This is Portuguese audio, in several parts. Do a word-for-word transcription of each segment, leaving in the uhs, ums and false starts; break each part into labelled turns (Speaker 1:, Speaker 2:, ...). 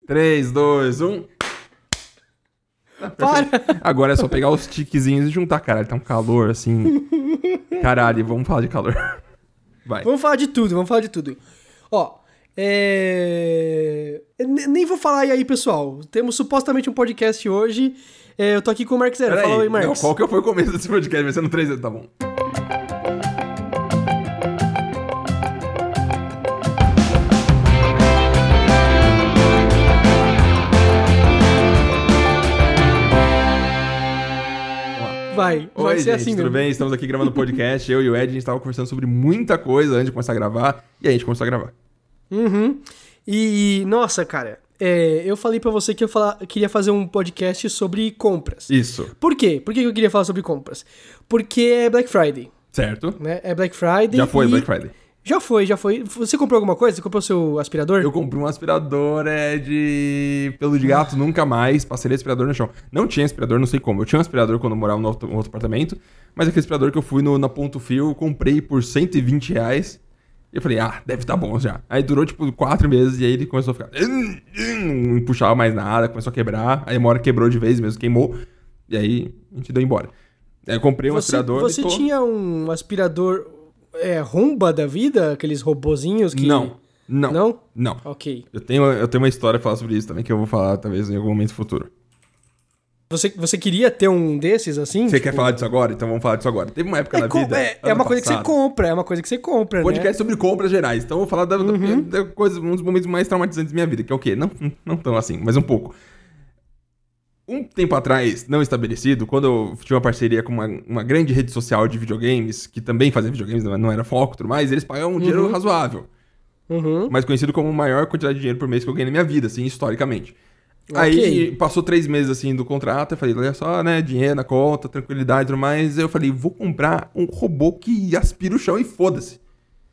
Speaker 1: três, dois, um...
Speaker 2: Para!
Speaker 1: Agora é só pegar os tiquezinhos e juntar. Caralho, tá um calor, assim... Caralho, vamos falar de calor. Vai.
Speaker 2: Vamos falar de tudo, vamos falar de tudo. Ó, é... Nem vou falar aí, pessoal. Temos supostamente um podcast hoje. É, eu tô aqui com o Mark Zero.
Speaker 1: Pera
Speaker 2: Fala
Speaker 1: aí,
Speaker 2: aí, Marcos.
Speaker 1: não, qual que foi o começo desse podcast? Vai ser no três, tá bom.
Speaker 2: Vai,
Speaker 1: Oi,
Speaker 2: vai ser
Speaker 1: gente,
Speaker 2: assim
Speaker 1: tudo
Speaker 2: mesmo.
Speaker 1: bem? Estamos aqui gravando o podcast. Eu e o Ed, a gente tava conversando sobre muita coisa antes de começar a gravar. E a gente começou a gravar.
Speaker 2: Uhum. E, nossa, cara, é, eu falei pra você que eu fala, queria fazer um podcast sobre compras.
Speaker 1: Isso.
Speaker 2: Por quê? Por que eu queria falar sobre compras? Porque é Black Friday,
Speaker 1: Certo.
Speaker 2: né? É Black Friday.
Speaker 1: Já foi
Speaker 2: e...
Speaker 1: Black Friday.
Speaker 2: Já foi, já foi. Você comprou alguma coisa? Você comprou seu aspirador?
Speaker 1: Eu comprei um aspirador é, de pelo de gato, nunca mais. Passei aspirador no chão. Não tinha aspirador, não sei como. Eu tinha um aspirador quando eu morava no outro, no outro apartamento. Mas aquele aspirador que eu fui no, na Ponto Fio, comprei por cento e vinte reais. E eu falei, ah, deve tá bom já. Aí durou tipo quatro meses e aí ele começou a ficar... Não puxava mais nada, começou a quebrar. Aí uma hora quebrou de vez mesmo, queimou. E aí a gente deu embora. Aí eu comprei um
Speaker 2: você,
Speaker 1: aspirador...
Speaker 2: Você
Speaker 1: e tô...
Speaker 2: tinha um aspirador é, Rumba da vida? Aqueles robozinhos que...
Speaker 1: Não, não,
Speaker 2: Não?
Speaker 1: não.
Speaker 2: Ok.
Speaker 1: Eu tenho, eu tenho uma história pra falar sobre isso também, que eu vou falar talvez em algum momento futuro.
Speaker 2: Você, você queria ter um desses assim?
Speaker 1: Você
Speaker 2: tipo...
Speaker 1: quer falar disso agora? Então vamos falar disso agora. Teve uma época
Speaker 2: É,
Speaker 1: na
Speaker 2: com-
Speaker 1: vida...
Speaker 2: é, é
Speaker 1: ano
Speaker 2: uma coisa que você
Speaker 1: passado,
Speaker 2: compra, é uma coisa que você compra,
Speaker 1: podcast
Speaker 2: né?
Speaker 1: sobre compras gerais. Então eu vou falar da, da-
Speaker 2: Uhum.
Speaker 1: da coisa, um dos momentos mais traumatizantes da minha vida, que é o quê? Não, não tão assim, mas um pouco. Um tempo atrás, não estabelecido, quando eu tinha uma parceria com uma, uma grande rede social de videogames, que também fazia videogames, não não era foco e tudo mais, eles pagavam um dinheiro
Speaker 2: Uhum.
Speaker 1: razoável.
Speaker 2: Uhum.
Speaker 1: Mas conhecido como a maior quantidade de dinheiro por mês que eu ganhei na minha vida, assim, historicamente.
Speaker 2: Ok.
Speaker 1: Aí passou três meses assim do contrato, eu falei, olha só, né, dinheiro na conta, tranquilidade e tudo mais. Eu falei, vou comprar um robô que aspira o chão e foda-se.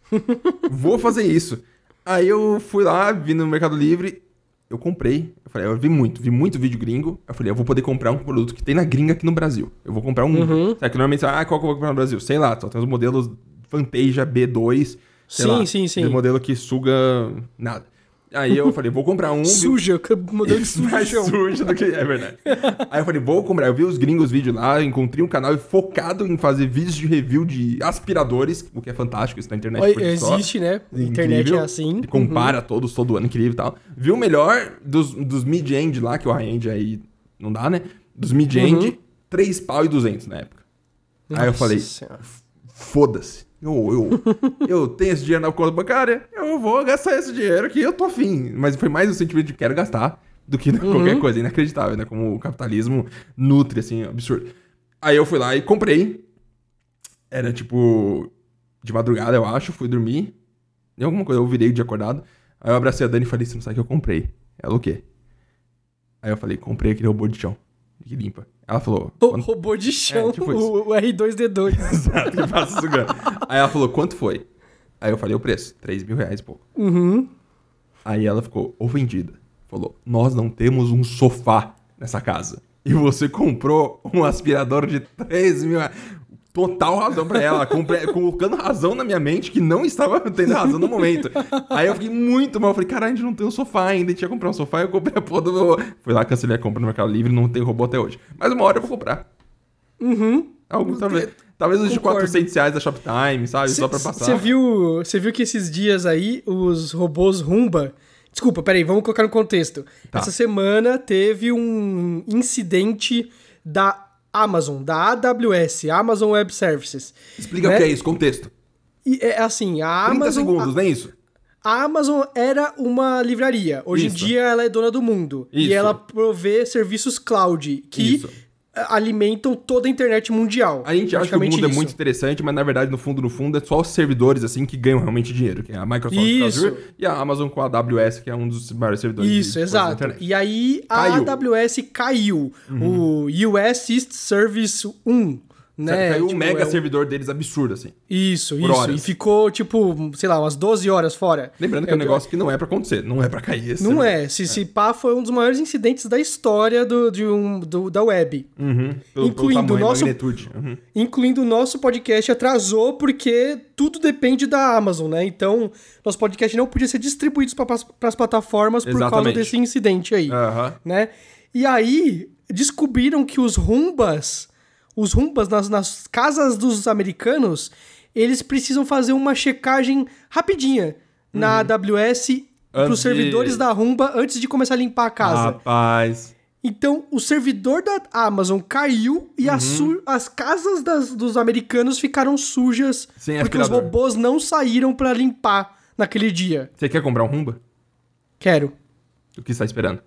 Speaker 1: Vou fazer isso. Aí eu fui lá, vi no Mercado Livre, eu comprei. Eu falei, eu vi muito, vi muito vídeo gringo. Eu falei, eu vou poder comprar um produto que tem na gringa aqui no Brasil. Eu vou comprar um.
Speaker 2: Uhum.
Speaker 1: Sabe que normalmente, ah, qual que eu vou comprar no Brasil? Sei lá, só tem os modelos Fantasia B dois. Sei
Speaker 2: Sim,
Speaker 1: lá,
Speaker 2: sim, sim.
Speaker 1: aquele modelo que suga nada. Aí eu falei, vou comprar um. vi-
Speaker 2: Suja, modelo de suja.
Speaker 1: mais sujo do que... É verdade. Aí eu falei, vou comprar. Eu vi os gringos vídeos lá, encontrei um canal focado em fazer vídeos de review de aspiradores, o que é fantástico, isso na internet
Speaker 2: Olha,
Speaker 1: por si só.
Speaker 2: existe, né? A
Speaker 1: Incrível.
Speaker 2: internet é assim.
Speaker 1: E compara todos, todo ano, incrível e tal. Vi o melhor dos, dos mid-end lá, que o high-end aí não dá, né? Dos mid-end,
Speaker 2: Uhum.
Speaker 1: três pau e duzentos na época. Aí eu
Speaker 2: Nossa
Speaker 1: falei,
Speaker 2: Senhora.
Speaker 1: foda-se. Eu, eu, eu tenho esse dinheiro na conta bancária, eu vou gastar esse dinheiro que eu tô afim. Mas foi mais o sentimento de quero gastar do que
Speaker 2: Uhum.
Speaker 1: qualquer coisa. Inacreditável, né? Como o capitalismo nutre, assim, absurdo. Aí eu fui lá e comprei. Era tipo de madrugada, eu acho. Fui dormir. Em alguma coisa, eu virei de acordado. Aí eu abracei a Dani e falei, você não sabe o que eu comprei. Ela, o quê? Aí eu falei, comprei aquele robô de chão que limpa. Ela falou...
Speaker 2: O
Speaker 1: "Quanto-"
Speaker 2: robô de chão,
Speaker 1: É, tipo isso.
Speaker 2: o, o R dois D dois.
Speaker 1: Exato, que passa sugando. Aí ela falou, quanto foi? Aí eu falei o preço, três mil reais e pouco.
Speaker 2: Uhum.
Speaker 1: Aí ela ficou ofendida. Falou, nós não temos um sofá nessa casa. E você comprou um aspirador de três mil reais. Total razão pra ela, compre- colocando razão na minha mente que não estava tendo razão no momento. Aí eu fiquei muito mal, falei, caralho, a gente não tem um sofá ainda, a gente ia comprar um sofá, eu comprei a porra do meu... Fui lá, cancelei a compra no Mercado Livre, não tem robô até hoje. Mas uma hora eu vou comprar.
Speaker 2: Uhum.
Speaker 1: Algum, talvez, talvez os de
Speaker 2: Concordo.
Speaker 1: quatrocentos reais da Shoptime, sabe? Só pra passar.
Speaker 2: Você viu, você viu que esses dias aí, os robôs Rumba... Desculpa, peraí, vamos colocar no contexto.
Speaker 1: Tá.
Speaker 2: Essa semana teve um incidente da Amazon, da A W S, Amazon Web Services.
Speaker 1: Explica
Speaker 2: né?
Speaker 1: o que é isso, contexto.
Speaker 2: E é assim, a
Speaker 1: trinta
Speaker 2: Amazon...
Speaker 1: segundos, nem isso?
Speaker 2: A Amazon era uma livraria. Hoje
Speaker 1: Isso.
Speaker 2: em dia ela é dona do mundo.
Speaker 1: Isso.
Speaker 2: E ela provê serviços cloud que
Speaker 1: Isso.
Speaker 2: alimentam toda a internet mundial.
Speaker 1: A gente acha que o mundo
Speaker 2: Praticamente
Speaker 1: é muito
Speaker 2: isso.
Speaker 1: interessante, mas na verdade, no fundo, no fundo, é só os servidores, assim, que ganham realmente dinheiro. Que é a Microsoft
Speaker 2: Isso.
Speaker 1: Azure e a Amazon com a A W S, que é um dos maiores servidores de
Speaker 2: Isso,
Speaker 1: coisas da
Speaker 2: exato.
Speaker 1: internet.
Speaker 2: E aí a
Speaker 1: Caiu.
Speaker 2: A W S caiu. O U S East Service um, né?
Speaker 1: Caiu um
Speaker 2: Tipo,
Speaker 1: mega
Speaker 2: é um-
Speaker 1: servidor deles absurdo, assim.
Speaker 2: Isso,
Speaker 1: Por
Speaker 2: isso.
Speaker 1: horas.
Speaker 2: E ficou, tipo, sei lá, umas doze horas fora.
Speaker 1: Lembrando que é um negócio que não é pra acontecer, não é pra cair esse.
Speaker 2: Não
Speaker 1: servidor.
Speaker 2: é. Se, se pá, foi um dos maiores incidentes da história do, de um, do, da web.
Speaker 1: Uhum. Pelo,
Speaker 2: Incluindo
Speaker 1: pelo tamanho,
Speaker 2: o nosso-
Speaker 1: magnitude. Uhum.
Speaker 2: Incluindo o nosso podcast atrasou porque tudo depende da Amazon, né? Então, nosso podcast não podia ser distribuído para as plataformas por causa
Speaker 1: Exatamente.
Speaker 2: desse incidente aí,
Speaker 1: Aham.
Speaker 2: né? E aí, descobriram que os Rumbas, os Rumbas nas, nas casas dos americanos, eles precisam fazer uma checagem rapidinha na A W S para
Speaker 1: Antes
Speaker 2: os servidores
Speaker 1: de-
Speaker 2: da Rumba antes de começar a limpar a casa.
Speaker 1: Rapaz.
Speaker 2: Então, o servidor da Amazon caiu e
Speaker 1: Uhum.
Speaker 2: as, su- as casas das- dos americanos ficaram sujas
Speaker 1: Sem
Speaker 2: porque os
Speaker 1: aspirador.
Speaker 2: robôs não saíram pra limpar naquele dia.
Speaker 1: Você quer comprar um Rumba?
Speaker 2: Quero.
Speaker 1: O que você tá esperando?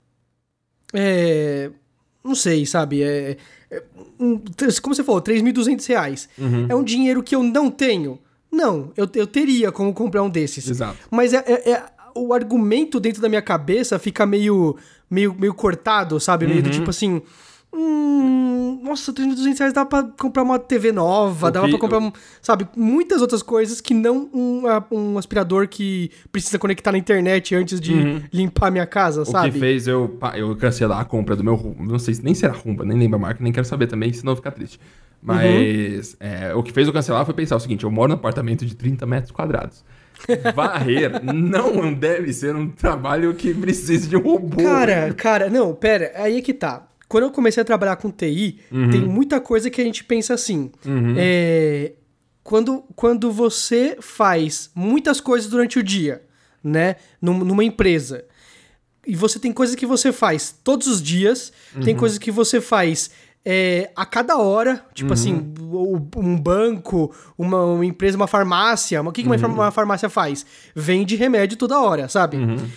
Speaker 2: É... Não sei, sabe? É... é um- como você falou, três mil e duzentos reais.
Speaker 1: Uhum.
Speaker 2: É um dinheiro que eu não tenho? Não, eu, eu teria como comprar um desses.
Speaker 1: Exato.
Speaker 2: Mas é, é- é- o argumento dentro da minha cabeça fica meio, meio, meio cortado, sabe? Meio do tipo assim... Hum, nossa, três mil e duzentos reais dá pra comprar uma T V nova,
Speaker 1: O
Speaker 2: dava
Speaker 1: que-
Speaker 2: pra comprar, um, sabe, muitas outras coisas que não um, a- um aspirador que precisa conectar na internet antes de limpar a minha casa,
Speaker 1: O
Speaker 2: sabe?
Speaker 1: que fez eu, pá, eu cancelar a compra do meu Rumba. Não sei se nem será Rumba, nem lembro a marca, nem quero saber também, senão eu ficar triste. Mas é, o que fez eu cancelar foi pensar o seguinte: eu moro num apartamento de trinta metros quadrados. Varrer não deve ser um trabalho que precise de um robô.
Speaker 2: Cara, cara, não, pera, aí é que tá. Quando eu comecei a trabalhar com T I, tem muita coisa que a gente pensa assim. É, quando, quando você faz muitas coisas durante o dia, né, num- numa empresa, e você tem coisas que você faz todos os dias, tem coisas que você faz é, a cada hora, tipo assim, o- um banco, uma, uma empresa, uma farmácia, o que, que uma, farm- uma farmácia faz? Vende remédio toda hora, sabe?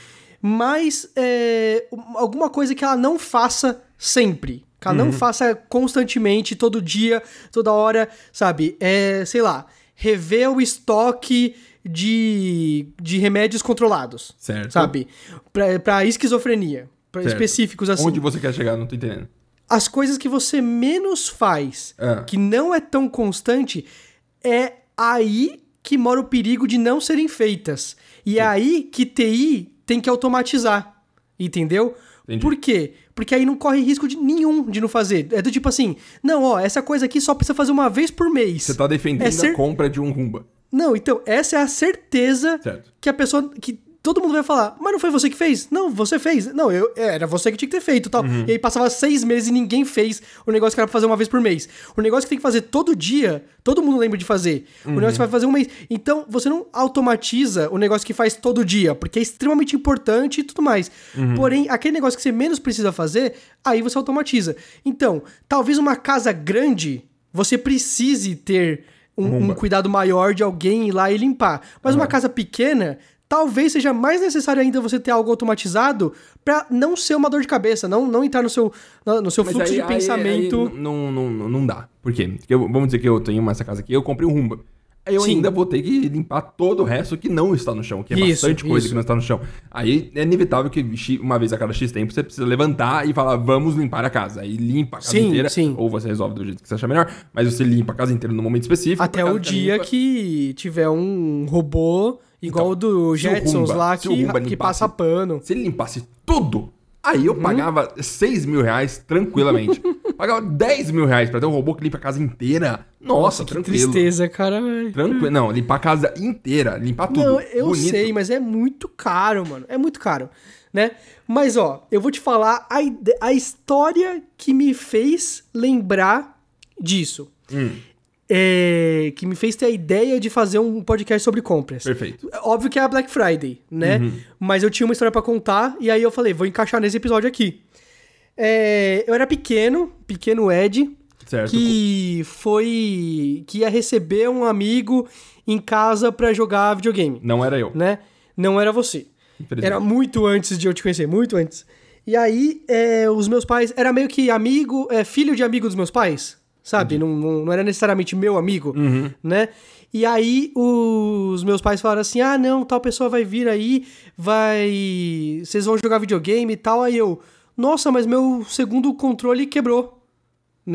Speaker 2: Mas é, um- alguma coisa que ela não faça sempre. Que ela não faça constantemente, todo dia, toda hora, sabe? É, sei lá, rever o estoque de, de remédios controlados.
Speaker 1: Certo.
Speaker 2: Sabe? Pra, pra esquizofrenia. Pra
Speaker 1: Certo.
Speaker 2: específicos assim.
Speaker 1: Onde você quer chegar? Não tô entendendo.
Speaker 2: As coisas que você menos faz,
Speaker 1: Ah.
Speaker 2: que não é tão constante, é aí que mora o perigo de não serem feitas. E é aí que T I tem que automatizar. Entendeu?
Speaker 1: Entendi.
Speaker 2: Por quê? Porque aí não corre risco de nenhum de não fazer. É do tipo assim, não, ó, essa coisa aqui só precisa fazer uma vez por mês.
Speaker 1: Você tá defendendo
Speaker 2: É cer-
Speaker 1: a compra de um Rumba.
Speaker 2: Não, então, essa é a certeza
Speaker 1: Certo.
Speaker 2: que a pessoa... que todo mundo vai falar, mas não foi você que fez? Não, você fez. Não, eu, era você que tinha que ter feito, tal.
Speaker 1: Uhum.
Speaker 2: E aí passava seis meses e ninguém fez o negócio que era pra fazer uma vez por mês. O negócio que tem que fazer todo dia, todo mundo lembra de fazer. O negócio que vai fazer um mês. Então, você não automatiza o negócio que faz todo dia, porque é extremamente importante e tudo mais.
Speaker 1: Uhum.
Speaker 2: Porém, aquele negócio que você menos precisa fazer, aí você automatiza. Então, talvez uma casa grande, você precise ter um, um
Speaker 1: Rumba.
Speaker 2: cuidado maior de alguém ir lá e limpar. Mas uma casa pequena, talvez seja mais necessário ainda você ter algo automatizado pra não ser uma dor de cabeça, não, não entrar no seu, no no seu
Speaker 1: Mas
Speaker 2: fluxo
Speaker 1: aí-
Speaker 2: de
Speaker 1: aí-
Speaker 2: pensamento.
Speaker 1: aí não, não, não, não dá. Por quê? Porque eu- vamos dizer que eu tenho essa casa aqui, eu comprei um Rumba. Aí eu
Speaker 2: Sim.
Speaker 1: ainda vou ter que limpar todo o resto que não está no chão, que é
Speaker 2: Isso,
Speaker 1: bastante coisa
Speaker 2: isso.
Speaker 1: que não está no chão. Aí é inevitável que xi- uma vez a cada X tempo você precisa levantar e falar, vamos limpar a casa. Aí limpa a casa
Speaker 2: Sim,
Speaker 1: inteira,
Speaker 2: sim.
Speaker 1: ou você resolve do jeito que você achar melhor, mas você limpa a casa inteira no momento específico.
Speaker 2: Até
Speaker 1: a casa
Speaker 2: o
Speaker 1: fica
Speaker 2: dia
Speaker 1: limpa.
Speaker 2: que tiver um robô igual o do
Speaker 1: se o
Speaker 2: Jetsons
Speaker 1: Rumba-
Speaker 2: lá,
Speaker 1: se o
Speaker 2: que,
Speaker 1: Rumba
Speaker 2: que
Speaker 1: limpasse-
Speaker 2: passa pano.
Speaker 1: Se ele limpasse tudo, aí eu pagava seis mil reais tranquilamente. Pagava dez mil reais pra ter um robô que limpa a casa inteira. Nossa,
Speaker 2: Que
Speaker 1: tranquilo.
Speaker 2: tristeza, cara.
Speaker 1: Tranquilo. Não, limpar a casa inteira, limpar tudo.
Speaker 2: Não, eu
Speaker 1: bonito.
Speaker 2: sei, mas é muito caro, mano. É muito caro, né? Mas, ó, eu vou te falar a, ide- a história que me fez lembrar disso.
Speaker 1: Hum,
Speaker 2: É, que me fez ter a ideia de fazer um podcast sobre compras.
Speaker 1: perfeito.
Speaker 2: Óbvio que é a Black Friday, né?
Speaker 1: Uhum.
Speaker 2: Mas eu tinha uma história pra contar e aí eu falei, vou encaixar nesse episódio aqui. É, eu era pequeno, pequeno Ed,
Speaker 1: Certo.
Speaker 2: que foi... que ia receber um amigo em casa pra jogar videogame,
Speaker 1: Não era eu.
Speaker 2: né? Não era você.
Speaker 1: Infelizmente.
Speaker 2: Era muito antes de eu te conhecer, muito antes. E aí, é, os meus pais... Era meio que amigo, é, filho de amigo dos meus pais, sabe? Não, não, não era necessariamente meu amigo,
Speaker 1: Uhum.
Speaker 2: né? E aí, os meus pais falaram assim, ah, não, tal pessoa vai vir aí, vai... Vocês vão jogar videogame e tal. Aí eu, nossa, mas meu segundo controle quebrou, né?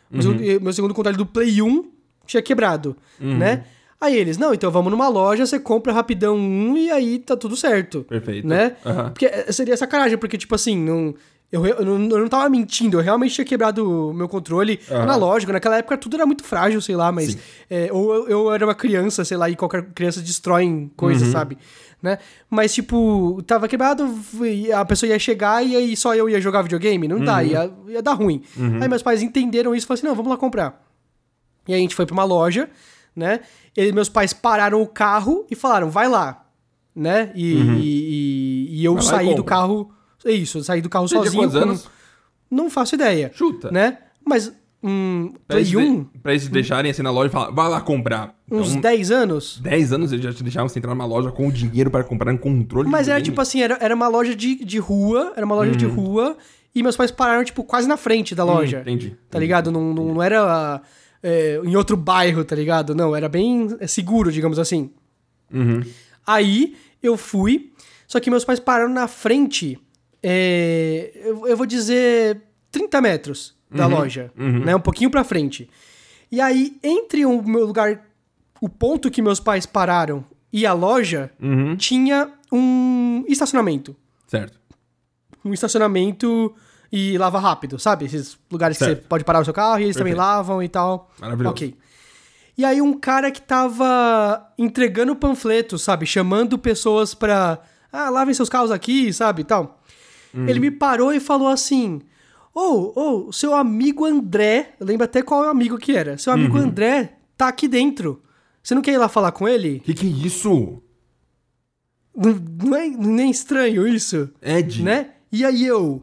Speaker 2: Meu, uhum. segundo, meu segundo controle do Play um tinha quebrado, uhum. né? Aí eles, não, então vamos numa loja, você compra rapidão um e aí tá tudo certo.
Speaker 1: Perfeito.
Speaker 2: Né?
Speaker 1: Uhum.
Speaker 2: Porque seria sacanagem, porque, tipo assim, não, eu, eu, não, eu não tava mentindo, eu realmente tinha quebrado o meu controle uhum. analógico. Naquela época tudo era muito frágil, sei lá, mas... É, ou eu, eu era uma criança, sei lá, e qualquer criança destrói coisas, uhum. sabe? Né? Mas, tipo, tava quebrado, a pessoa ia chegar e aí só eu ia jogar videogame? Não uhum. dá, ia, ia dar ruim. Uhum. Aí meus pais entenderam isso e falaram assim, não, vamos lá comprar. E aí a gente foi pra uma loja, né? E meus pais pararam o carro e falaram, vai lá, né? E, uhum. e, e eu vai saí do carro... Isso, eu saí do carro
Speaker 1: Você
Speaker 2: sozinho.
Speaker 1: Tinha quantos anos?
Speaker 2: Com, não faço ideia.
Speaker 1: Chuta.
Speaker 2: Né? Mas... Hum,
Speaker 1: pra eles,
Speaker 2: um,
Speaker 1: de, pra eles deixarem assim na loja e falar, vai lá comprar. Então,
Speaker 2: uns dez anos?
Speaker 1: dez anos eles já te deixavam você entrar numa loja com o dinheiro para comprar um controle.
Speaker 2: Mas
Speaker 1: de
Speaker 2: era tipo assim, era, era uma loja de, de rua, era uma loja uhum. de rua, e meus pais pararam, tipo, quase na frente da loja.
Speaker 1: Hum, entendi.
Speaker 2: Tá
Speaker 1: entendi,
Speaker 2: ligado? Não, não, não era é, em outro bairro, tá ligado? Não, era bem seguro, digamos assim.
Speaker 1: Uhum.
Speaker 2: Aí eu fui, só que meus pais pararam na frente, é, eu, eu vou dizer trinta metros. Da uhum, loja, uhum. né? Um pouquinho pra frente. E aí, entre o meu lugar, o ponto que meus pais pararam e a loja, uhum. tinha um estacionamento.
Speaker 1: Certo.
Speaker 2: Um estacionamento e lava rápido, sabe? Esses lugares certo. Que você pode parar o seu carro e eles Perfeito. Também lavam e tal.
Speaker 1: Maravilhoso.
Speaker 2: Ok. E aí, um cara que tava entregando panfletos, sabe? Chamando pessoas pra... Ah, lavem seus carros aqui, sabe? E tal. Uhum. Ele me parou e falou assim... Ô, oh, oh, seu amigo André, eu lembro até qual é o amigo que era. Seu amigo uhum. André tá aqui dentro. Você não quer ir lá falar com ele?
Speaker 1: Que que é isso?
Speaker 2: Não, não, é, não é estranho isso?
Speaker 1: Ed.
Speaker 2: Né? E aí eu...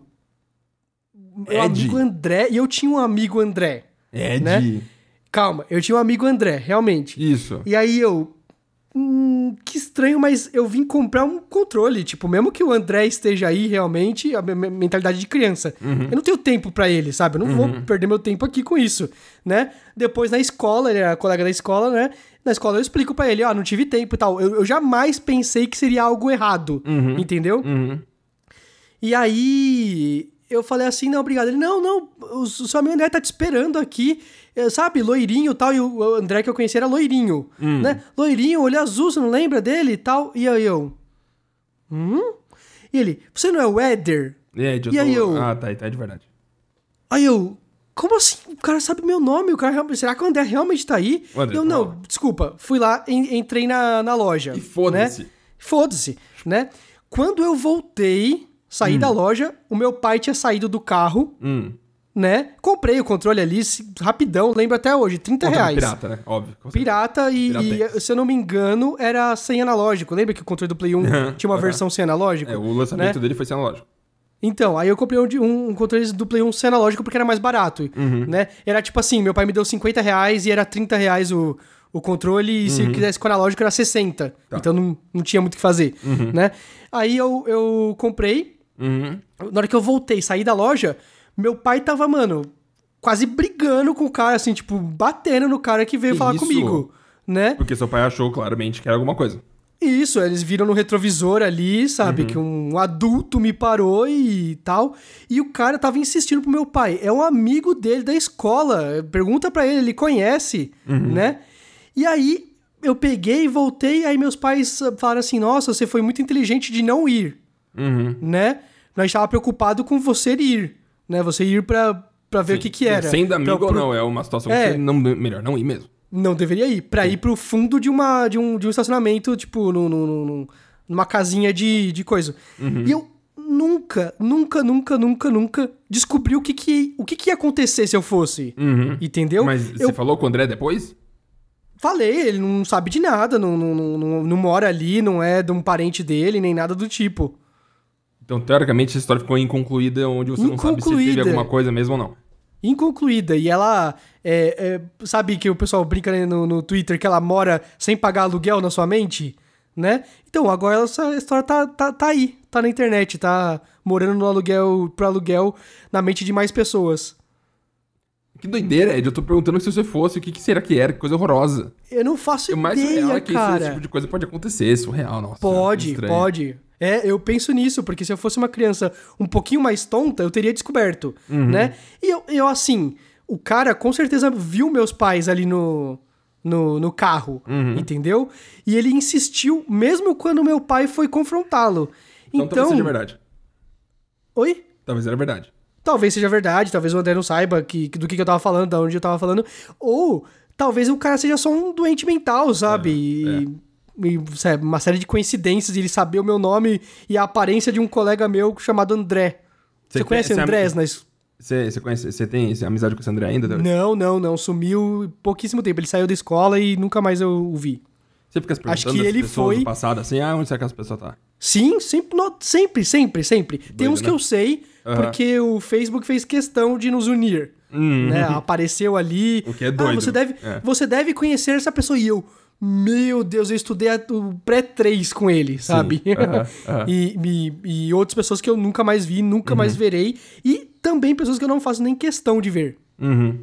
Speaker 2: Meu
Speaker 1: Ed.
Speaker 2: amigo André... E eu tinha um amigo André.
Speaker 1: Ed.
Speaker 2: Né? Calma, eu tinha um amigo André, realmente.
Speaker 1: Isso.
Speaker 2: E aí eu... Hum, que estranho, mas eu vim comprar um controle. Tipo, mesmo que o André esteja aí realmente, a minha mentalidade de criança. Uhum. Eu não tenho tempo pra ele, sabe? Eu não uhum. vou perder meu tempo aqui com isso, né? Depois na escola, ele era colega da escola, né? Na escola eu explico pra ele, ó, ah, não tive tempo e tal. Eu, eu jamais pensei que seria algo errado, uhum. entendeu?
Speaker 1: Uhum.
Speaker 2: E aí... Eu falei assim, não, obrigado. Ele, não, não, o seu amigo André tá te esperando aqui, sabe, loirinho e tal, e o André que eu conheci era loirinho, hum. né? Loirinho, olho azul, você não lembra dele e tal? E aí eu, hum? E ele, você não é o Éder?
Speaker 1: É,
Speaker 2: e aí eu...
Speaker 1: Ah, tá, tá, é de verdade.
Speaker 2: Aí eu, como assim? O cara sabe meu nome, o cara, será que o André realmente tá aí?
Speaker 1: André,
Speaker 2: eu, não, desculpa, fui lá, en, entrei na, na loja.
Speaker 1: E foda-se.
Speaker 2: Né? Foda-se, né? Quando eu voltei... Saí hum. da loja, o meu pai tinha saído do carro,
Speaker 1: hum.
Speaker 2: né? Comprei o controle ali, rapidão, lembro até hoje, trinta reais.
Speaker 1: Pirata, né? Óbvio.
Speaker 2: Pirata e, e, se eu não me engano, era sem analógico. Lembra que o controle do Play um tinha uma versão sem analógico?
Speaker 1: É, o lançamento
Speaker 2: né?
Speaker 1: dele foi sem analógico.
Speaker 2: Então, aí eu comprei um, um controle do Play um sem analógico porque era mais barato,
Speaker 1: uhum.
Speaker 2: né? Era tipo assim, meu pai me deu cinquenta reais e era trinta reais o, o controle e uhum. se eu quisesse com analógico era sessenta. Tá. Então não, não tinha muito o que fazer,
Speaker 1: uhum.
Speaker 2: né? Aí eu, eu comprei.
Speaker 1: Uhum.
Speaker 2: Na hora que eu voltei, saí da loja, meu pai tava, mano, quase brigando com o cara, assim, tipo, batendo no cara que veio
Speaker 1: que
Speaker 2: falar
Speaker 1: isso?
Speaker 2: comigo, né?
Speaker 1: Porque seu pai achou claramente que era alguma coisa.
Speaker 2: Isso, eles viram no retrovisor ali, sabe, uhum. que um adulto me parou e tal, e o cara tava insistindo pro meu pai, é um amigo dele da escola, pergunta pra ele, ele conhece,
Speaker 1: uhum.
Speaker 2: né? E aí, eu peguei e voltei, aí meus pais falaram assim, nossa, você foi muito inteligente de não ir.
Speaker 1: Uhum.
Speaker 2: Né? Nós estávamos preocupados com você ir, né? Você ir pra, pra ver Sim. o que que era.
Speaker 1: Sendo amigo
Speaker 2: pra,
Speaker 1: ou
Speaker 2: pro...
Speaker 1: não, é uma situação
Speaker 2: é.
Speaker 1: que você não, melhor não ir mesmo.
Speaker 2: Não deveria ir. Pra Sim. ir pro fundo de, uma, de, um, de um estacionamento, tipo, no, no, no, numa casinha de, de coisa.
Speaker 1: Uhum.
Speaker 2: E eu nunca, nunca, nunca, nunca, nunca descobri o que que, o que que ia acontecer se eu fosse.
Speaker 1: Uhum.
Speaker 2: Entendeu?
Speaker 1: Mas
Speaker 2: eu...
Speaker 1: você falou com o André depois?
Speaker 2: Falei, ele não sabe de nada, não, não, não, não mora ali, não é de um parente dele, nem nada do tipo.
Speaker 1: Então, teoricamente, essa história ficou inconcluída, onde você não sabe se teve alguma coisa mesmo ou não.
Speaker 2: Inconcluída. E ela, é, é, sabe que o pessoal brinca né, no, no Twitter que ela mora sem pagar aluguel na sua mente, né? Então, agora essa história tá, tá, tá aí, tá na internet, tá morando no aluguel, pro aluguel na mente de mais pessoas.
Speaker 1: Que doideira, Ed. Eu tô perguntando se você fosse, o que, que será que era? Que coisa horrorosa.
Speaker 2: Eu não faço
Speaker 1: ideia, cara. O mais surreal é que
Speaker 2: cara.
Speaker 1: esse tipo de coisa pode acontecer, é surreal, nossa.
Speaker 2: Pode, pode. É, eu penso nisso, porque se eu fosse uma criança um pouquinho mais tonta, eu teria descoberto,
Speaker 1: uhum.
Speaker 2: né? E eu, eu, assim, o cara com certeza viu meus pais ali no, no, no carro, uhum. entendeu? E ele insistiu, mesmo quando meu pai foi confrontá-lo.
Speaker 1: Então,
Speaker 2: então
Speaker 1: talvez seja verdade.
Speaker 2: Oi?
Speaker 1: Talvez era verdade.
Speaker 2: Talvez seja verdade, talvez o André não saiba que, do que, que eu tava falando, de onde eu tava falando. Ou talvez o cara seja só um doente mental, sabe? É, e, é. e sabe, uma série de coincidências, ele saber o meu nome e a aparência de um colega meu chamado André. Você, você conhece tem, Andrés? Am... Nas...
Speaker 1: Você, você, conhece, você tem amizade com esse André ainda?
Speaker 2: Não, não, não. Sumiu pouquíssimo tempo. Ele saiu da escola e nunca mais eu o vi.
Speaker 1: Você fica se perguntando
Speaker 2: Acho que ele
Speaker 1: pessoas
Speaker 2: foi...
Speaker 1: do passado assim, ah, onde será que essa pessoa tá?
Speaker 2: Sim, sempre, no, sempre, sempre, sempre. Doido, tem uns né? que eu sei, uhum. porque o Facebook fez questão de nos unir. Uhum. Né? Apareceu ali.
Speaker 1: O que é doido.
Speaker 2: Ah, você deve, é. você deve conhecer essa pessoa. E eu, meu Deus, eu estudei a, o pré três com ele, sabe? Uhum. Uhum. E, e, e outras pessoas que eu nunca mais vi, nunca uhum. mais verei. E também pessoas que eu não faço nem questão de ver.
Speaker 1: Uhum.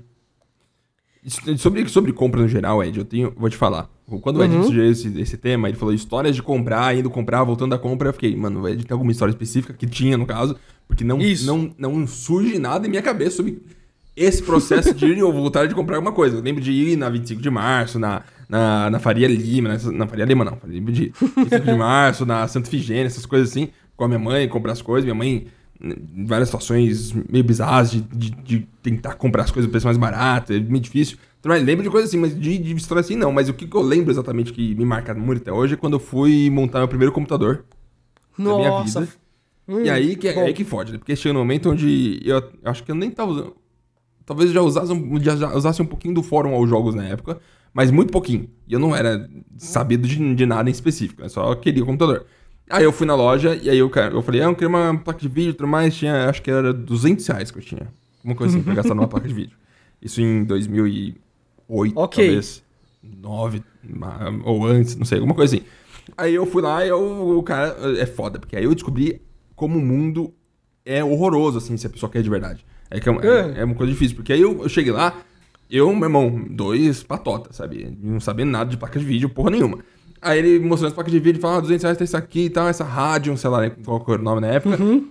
Speaker 1: Sobre, sobre compra no geral, Ed, eu tenho, vou te falar. Quando o Ed uhum. sugeriu esse, esse tema, ele falou histórias de comprar, indo comprar, voltando da compra, eu fiquei, mano, o Ed tem alguma história específica que tinha, no caso, porque não, não, não surge nada em minha cabeça sobre esse processo de ir ou voltar de comprar alguma coisa. Eu lembro de ir na vinte e cinco de março, na, na, na Faria Lima, na, na Faria Lima não, lembro de vinte e cinco de março, na Santa Efigênia, essas coisas assim, com a minha mãe, comprar as coisas, minha mãe... em várias situações meio bizarras de, de, de tentar comprar as coisas no preço mais barato, é meio difícil. Então, eu lembro de coisas assim, mas de, de história assim não. Mas o que, que eu lembro exatamente que me marca muito até hoje é quando eu fui montar meu primeiro computador
Speaker 2: Nossa.
Speaker 1: da minha vida. Hum, e aí que, aí que fode, né? Porque chega no momento onde eu, eu acho que eu nem tava usando... Talvez eu já usasse, já usasse um pouquinho do fórum aos jogos na época, mas muito pouquinho. E eu não era sabido de, de nada em específico, eu só queria o computador. Aí eu fui na loja e aí eu, eu falei, ah, eu queria uma placa de vídeo e tudo mais. Tinha, acho que era duzentos reais que eu tinha. Uma coisa assim, pra gastar numa placa de vídeo. Isso em dois mil e oito, okay. talvez. nove, ou antes, não sei, alguma coisa assim. Aí eu fui lá e eu, o cara... É foda, porque aí eu descobri como o mundo é horroroso, assim, se a pessoa quer de verdade. É, que é, é. é uma coisa difícil, porque aí eu, eu cheguei lá, eu, meu irmão, dois patotas, sabe? Não sabendo nada de placa de vídeo, porra nenhuma. Aí ele mostrou as placas de vídeo e falou, ah, duzentos reais tem isso aqui e tal, essa rádio, sei lá, qual era o nome na época. Uhum.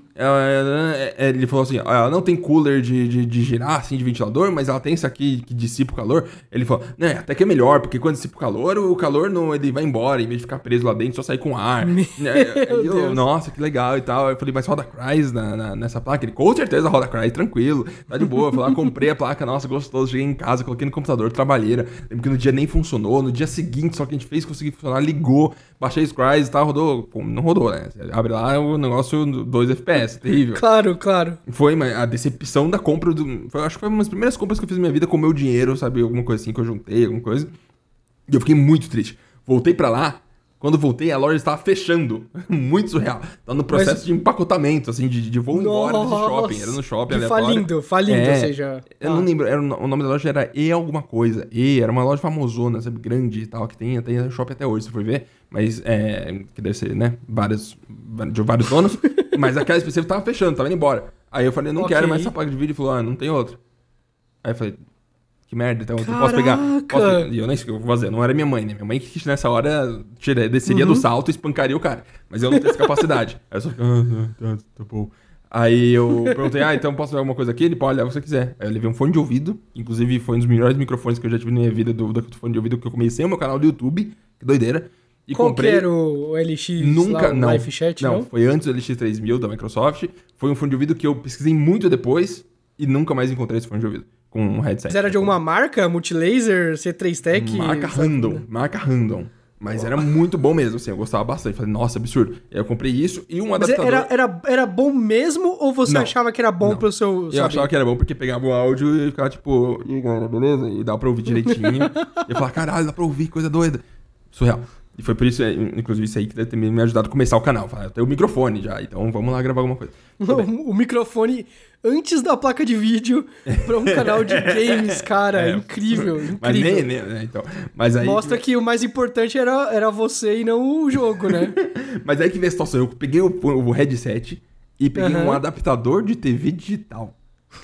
Speaker 1: Ele falou assim, ela não tem cooler de, de, de girar, assim, de ventilador, mas ela tem isso aqui que dissipa o calor. Ele falou, né, até que é melhor, porque quando dissipa o calor, o calor não, ele vai embora, em vez de ficar preso lá dentro, só sair com ar. Meu eu, Deus. Nossa, que legal e tal. Eu falei, mas roda Crysis na, na, nessa placa? Ele, com certeza roda Crysis, tranquilo, tá de boa. Eu falei, ah, comprei a placa, nossa, gostoso, cheguei em casa, coloquei no computador, trabalheira. Lembro que no dia nem funcionou, no dia seguinte, só que a gente fez conseguir funcionar, ligou, baixei os Crysis e tal, rodou, pô, não rodou, né? Você abre lá o negócio dois F P S, terrível.
Speaker 2: Claro, claro.
Speaker 1: Foi a decepção da compra do... Foi, acho que foi uma das primeiras compras que eu fiz na minha vida com o meu dinheiro, sabe? Alguma coisa assim que eu juntei, alguma coisa. E eu fiquei muito triste. Voltei pra lá, quando voltei a loja estava fechando. Muito surreal. Tá no processo Mas... de empacotamento, assim, de, de vou embora desse shopping. Era no shopping,
Speaker 2: de falindo, falindo,
Speaker 1: é,
Speaker 2: ou seja...
Speaker 1: Eu ah. não lembro, era, o nome da loja era E alguma coisa. E, era uma loja famosona, sabe? Grande e tal, que tem, tem shopping até hoje, se for ver. Mas, é... Que deve ser, né? Vários, de vários donos. Mas aquela específica tava fechando, tava indo embora. Aí eu falei, não okay. quero mais essa placa de vídeo. Ele falou, ah, não tem outra. Aí eu falei, que merda, então eu posso pegar. Posso pegar. E eu nem sei o que eu vou fazer, não era minha mãe, né? Minha mãe que nessa hora tira, desceria uhum. do salto e espancaria o cara. Mas eu não tenho essa capacidade. Aí eu só fiquei, ah, tá, tá bom. Aí eu perguntei, ah, então posso ver alguma coisa aqui? Ele pode olhar o que você quiser. Aí eu levei um fone de ouvido, inclusive foi um dos melhores microfones que eu já tive na minha vida do, do fone de ouvido, que eu comecei o meu canal do YouTube, que doideira. E
Speaker 2: Qual
Speaker 1: comprei...
Speaker 2: que era o L X
Speaker 1: Nunca,
Speaker 2: lá, o
Speaker 1: não,
Speaker 2: Live Chat, não?
Speaker 1: Não, foi antes do L X três mil da Microsoft. Foi um fone de ouvido que eu pesquisei muito depois e nunca mais encontrei esse fone de ouvido com um headset.
Speaker 2: Mas era de alguma marca? Multilaser, C três Tech?
Speaker 1: Marca Random, marca Random. Mas oh. era muito bom mesmo, assim, eu gostava bastante. Falei, nossa, absurdo. E aí eu comprei isso e um
Speaker 2: Mas
Speaker 1: adaptador...
Speaker 2: Era, era, era bom mesmo ou você não, achava que era bom não. pro seu...
Speaker 1: Eu sabe? achava que era bom porque pegava o áudio e ficava tipo... E agora, beleza? E dava pra ouvir direitinho. E eu falava, caralho, dá pra ouvir, coisa doida. Surreal. E foi por isso, inclusive, isso aí que deve ter me ajudado a começar o canal. Eu tenho o microfone já, então vamos lá gravar alguma coisa.
Speaker 2: O, o microfone antes da placa de vídeo para um canal de games, cara. É, incrível, incrível.
Speaker 1: Mas nem, nem, né? Então, mas aí...
Speaker 2: Mostra que o mais importante era, era você e não o jogo, né?
Speaker 1: Mas aí que vem a situação. Eu peguei o, o headset e peguei uhum. um adaptador de T V digital.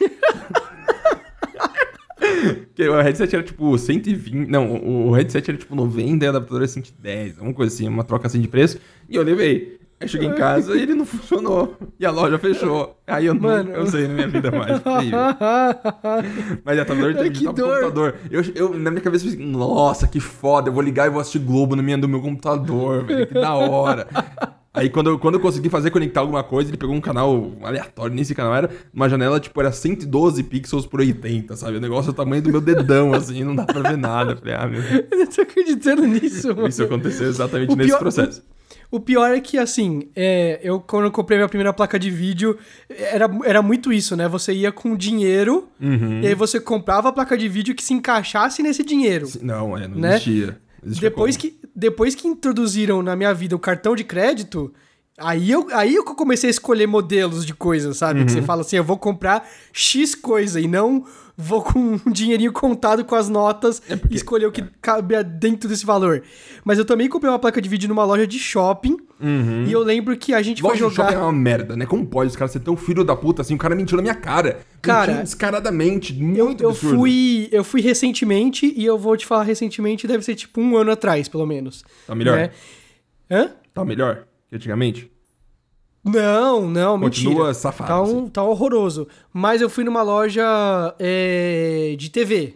Speaker 1: Porque o headset era tipo cento e vinte... Não, o headset era tipo noventa e o adaptador era cento e dez. Uma coisa assim, uma troca assim de preço. E eu levei. Aí cheguei em casa e ele não funcionou. E a loja fechou. Aí eu
Speaker 2: Mano.
Speaker 1: não usei na minha vida mais. Mas é, tá dor de
Speaker 2: que
Speaker 1: tá
Speaker 2: dor.
Speaker 1: computador. Eu, eu, na minha cabeça, eu pensei, nossa, que foda. Eu vou ligar e vou assistir Globo no minha, do meu computador, velho. Que da hora. Aí quando eu, quando eu consegui fazer conectar alguma coisa, ele pegou um canal aleatório, nesse canal era uma janela, tipo, era cento e doze pixels por oitenta, sabe? O negócio é o tamanho do meu dedão, assim, não dá pra ver nada. Eu falei, ah, meu Deus.
Speaker 2: Eu não tô acreditando nisso, mano.
Speaker 1: Isso aconteceu exatamente
Speaker 2: O
Speaker 1: nesse
Speaker 2: pior-
Speaker 1: processo.
Speaker 2: O pior é que, assim, é, eu quando eu comprei minha primeira placa de vídeo, era, era muito isso, né? Você ia com dinheiro,
Speaker 1: Uhum.
Speaker 2: e aí você comprava a placa de vídeo que se encaixasse nesse dinheiro.
Speaker 1: Não, é, não
Speaker 2: Né?
Speaker 1: existia. Não existia
Speaker 2: Depois
Speaker 1: como.
Speaker 2: que, depois que introduziram na minha vida o cartão de crédito, aí eu, aí eu comecei a escolher modelos de coisas, sabe? Que você fala assim, eu vou comprar X coisa e não vou com um dinheirinho contado com as notas
Speaker 1: porque-
Speaker 2: e escolher o que cabe dentro desse valor. Mas eu também comprei uma placa de vídeo numa loja de shopping e eu lembro que a gente
Speaker 1: Loja
Speaker 2: foi
Speaker 1: de
Speaker 2: jogar...
Speaker 1: shopping é uma merda, né? Como pode os caras ser tão filho da puta assim? O cara mentiu na minha cara.
Speaker 2: Cara,
Speaker 1: mentiu descaradamente,
Speaker 2: Eu,
Speaker 1: muito
Speaker 2: eu,
Speaker 1: absurdo.
Speaker 2: fui, eu fui recentemente e eu vou te falar recentemente, deve ser tipo um ano atrás, pelo menos.
Speaker 1: Tá melhor?
Speaker 2: Né? Hã?
Speaker 1: Tá melhor que antigamente?
Speaker 2: Não, não,
Speaker 1: Continua
Speaker 2: mentira.
Speaker 1: safado,
Speaker 2: Tá, um,
Speaker 1: assim.
Speaker 2: tá horroroso. Mas eu fui numa loja é, de T V.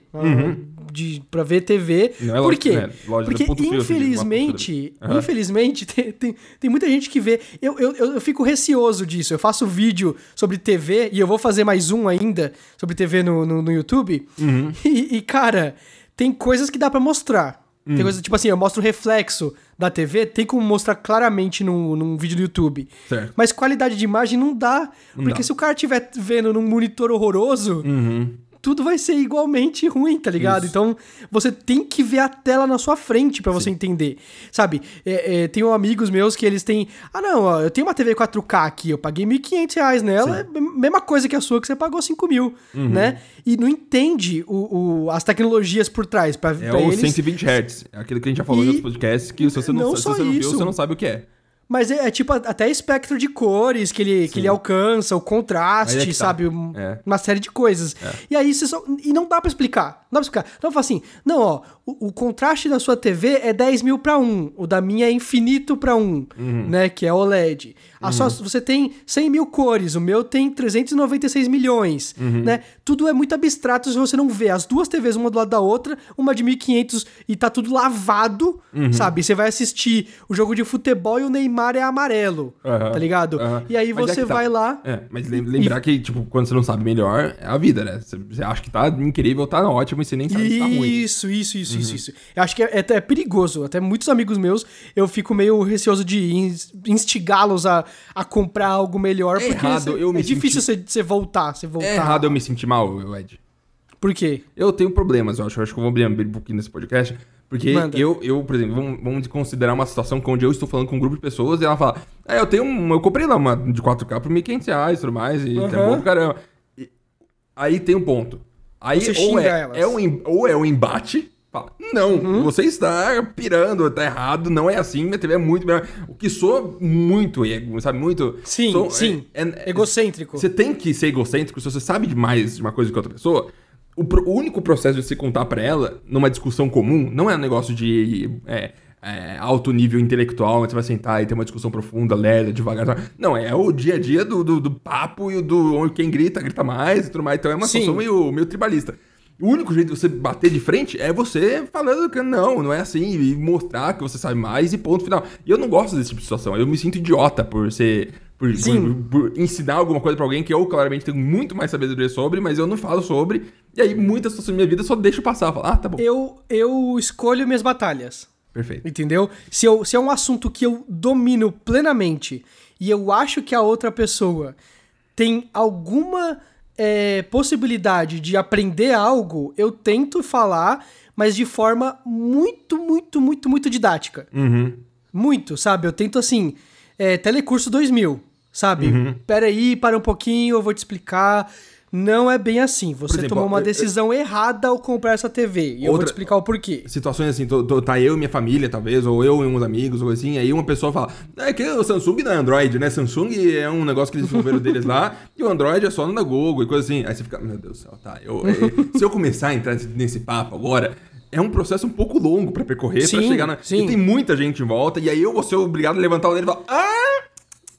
Speaker 2: De, pra ver T V.
Speaker 1: Não é
Speaker 2: Por
Speaker 1: loja-
Speaker 2: quê?
Speaker 1: né, loja de
Speaker 2: Porque,
Speaker 1: ponto frio, assim, de uma
Speaker 2: infelizmente,
Speaker 1: ponto frio. Aham.
Speaker 2: infelizmente, tem, tem, tem muita gente que vê. Eu, eu, eu eu fico receoso disso. Eu faço vídeo sobre T V e eu vou fazer mais um ainda sobre T V no, no, no YouTube.
Speaker 1: Uhum.
Speaker 2: E, e, cara, tem coisas que dá pra mostrar.
Speaker 1: Hum.
Speaker 2: Tem coisas, tipo assim, eu mostro o reflexo da T V, tem como mostrar claramente num, num vídeo do YouTube.
Speaker 1: Certo.
Speaker 2: Mas qualidade de imagem não dá.
Speaker 1: Não
Speaker 2: porque
Speaker 1: dá.
Speaker 2: se o cara estiver vendo num monitor horroroso,
Speaker 1: Uhum.
Speaker 2: tudo vai ser igualmente ruim, tá ligado?
Speaker 1: Isso.
Speaker 2: Então, você tem que ver a tela na sua frente pra você entender. Sabe, é, é, tenho amigos meus que eles têm... Ah, não, ó, eu tenho uma T V quatro K aqui, eu paguei mil e quinhentos reais nela, é a mesma coisa que a sua, que você pagou cinco mil,
Speaker 1: Uhum.
Speaker 2: né? E não entende o, o- as tecnologias por trás. Pra,
Speaker 1: É
Speaker 2: pra
Speaker 1: o
Speaker 2: eles...
Speaker 1: cento e vinte hertz. É aquilo que a gente já falou
Speaker 2: E-
Speaker 1: em outros podcasts, que se você não,
Speaker 2: não
Speaker 1: se
Speaker 2: só
Speaker 1: você não viu,
Speaker 2: isso.
Speaker 1: você não sabe o que é.
Speaker 2: Mas é, é tipo até espectro de cores que ele, que ele alcança, o contraste,
Speaker 1: Aí é que tá.
Speaker 2: sabe? Um-
Speaker 1: É.
Speaker 2: Uma série de coisas. E aí você só. E não dá pra explicar. Não dá pra explicar. Então eu falo assim: não, ó, o, o contraste da sua T V é dez mil pra um. O da minha é infinito pra um, né? Que é O L E D. A sua, você tem cem mil cores, o meu tem trezentos e noventa e seis milhões, né? Tudo é muito abstrato se você não vê as duas T Vs uma do lado da outra, uma de mil e quinhentos e tá tudo lavado, sabe? Você vai assistir o jogo de futebol e o Neymar é amarelo,
Speaker 1: Aham,
Speaker 2: tá ligado?
Speaker 1: aham.
Speaker 2: E aí
Speaker 1: Mas é
Speaker 2: você
Speaker 1: que tá.
Speaker 2: vai lá...
Speaker 1: É, mas lem- lembrar que, tipo, quando você não sabe melhor, é a vida, né? Você, você acha que tá incrível, tá ótimo, e você nem sabe se tá ruim.
Speaker 2: Isso, isso, isso, isso, isso. Eu acho que é, é, é perigoso. Até muitos amigos meus, eu fico meio receoso de ins- instigá-los a, a comprar algo melhor,
Speaker 1: É
Speaker 2: porque
Speaker 1: errado,
Speaker 2: cê-
Speaker 1: eu me
Speaker 2: é difícil
Speaker 1: senti-
Speaker 2: você você voltar, você voltar.
Speaker 1: É errado eu me sentir mal, Ed.
Speaker 2: Por quê?
Speaker 1: Eu tenho problemas, eu acho. Eu acho que eu vou abrir um pouquinho nesse podcast. Porque
Speaker 2: Manda.
Speaker 1: eu, eu, por exemplo, vamos, vamos considerar uma situação onde eu estou falando com um grupo de pessoas e ela fala: É, eu tenho um. Eu comprei lá uma de quatro K por mil e quinhentos reais e tudo mais, e é
Speaker 2: Aham.
Speaker 1: bom pra caramba. E aí tem um ponto. Aí
Speaker 2: Você
Speaker 1: ou
Speaker 2: xinga
Speaker 1: é,
Speaker 2: elas.
Speaker 1: é um, em- ou é um embate. Fala, não,
Speaker 2: Uhum.
Speaker 1: você está pirando, tá errado, não é assim, minha T V é muito melhor. O que soa muito ego, sabe? Muito.
Speaker 2: Sim,
Speaker 1: sou-
Speaker 2: sim.
Speaker 1: é- é-
Speaker 2: Egocêntrico.
Speaker 1: Você tem que ser egocêntrico se você sabe demais de uma coisa que outra pessoa. O, pro- o único processo de você contar pra ela, numa discussão comum, não é um negócio de é, é, alto nível intelectual, onde você vai sentar e ter uma discussão profunda, lerda, devagar. Sabe? Não, é o dia a dia do, do, do papo e o do onde quem grita, grita mais e tudo mais. Então é uma
Speaker 2: Sim.
Speaker 1: situação meio, meio tribalista. O único jeito de você bater de frente é você falando que não, não é assim, e mostrar que você sabe mais e ponto final. E eu não gosto desse tipo de situação. Eu me sinto idiota por ser. Por,
Speaker 2: Sim.
Speaker 1: por, por ensinar alguma coisa pra alguém que eu claramente tenho muito mais sabedoria sobre, mas eu não falo sobre. E aí, muitas situações da minha vida eu só deixo passar. Eu falo, ah, tá bom.
Speaker 2: Eu, eu escolho minhas batalhas.
Speaker 1: Perfeito.
Speaker 2: Entendeu? Se, eu, se é um assunto que eu domino plenamente e eu acho que a outra pessoa tem alguma é, possibilidade de aprender algo, eu tento falar, mas de forma muito, muito, muito, muito didática.
Speaker 1: Uhum.
Speaker 2: Muito, sabe? Eu tento assim, é, Telecurso dois mil, sabe?
Speaker 1: Uhum.
Speaker 2: Peraí, para um pouquinho, eu vou te explicar. Não é bem assim. Você
Speaker 1: exemplo,
Speaker 2: tomou uma
Speaker 1: eu-
Speaker 2: decisão errada ao comprar essa T V. E eu vou
Speaker 1: Outra-
Speaker 2: te explicar o porquê.
Speaker 1: Situações assim, tô, tô- tá eu e minha família, talvez, ou eu e uns amigos, ou assim, aí uma pessoa fala, é que o Samsung não é Android, né? Samsung é um negócio que eles desenvolveram deles lá, e o Android é só no da Google e coisa assim. Aí você fica, meu Deus do céu, tá. Eu, eu- se eu começar a entrar nesse, nesse papo agora, é um processo um pouco longo pra percorrer, pra
Speaker 2: Sim,
Speaker 1: chegar na.
Speaker 2: sim.
Speaker 1: E tem muita gente em volta, e aí eu vou ser obrigado a levantar o dedo e falar, ah!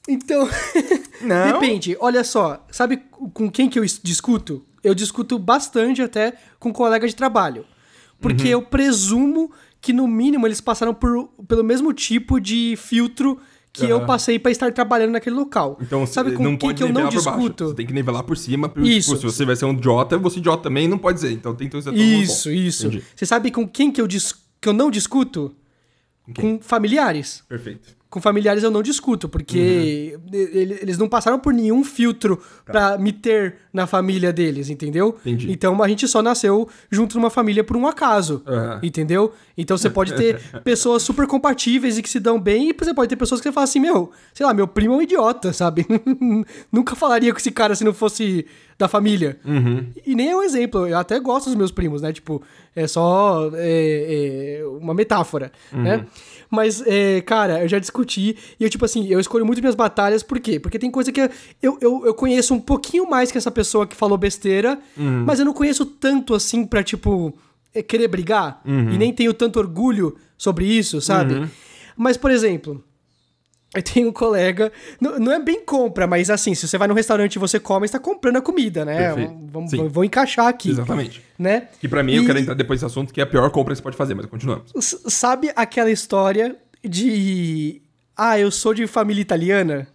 Speaker 2: Então,
Speaker 1: Não?
Speaker 2: depende. Olha só, sabe com quem que eu es- discuto? Eu discuto bastante até com colega de trabalho. Porque eu presumo que, no mínimo, eles passaram por, pelo mesmo tipo de filtro que eu
Speaker 1: Aham.
Speaker 2: passei pra estar trabalhando naquele local.
Speaker 1: Então,
Speaker 2: sabe
Speaker 1: você
Speaker 2: com
Speaker 1: não
Speaker 2: quem
Speaker 1: pode
Speaker 2: que eu não
Speaker 1: nivelar por baixo.
Speaker 2: discuto?
Speaker 1: Você tem que nivelar por cima. Por,
Speaker 2: Isso.
Speaker 1: Tipo, se você vai ser um idiota, você idiota também não pode ser. Então tem que ser todo mundo
Speaker 2: Isso,
Speaker 1: bom.
Speaker 2: isso.
Speaker 1: Entendi.
Speaker 2: Você sabe com quem que eu, dis- que eu não discuto?
Speaker 1: Com quem?
Speaker 2: Com familiares.
Speaker 1: Perfeito.
Speaker 2: Com familiares eu não discuto, porque ele- eles não passaram por nenhum filtro pra me ter na família deles, entendeu?
Speaker 1: Entendi.
Speaker 2: Então a gente só nasceu junto numa família por um acaso,
Speaker 1: Aham.
Speaker 2: entendeu? Então você pode ter pessoas super compatíveis e que se dão bem, e você pode ter pessoas que você fala assim, meu, sei lá, meu primo é um idiota, sabe? Nunca falaria com esse cara se não fosse da família.
Speaker 1: Uhum.
Speaker 2: E nem é um exemplo, eu até gosto dos meus primos, né? Tipo, é só é, é uma metáfora, né? Mas, é, cara, eu já discuti e eu, tipo assim, eu escolho muito minhas batalhas, por quê? Porque tem coisa que eu, eu, eu conheço um pouquinho mais que essa pessoa que falou besteira, mas eu não conheço tanto assim pra, tipo, é, querer brigar e nem tenho tanto orgulho sobre isso, sabe? Mas, por exemplo... Eu tenho um colega, não, não é bem compra, mas assim, se você vai no restaurante e você come, você tá comprando a comida, né?
Speaker 1: Perfeito.
Speaker 2: Vamos,
Speaker 1: Sim.
Speaker 2: vamos, vou encaixar aqui.
Speaker 1: Exatamente.
Speaker 2: Né?
Speaker 1: Que pra mim,
Speaker 2: E
Speaker 1: eu quero entrar depois nesse assunto, que é a pior compra que você pode fazer, mas continuamos.
Speaker 2: s- Sabe aquela história de... Ah, eu sou de família italiana?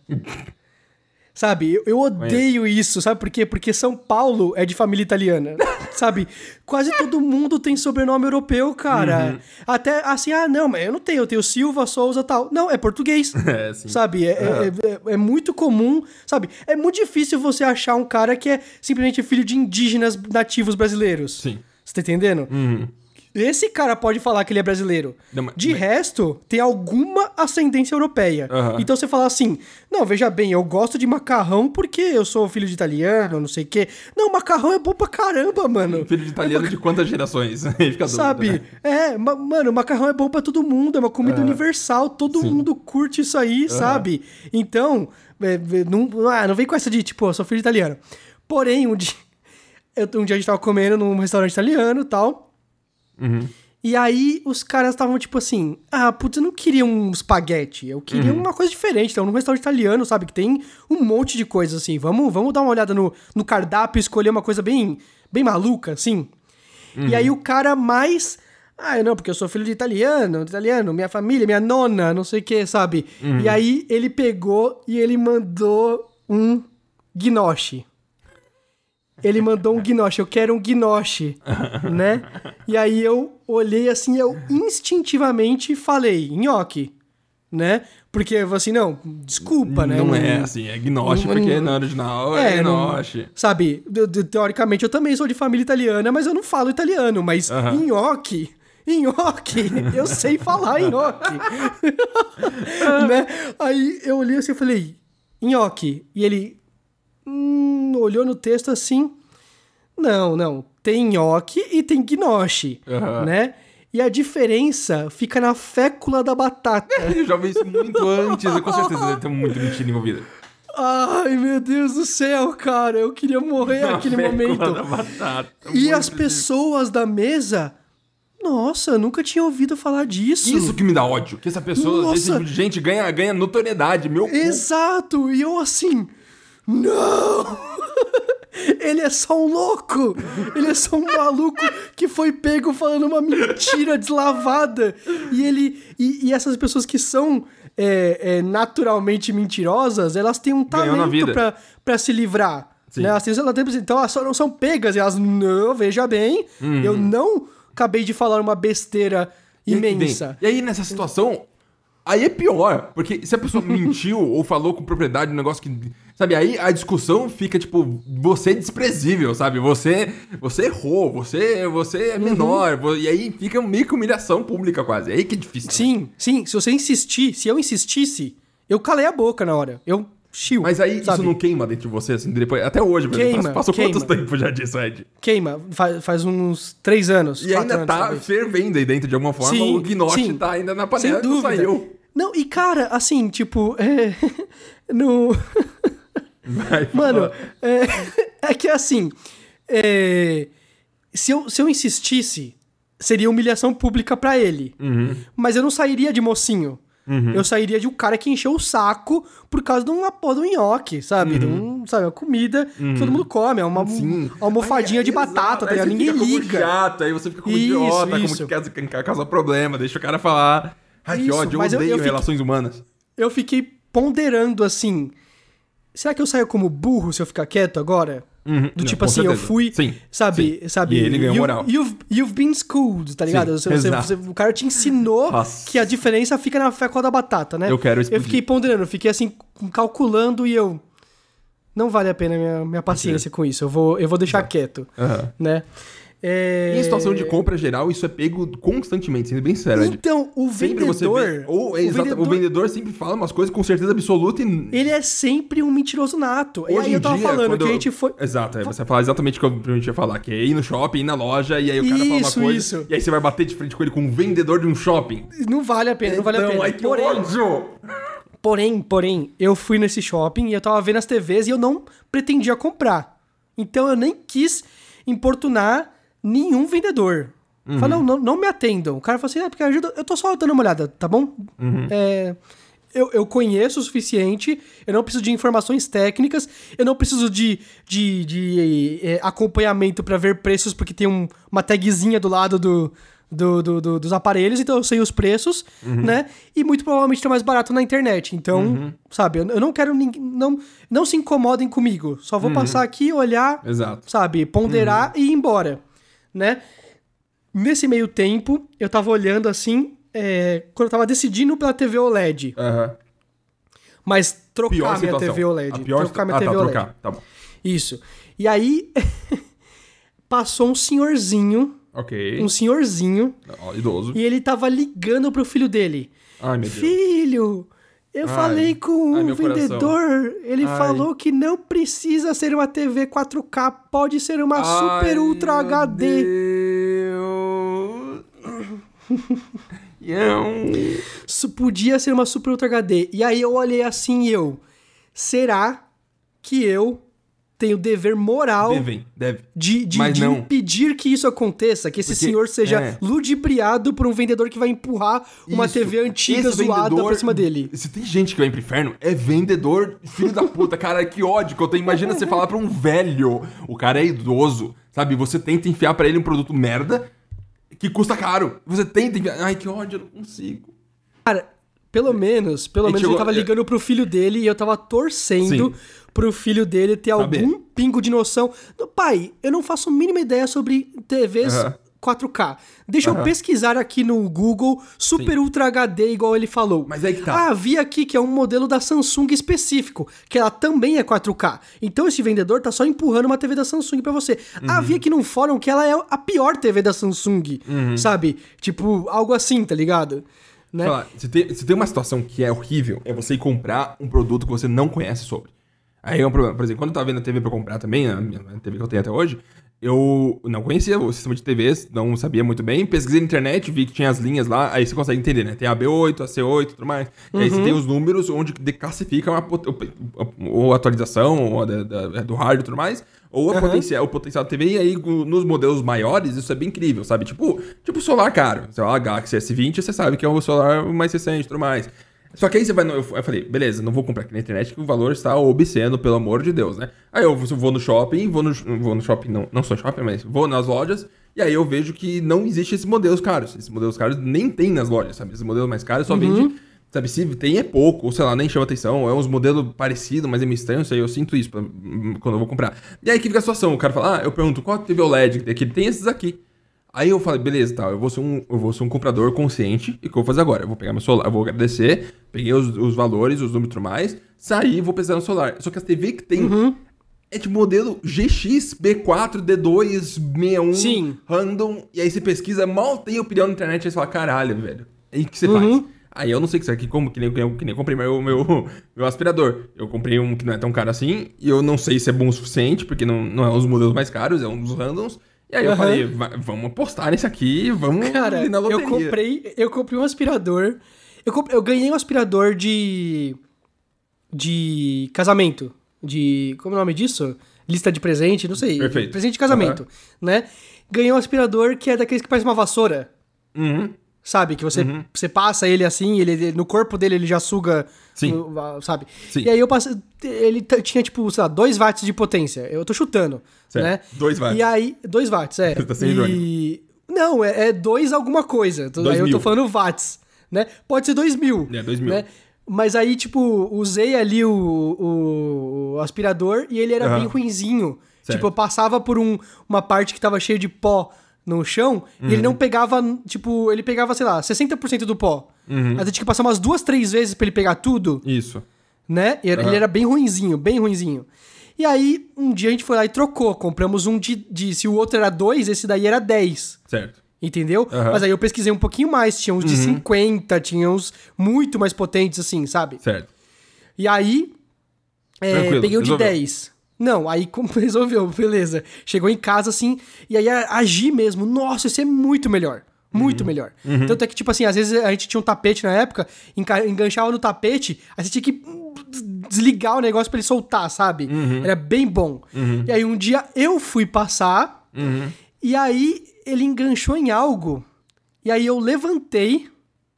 Speaker 2: Sabe? Eu, eu odeio isso, sabe por quê? Porque São Paulo é de família italiana, sabe? Quase todo mundo tem sobrenome europeu, cara. Até assim, ah, não, mas eu não tenho, eu tenho Silva, Souza, tal. Não, é português.
Speaker 1: É, sim.
Speaker 2: Sabe? É, é- é- é muito comum, sabe? É muito difícil você achar um cara que é simplesmente filho de indígenas nativos brasileiros.
Speaker 1: Sim.
Speaker 2: Você tá entendendo? Esse cara pode falar que ele é brasileiro.
Speaker 1: Não, mas-
Speaker 2: de
Speaker 1: mas-
Speaker 2: resto, tem alguma ascendência europeia.
Speaker 1: Aham.
Speaker 2: Então você fala assim, não, veja bem, eu gosto de macarrão porque eu sou filho de italiano, não sei o quê. Não, macarrão é bom pra caramba, mano.
Speaker 1: Filho de italiano de quantas gerações? Aí fica a dúvida,
Speaker 2: Sabe?
Speaker 1: né?
Speaker 2: É, ma- mano, macarrão é bom pra todo mundo, é uma comida
Speaker 1: É.
Speaker 2: universal, todo
Speaker 1: Sim.
Speaker 2: mundo curte isso aí, sabe? Então, é, é, não, ah, não vem com essa de, tipo, eu sou filho de italiano. Porém, um dia, eu- um dia a gente tava comendo num restaurante italiano e tal,
Speaker 1: Uhum.
Speaker 2: e aí os caras estavam tipo assim, ah, putz, eu não queria um espaguete, eu queria
Speaker 1: Uhum.
Speaker 2: uma coisa diferente, então num restaurante italiano, sabe, que tem um monte de coisa assim, vamos, vamos dar uma olhada no, no cardápio e escolher uma coisa bem, bem maluca, assim. E aí o cara mais... Ah, não, porque eu sou filho de italiano, de italiano, minha família, minha nona, não sei o que, sabe? E aí ele pegou e ele mandou um gnocchi. Ele mandou um gnocchi, eu quero um gnocchi, né? E aí eu olhei assim, eu instintivamente falei, nhoque, né? Porque eu falei assim, não, desculpa, né?
Speaker 1: Não é assim, é gnocchi,
Speaker 2: não-
Speaker 1: porque na original é,
Speaker 2: É, não-
Speaker 1: gnocchi.
Speaker 2: Sabe, de- de- teoricamente eu também sou de família italiana, mas eu não falo italiano, mas
Speaker 1: Aham.
Speaker 2: nhoque, nhoque, eu sei falar nhoque. Né? Aí eu olhei assim e falei, nhoque. E ele hum, olhou no texto assim, não, não, tem nhoque e tem gnocchi,
Speaker 1: Aham.
Speaker 2: né? E a diferença fica na fécula da batata.
Speaker 1: Eu já vi isso muito antes, eu com certeza deve ter muito mentira envolvida.
Speaker 2: Ai, meu Deus do céu, cara, eu queria morrer naquele
Speaker 1: Na fécula
Speaker 2: momento.
Speaker 1: da batata,
Speaker 2: E
Speaker 1: muito
Speaker 2: as
Speaker 1: específico.
Speaker 2: pessoas da mesa, nossa, eu nunca tinha ouvido falar disso.
Speaker 1: Isso que me dá ódio, que essa pessoa,
Speaker 2: Nossa.
Speaker 1: esse tipo de gente ganha, ganha notoriedade, meu cu.
Speaker 2: Exato, e eu assim, não! Ele é só um louco! Ele é só um maluco que foi pego falando uma mentira deslavada. E ele. E, e essas pessoas que são é, é, naturalmente mentirosas, elas têm um
Speaker 1: Ganhou na
Speaker 2: talento
Speaker 1: vida.
Speaker 2: pra, pra se livrar.
Speaker 1: Sim.
Speaker 2: Né? Elas têm, elas têm- então elas só não são pegas, e elas, não, veja bem,
Speaker 1: Uhum.
Speaker 2: eu não acabei de falar uma besteira
Speaker 1: E aí,
Speaker 2: imensa.
Speaker 1: vem. E aí, nessa situação, aí é pior. Porque se a pessoa mentiu ou falou com propriedade um negócio que... Sabe, aí a discussão fica, tipo, você é desprezível, sabe? Você, você errou, você, você
Speaker 2: Uhum.
Speaker 1: é menor. vo- E aí fica meio que humilhação pública quase. É aí que é difícil.
Speaker 2: Sim, sim, se você insistir, se eu insistisse, eu calei a boca na hora. Eu chiu.
Speaker 1: Mas aí
Speaker 2: sabe?
Speaker 1: isso não queima dentro de você, assim, depois, até hoje, por exemplo.
Speaker 2: Queima,
Speaker 1: Passou
Speaker 2: queima.
Speaker 1: quantos tempos já disso, Ed?
Speaker 2: Queima, faz, faz uns três anos.
Speaker 1: E
Speaker 2: quatro
Speaker 1: ainda
Speaker 2: anos,
Speaker 1: tá
Speaker 2: talvez.
Speaker 1: fervendo aí dentro de alguma forma,
Speaker 2: Sim,
Speaker 1: o gnocchi
Speaker 2: sim.
Speaker 1: tá ainda na
Speaker 2: Sem
Speaker 1: panela e não
Speaker 2: dúvida.
Speaker 1: saiu.
Speaker 2: Não, e cara, assim, tipo, é. No.
Speaker 1: Vai,
Speaker 2: Mano,
Speaker 1: fala.
Speaker 2: é, é que assim. é, se, eu, se eu insistisse, seria humilhação pública pra ele.
Speaker 1: Uhum.
Speaker 2: Mas eu não sairia de mocinho. uhum. eu sairia de um cara que encheu o saco por causa de uma porra do nhoque, sabe? Uhum. De um, sabe, uma comida uhum. que todo mundo come, é uma, uma almofadinha aí, de exato. batata, tá ligado? Ninguém liga.
Speaker 1: Chato, aí você fica como isso, idiota, isso. como que quer causar problema, deixa o cara falar. Ai, isso, que ódio, eu odeio eu, eu relações fiquei, humanas.
Speaker 2: Eu fiquei ponderando assim, será que eu saio como burro se eu ficar quieto agora?
Speaker 1: Uhum.
Speaker 2: Do tipo não, assim, certeza. eu fui,
Speaker 1: sim,
Speaker 2: sabe,
Speaker 1: sim.
Speaker 2: sabe?
Speaker 1: E ele ganhou
Speaker 2: you,
Speaker 1: moral.
Speaker 2: You've, you've been schooled, tá ligado?
Speaker 1: Sim,
Speaker 2: você, você, o cara te ensinou
Speaker 1: Nossa.
Speaker 2: que a diferença fica na fécula da batata, né?
Speaker 1: Eu quero explodir.
Speaker 2: Eu fiquei ponderando, fiquei assim, calculando e eu... Não vale a pena a minha, minha paciência com isso, eu vou, eu vou deixar Exato. quieto,
Speaker 1: uhum.
Speaker 2: né? É...
Speaker 1: E em situação de compra geral, isso é pego constantemente, sendo bem sério.
Speaker 2: Então, o
Speaker 1: sempre
Speaker 2: vendedor...
Speaker 1: Você vê, ou, é,
Speaker 2: o,
Speaker 1: exato,
Speaker 2: vendedor
Speaker 1: o vendedor sempre fala umas coisas com certeza absoluta e...
Speaker 2: Ele é sempre um mentiroso nato.
Speaker 1: Hoje
Speaker 2: e aí eu tava
Speaker 1: dia,
Speaker 2: falando que
Speaker 1: eu...
Speaker 2: a gente foi...
Speaker 1: Exato, é, você fala exatamente o que eu ia falar, que é ir no shopping, ir na loja, e aí o cara
Speaker 2: isso,
Speaker 1: fala uma coisa,
Speaker 2: isso.
Speaker 1: e aí você vai bater de frente com ele com um vendedor de um shopping.
Speaker 2: Não vale a pena, não vale
Speaker 1: então,
Speaker 2: a pena.
Speaker 1: Ai, que
Speaker 2: porém,
Speaker 1: ódio!
Speaker 2: porém, porém, eu fui nesse shopping e eu tava vendo as T Vs e eu não pretendia comprar. Então eu nem quis importunar nenhum vendedor. Uhum. Falei, não, não, não me atendam. O cara falou assim, ah, porque ajuda, eu tô só dando uma olhada, tá bom?
Speaker 1: Uhum.
Speaker 2: É, eu, eu conheço o suficiente, eu não preciso de informações técnicas, eu não preciso de, de, de é, acompanhamento pra ver preços, porque tem um, uma tagzinha do lado do, do, do, do, dos aparelhos, então eu sei os preços, uhum. né? E muito provavelmente tá mais barato na internet. Então, uhum. sabe, eu, eu não quero ninguém... Não, não se incomodem comigo. Só vou uhum. passar aqui, olhar,
Speaker 1: Exato.
Speaker 2: sabe, ponderar uhum. e ir embora. Né? Nesse meio tempo, eu tava olhando assim, é, quando eu tava decidindo pela T V O L E D.
Speaker 1: Uhum.
Speaker 2: Mas trocar
Speaker 1: pior
Speaker 2: minha
Speaker 1: situação.
Speaker 2: T V O L E D.
Speaker 1: A pior
Speaker 2: trocar minha
Speaker 1: ah,
Speaker 2: T V
Speaker 1: tá,
Speaker 2: O L E D.
Speaker 1: trocar. Tá bom.
Speaker 2: Isso. E aí, passou um senhorzinho.
Speaker 1: Ok.
Speaker 2: Um senhorzinho.
Speaker 1: Oh, idoso.
Speaker 2: E ele tava ligando pro filho dele.
Speaker 1: Ai, meu Deus.
Speaker 2: Filho... Eu
Speaker 1: Ai,
Speaker 2: falei com
Speaker 1: ai,
Speaker 2: um vendedor,
Speaker 1: coração.
Speaker 2: ele
Speaker 1: ai.
Speaker 2: falou que não precisa ser uma T V quatro K, pode ser uma ai, Super Ultra H D. Isso podia ser uma Super Ultra H D. E aí eu olhei assim e eu, será que eu tenho dever moral
Speaker 1: Devem, deve.
Speaker 2: de, de, de impedir que isso aconteça, que esse Porque, senhor seja é. ludibriado por um vendedor que vai empurrar uma isso. T V antiga esse zoada vendedor, pra cima dele.
Speaker 1: Se tem gente que vai pro inferno, é vendedor, filho da puta, cara, que ódio que eu tenho. Imagina você falar pra um velho, o cara é idoso, sabe? Você tenta enfiar pra ele um produto merda que custa caro. Você tenta enfiar... Ai, que ódio, eu não consigo.
Speaker 2: Cara... Pelo menos, pelo menos chegou, ele tava ligando pro filho dele e eu tava torcendo Sim. pro filho dele ter Saber. algum pingo de noção. Pai, eu não faço a mínima ideia sobre T Vs uh-huh. quatro K. Deixa uh-huh. eu pesquisar aqui no Google Super Sim. Ultra H D, igual ele falou.
Speaker 1: Mas aí que tá.
Speaker 2: Ah, vi aqui que é um modelo da Samsung específico, que ela também é quatro K. Então esse vendedor tá só empurrando uma T V da Samsung pra você. Uhum. Ah, vi aqui num fórum que ela é a pior T V da Samsung, uhum. sabe? Tipo, algo assim, tá ligado? Né?
Speaker 1: Falar, se, tem, se tem uma situação que é horrível, é você ir comprar um produto que você não conhece sobre. Aí é um problema. Por exemplo, quando eu tava vendo a T V pra comprar também, a minha a T V que eu tenho até hoje, eu não conhecia o sistema de T Vs, não sabia muito bem. Pesquisei na internet, vi que tinha as linhas lá, aí você consegue entender, né? Tem a A B oito, a C oito e tudo mais. Uhum. E aí você tem os números onde declassifica uma, ou a atualização ou a da, da, do hardware e tudo mais, ou a uhum. potencial, o potencial da T V. E aí, nos modelos maiores, isso é bem incrível, sabe? Tipo, tipo solar caro. Sei lá, Galaxy S vinte, você sabe que é o solar mais recente e tudo mais. Só que aí você vai... No, eu falei, beleza, não vou comprar aqui na internet que o valor está obsceno, pelo amor de Deus, né? Aí eu vou no shopping, vou no, vou no shopping, não, não sou shopping, mas vou nas lojas, e aí eu vejo que não existe esses modelos caros. Esses modelos caros nem tem nas lojas, sabe? Esses modelos mais caros só uhum. vende... Sabe, se tem é pouco, ou sei lá, nem chama atenção, é uns modelos parecidos, mas é meio estranho, sei, eu sinto isso pra, quando eu vou comprar. E aí que fica a situação, o cara fala, ah, eu pergunto, qual T V O L E D que tem aqui? Tem esses aqui. Aí eu falei, beleza, tá, eu vou ser um, eu vou ser um comprador consciente, e o que eu vou fazer agora? Eu vou pegar meu celular, eu vou agradecer, peguei os, os valores, os números e tudo mais, saí e vou pesquisar no celular. Só que as T V que tem
Speaker 2: uhum.
Speaker 1: é de modelo G X, B quatro, D dois, sessenta e um,
Speaker 2: Sim.
Speaker 1: random, e aí você pesquisa, mal tem opinião na internet, aí você fala, caralho, velho, aí o que você
Speaker 2: uhum.
Speaker 1: faz? Aí eu não sei que isso aqui, como, que nem, que nem eu comprei meu, meu, meu aspirador. Eu comprei um que não é tão caro assim, e eu não sei se é bom o suficiente, porque não, não é um dos modelos mais caros, é um dos randoms. E aí eu uhum. falei, vamos apostar nesse aqui, vamos
Speaker 2: Cara,
Speaker 1: ir na loteria.
Speaker 2: eu comprei, eu comprei um aspirador, eu, comp, eu ganhei um aspirador de, de casamento, de, como é o nome disso? Lista de presente, não sei.
Speaker 1: Perfeito.
Speaker 2: Presente de casamento, uhum. né? Ganhei um aspirador que é daqueles que parece uma vassoura.
Speaker 1: Uhum.
Speaker 2: sabe? Que você, uhum. você passa ele assim, ele, no corpo dele ele já suga,
Speaker 1: Sim.
Speaker 2: No, sabe?
Speaker 1: Sim.
Speaker 2: E aí eu passei, ele t- tinha tipo, sei lá, dois watts de potência. Eu tô chutando, certo. Né?
Speaker 1: dois watts.
Speaker 2: E aí, dois watts, é.
Speaker 1: Você tá sem
Speaker 2: e... Não, é dois alguma coisa. Dois aí mil. Eu tô falando watts, né? Pode ser dois mil.
Speaker 1: É, dois mil.
Speaker 2: Né? Mas aí, tipo, usei ali o, o, o aspirador e ele era uhum. bem ruinzinho. Certo. Tipo, eu passava por um, uma parte que tava cheia de pó no chão, uhum. e ele não pegava, tipo, ele pegava, sei lá, sessenta por cento do pó.
Speaker 1: Uhum.
Speaker 2: Mas eu tinha que passar umas duas, três vezes pra ele pegar tudo.
Speaker 1: Isso.
Speaker 2: Né? E ele uhum. era bem ruinzinho, bem ruinzinho. E aí, um dia a gente foi lá e trocou. Compramos um de... de se o outro era dois, esse daí era dez.
Speaker 1: Certo.
Speaker 2: Entendeu?
Speaker 1: Uhum.
Speaker 2: Mas aí eu pesquisei um pouquinho mais. Tinha uns de uhum. cinquenta, tinha uns muito mais potentes, assim, sabe?
Speaker 1: Certo.
Speaker 2: E aí, é, peguei o de dez. Não, aí resolveu, beleza. Chegou em casa, assim, e aí agi mesmo. Nossa, esse é muito melhor. Muito uhum. melhor. Uhum. Tanto é que, tipo assim, às vezes a gente tinha um tapete na época, enganchava no tapete, aí você tinha que desligar o negócio pra ele soltar, sabe?
Speaker 1: Uhum.
Speaker 2: Era bem bom.
Speaker 1: Uhum.
Speaker 2: E aí um dia eu fui passar,
Speaker 1: uhum.
Speaker 2: e aí ele enganchou em algo, e aí eu levantei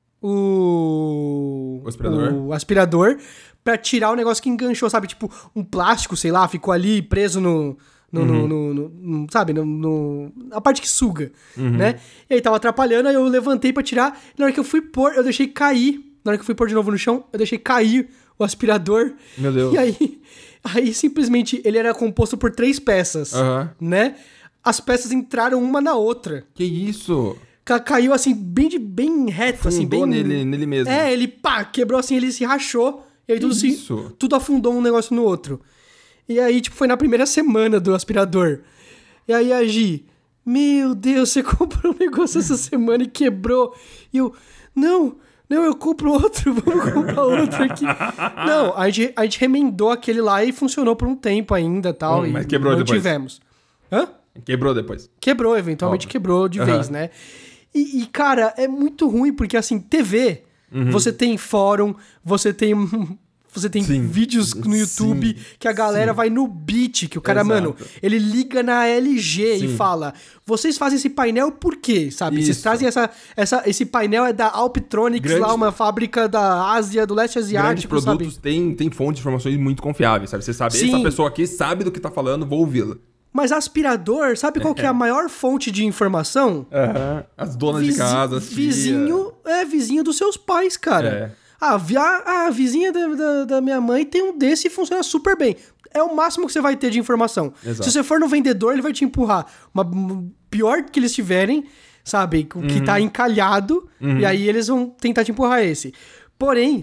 Speaker 2: o...
Speaker 1: O aspirador.
Speaker 2: O aspirador pra tirar o negócio que enganchou, sabe? Tipo, um plástico, sei lá, ficou ali preso no... No, uhum. no, no, no, sabe, no, no, a parte que suga,
Speaker 1: uhum.
Speaker 2: né? E aí tava atrapalhando, aí eu levantei pra tirar, e na hora que eu fui pôr, eu deixei cair. Na hora que eu fui pôr de novo no chão, eu deixei cair o aspirador.
Speaker 1: Meu Deus.
Speaker 2: E aí, aí simplesmente, ele era composto por três peças,
Speaker 1: uhum.
Speaker 2: né? As peças entraram uma na outra.
Speaker 1: Que isso?
Speaker 2: Caiu assim, bem, de, bem reto,
Speaker 1: Afundou
Speaker 2: assim, bem...
Speaker 1: nele, nele mesmo.
Speaker 2: É, ele, pá, quebrou assim, ele se rachou, e aí tudo, assim, tudo afundou um negócio no outro. E aí, tipo, foi na primeira semana do aspirador. E aí a Gi, meu Deus, você comprou um negócio essa semana e quebrou. E eu, não, não, eu compro outro, vamos comprar outro aqui. Não, a gente, a gente remendou aquele lá e funcionou por um tempo ainda e tal.
Speaker 1: Hum, mas
Speaker 2: e
Speaker 1: quebrou
Speaker 2: não
Speaker 1: depois.
Speaker 2: tivemos. Hã?
Speaker 1: Quebrou depois.
Speaker 2: Quebrou, eventualmente Óbvio. quebrou de uhum. vez, né? E, e, cara, é muito ruim, porque assim, T V, uhum. você tem fórum, você tem... Você tem sim, vídeos no YouTube sim, que a galera sim. vai no beat, que o cara, Exato. mano, ele liga na L G sim. e fala, vocês fazem esse painel por quê, sabe? Isso. Vocês trazem essa, essa... Esse painel é da Alptronics, Grande... lá, uma fábrica da Ásia, do leste asiático,
Speaker 1: Grandes produtos
Speaker 2: sabe?
Speaker 1: Tem, tem fontes de informações muito confiáveis, sabe? Você sabe, sim. essa pessoa aqui sabe do que tá falando, vou ouvi-la.
Speaker 2: Mas aspirador, sabe qual que é a maior fonte de informação?
Speaker 1: Uhum. As donas
Speaker 2: Viz...
Speaker 1: de casa, as
Speaker 2: Vizinho,
Speaker 1: tia.
Speaker 2: é vizinho dos seus pais, cara.
Speaker 1: É.
Speaker 2: Ah, a, a vizinha da, da, da minha mãe tem um desse e funciona super bem. É o máximo que você vai ter de informação.
Speaker 1: Exato.
Speaker 2: Se você for no vendedor, ele vai te empurrar. Uma, pior que eles tiverem, sabe? Que uhum. tá encalhado. Uhum. E aí eles vão tentar te empurrar esse. Porém,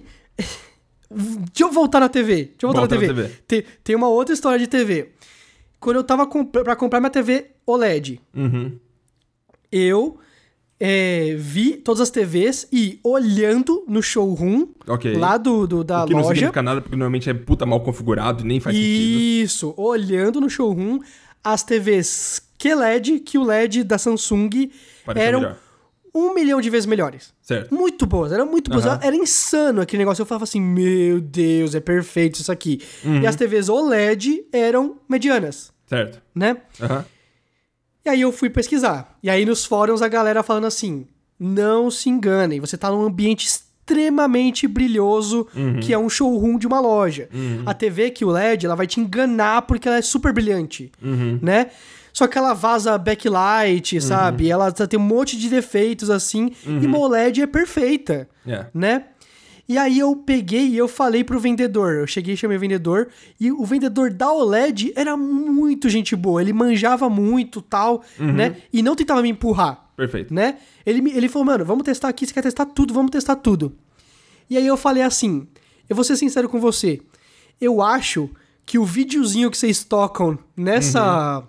Speaker 2: deixa eu voltar na T V. Deixa eu voltar Volta na T V. Na T V. Tem, tem uma outra história de T V. Quando eu tava comp- pra comprar minha T V O L E D,
Speaker 1: uhum.
Speaker 2: eu... É, vi todas as T Vs e olhando no showroom
Speaker 1: okay.
Speaker 2: lá do, do, da
Speaker 1: o que
Speaker 2: loja.
Speaker 1: Não significa nada, porque normalmente é puta mal configurado e nem faz
Speaker 2: Isso,
Speaker 1: sentido.
Speaker 2: Isso, olhando no showroom as T Vs Q L E D, que o L E D da Samsung
Speaker 1: Parece
Speaker 2: eram
Speaker 1: melhor.
Speaker 2: um milhão de vezes melhores.
Speaker 1: Certo.
Speaker 2: Muito boas, eram muito boas. Uhum. Era insano aquele negócio. Eu falava assim, meu Deus, é perfeito isso aqui. Uhum. E as T Vs O L E D eram medianas.
Speaker 1: Certo.
Speaker 2: Né?
Speaker 1: Aham. Uhum.
Speaker 2: E aí eu fui pesquisar. E aí nos fóruns a galera falando assim, não se enganem, você tá num ambiente extremamente brilhoso, uhum. que é um showroom de uma loja.
Speaker 1: Uhum.
Speaker 2: A T V Q L E D, ela vai te enganar porque ela é super brilhante,
Speaker 1: uhum.
Speaker 2: né? Só que ela vaza backlight, uhum. sabe? Ela tem um monte de defeitos assim,
Speaker 1: uhum.
Speaker 2: e uma O L E D é perfeita,
Speaker 1: yeah.
Speaker 2: né? E aí eu peguei e eu falei pro vendedor, eu cheguei e chamei o vendedor, e o vendedor da O L E D era muito gente boa, ele manjava muito, tal,
Speaker 1: uhum.
Speaker 2: né? E não tentava me empurrar.
Speaker 1: Perfeito.
Speaker 2: Né? Ele, me, ele falou, mano, vamos testar aqui, você quer testar tudo, vamos testar tudo. E aí eu falei assim, eu vou ser sincero com você, eu acho que o videozinho que vocês tocam nessa, uhum.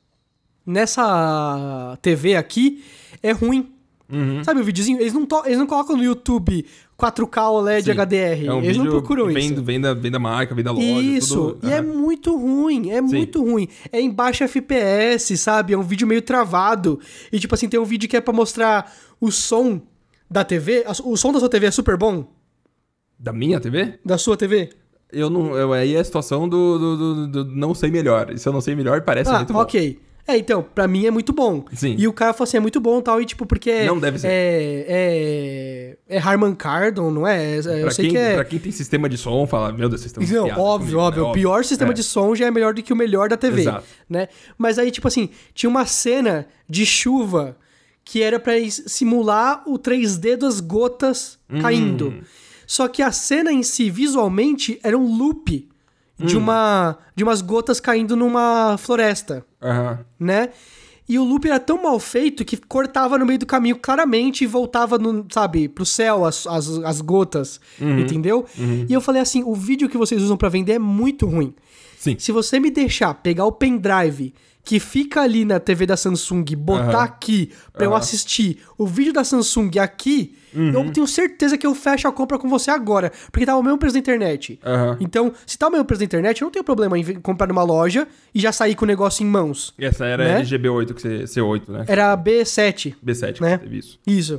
Speaker 2: nessa T V aqui é ruim.
Speaker 1: Uhum.
Speaker 2: Sabe o videozinho? Eles não, to- eles não colocam no YouTube quatro K O L E D
Speaker 1: Sim.
Speaker 2: H D R.
Speaker 1: É um
Speaker 2: eles não procuram
Speaker 1: vem,
Speaker 2: isso.
Speaker 1: Vem da, vem da marca, vem da loja.
Speaker 2: Isso.
Speaker 1: Tudo...
Speaker 2: E uhum. é muito ruim. É Sim. muito ruim. É em baixa F P S, sabe? É um vídeo meio travado. E tipo assim, tem um vídeo que é pra mostrar o som da T V. O som da sua T V é super bom?
Speaker 1: Da minha T V?
Speaker 2: Da sua T V?
Speaker 1: Eu não... Eu, aí é a situação do, do, do, do não sei melhor. E se eu não sei melhor, parece
Speaker 2: ah,
Speaker 1: muito bom.
Speaker 2: ok. É, então, pra mim é muito bom.
Speaker 1: Sim.
Speaker 2: E o cara falou assim, é muito bom e tal, e tipo, porque...
Speaker 1: Não deve ser.
Speaker 2: É, é, é Harman Kardon, não é? é eu
Speaker 1: pra,
Speaker 2: sei
Speaker 1: quem,
Speaker 2: que é...
Speaker 1: pra quem tem sistema de som, fala, meu Deus, vocês estão
Speaker 2: Não,
Speaker 1: piada
Speaker 2: óbvio,
Speaker 1: comigo,
Speaker 2: óbvio.
Speaker 1: né?
Speaker 2: O pior sistema
Speaker 1: é.
Speaker 2: de som já é melhor do que o melhor da T V.
Speaker 1: Exato.
Speaker 2: Né? Mas aí, tipo assim, tinha uma cena de chuva que era pra simular o três D das gotas
Speaker 1: Hum.
Speaker 2: caindo. Só que a cena em si, visualmente, era um loop de,
Speaker 1: Hum.
Speaker 2: uma, de umas gotas caindo numa floresta,
Speaker 1: Aham.
Speaker 2: né? E o loop era tão mal feito que cortava no meio do caminho claramente e voltava, no, sabe, pro céu as, as, as gotas,
Speaker 1: Uhum.
Speaker 2: entendeu?
Speaker 1: Uhum.
Speaker 2: E eu falei assim, o vídeo que vocês usam pra vender é muito ruim.
Speaker 1: Sim.
Speaker 2: Se você me deixar pegar o pendrive que fica ali na T V da Samsung, botar
Speaker 1: Aham.
Speaker 2: aqui pra eu
Speaker 1: Aham.
Speaker 2: assistir o vídeo da Samsung aqui,
Speaker 1: Uhum.
Speaker 2: eu tenho certeza que eu fecho a compra com você agora, porque tá o mesmo preço da internet.
Speaker 1: Aham.
Speaker 2: Então, se tá o mesmo preço da internet, eu não tenho problema em ve- comprar numa loja e já sair com o negócio em mãos.
Speaker 1: E essa era
Speaker 2: Né?
Speaker 1: L G B oito, que você, C oito, né?
Speaker 2: Era B sete,
Speaker 1: B sete que
Speaker 2: né?
Speaker 1: você teve isso.
Speaker 2: Isso.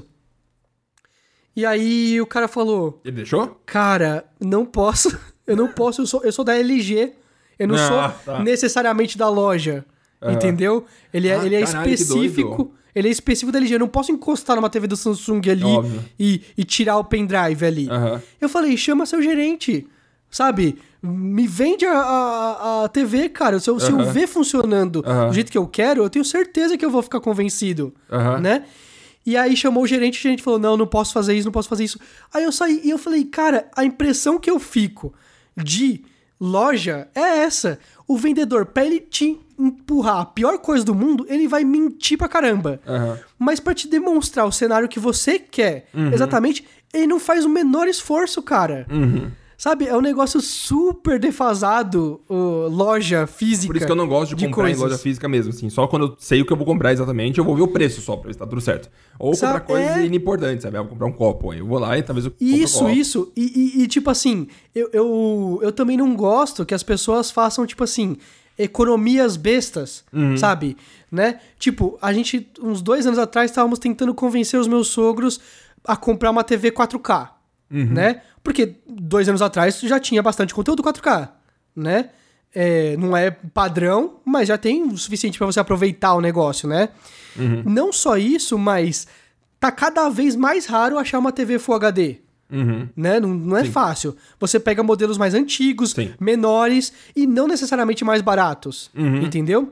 Speaker 2: E aí o cara falou,
Speaker 1: Ele deixou?
Speaker 2: cara, não posso, eu não posso, eu sou, eu sou da L G, eu não
Speaker 1: Ah,
Speaker 2: sou
Speaker 1: tá.
Speaker 2: necessariamente da loja,
Speaker 1: Aham.
Speaker 2: entendeu? Ele é,
Speaker 1: Ah,
Speaker 2: ele é
Speaker 1: caralho, que
Speaker 2: específico,
Speaker 1: doido.
Speaker 2: ele é específico da L G, eu não posso encostar numa T V do Samsung ali
Speaker 1: Óbvio.
Speaker 2: e, e tirar o pendrive ali.
Speaker 1: Aham.
Speaker 2: Eu falei, chama seu gerente, sabe? Me vende a, a, a T V, cara, se eu, se eu
Speaker 1: Aham.
Speaker 2: ver funcionando
Speaker 1: Aham.
Speaker 2: do jeito que eu quero, eu tenho certeza que eu vou ficar convencido,
Speaker 1: Aham.
Speaker 2: né? E aí chamou o gerente, o gerente falou, não, não posso fazer isso, não posso fazer isso. Aí eu saí e eu falei, cara, a impressão que eu fico de loja é essa. O vendedor, pra ele te empurrar a pior coisa do mundo, ele vai mentir pra caramba.
Speaker 1: Aham.
Speaker 2: Mas pra te demonstrar o cenário que você quer,
Speaker 1: Uhum.
Speaker 2: exatamente, ele não faz o menor esforço, cara.
Speaker 1: Uhum.
Speaker 2: Sabe, é um negócio super defasado, uh, loja física.
Speaker 1: Por isso que eu não gosto de, comprar
Speaker 2: coisas.
Speaker 1: em loja física mesmo, assim. Só quando eu sei o que eu vou comprar exatamente, eu vou ver o preço só, pra ver se tá tudo certo. Ou
Speaker 2: Sabe,
Speaker 1: comprar coisas
Speaker 2: é-
Speaker 1: inimportantes, sabe? Eu vou comprar um copo, aí eu vou lá e talvez eu compre
Speaker 2: Isso,
Speaker 1: um copo.
Speaker 2: isso. E, e- e, tipo assim, eu, eu, eu também não gosto que as pessoas façam, tipo assim, economias bestas,
Speaker 1: Uhum.
Speaker 2: sabe? Né? Tipo, a gente, uns dois anos atrás, estávamos tentando convencer os meus sogros a comprar uma T V quatro K,
Speaker 1: Uhum.
Speaker 2: né? Porque dois anos atrás já tinha bastante conteúdo quatro K, né? É, não é padrão, mas já tem o suficiente para você aproveitar o negócio, né?
Speaker 1: Uhum.
Speaker 2: Não só isso, mas tá cada vez mais raro achar uma T V Full H D.
Speaker 1: Uhum.
Speaker 2: Né? Não, não é
Speaker 1: Sim.
Speaker 2: fácil. Você pega modelos mais antigos,
Speaker 1: Sim.
Speaker 2: menores e não necessariamente mais baratos.
Speaker 1: Uhum.
Speaker 2: Entendeu?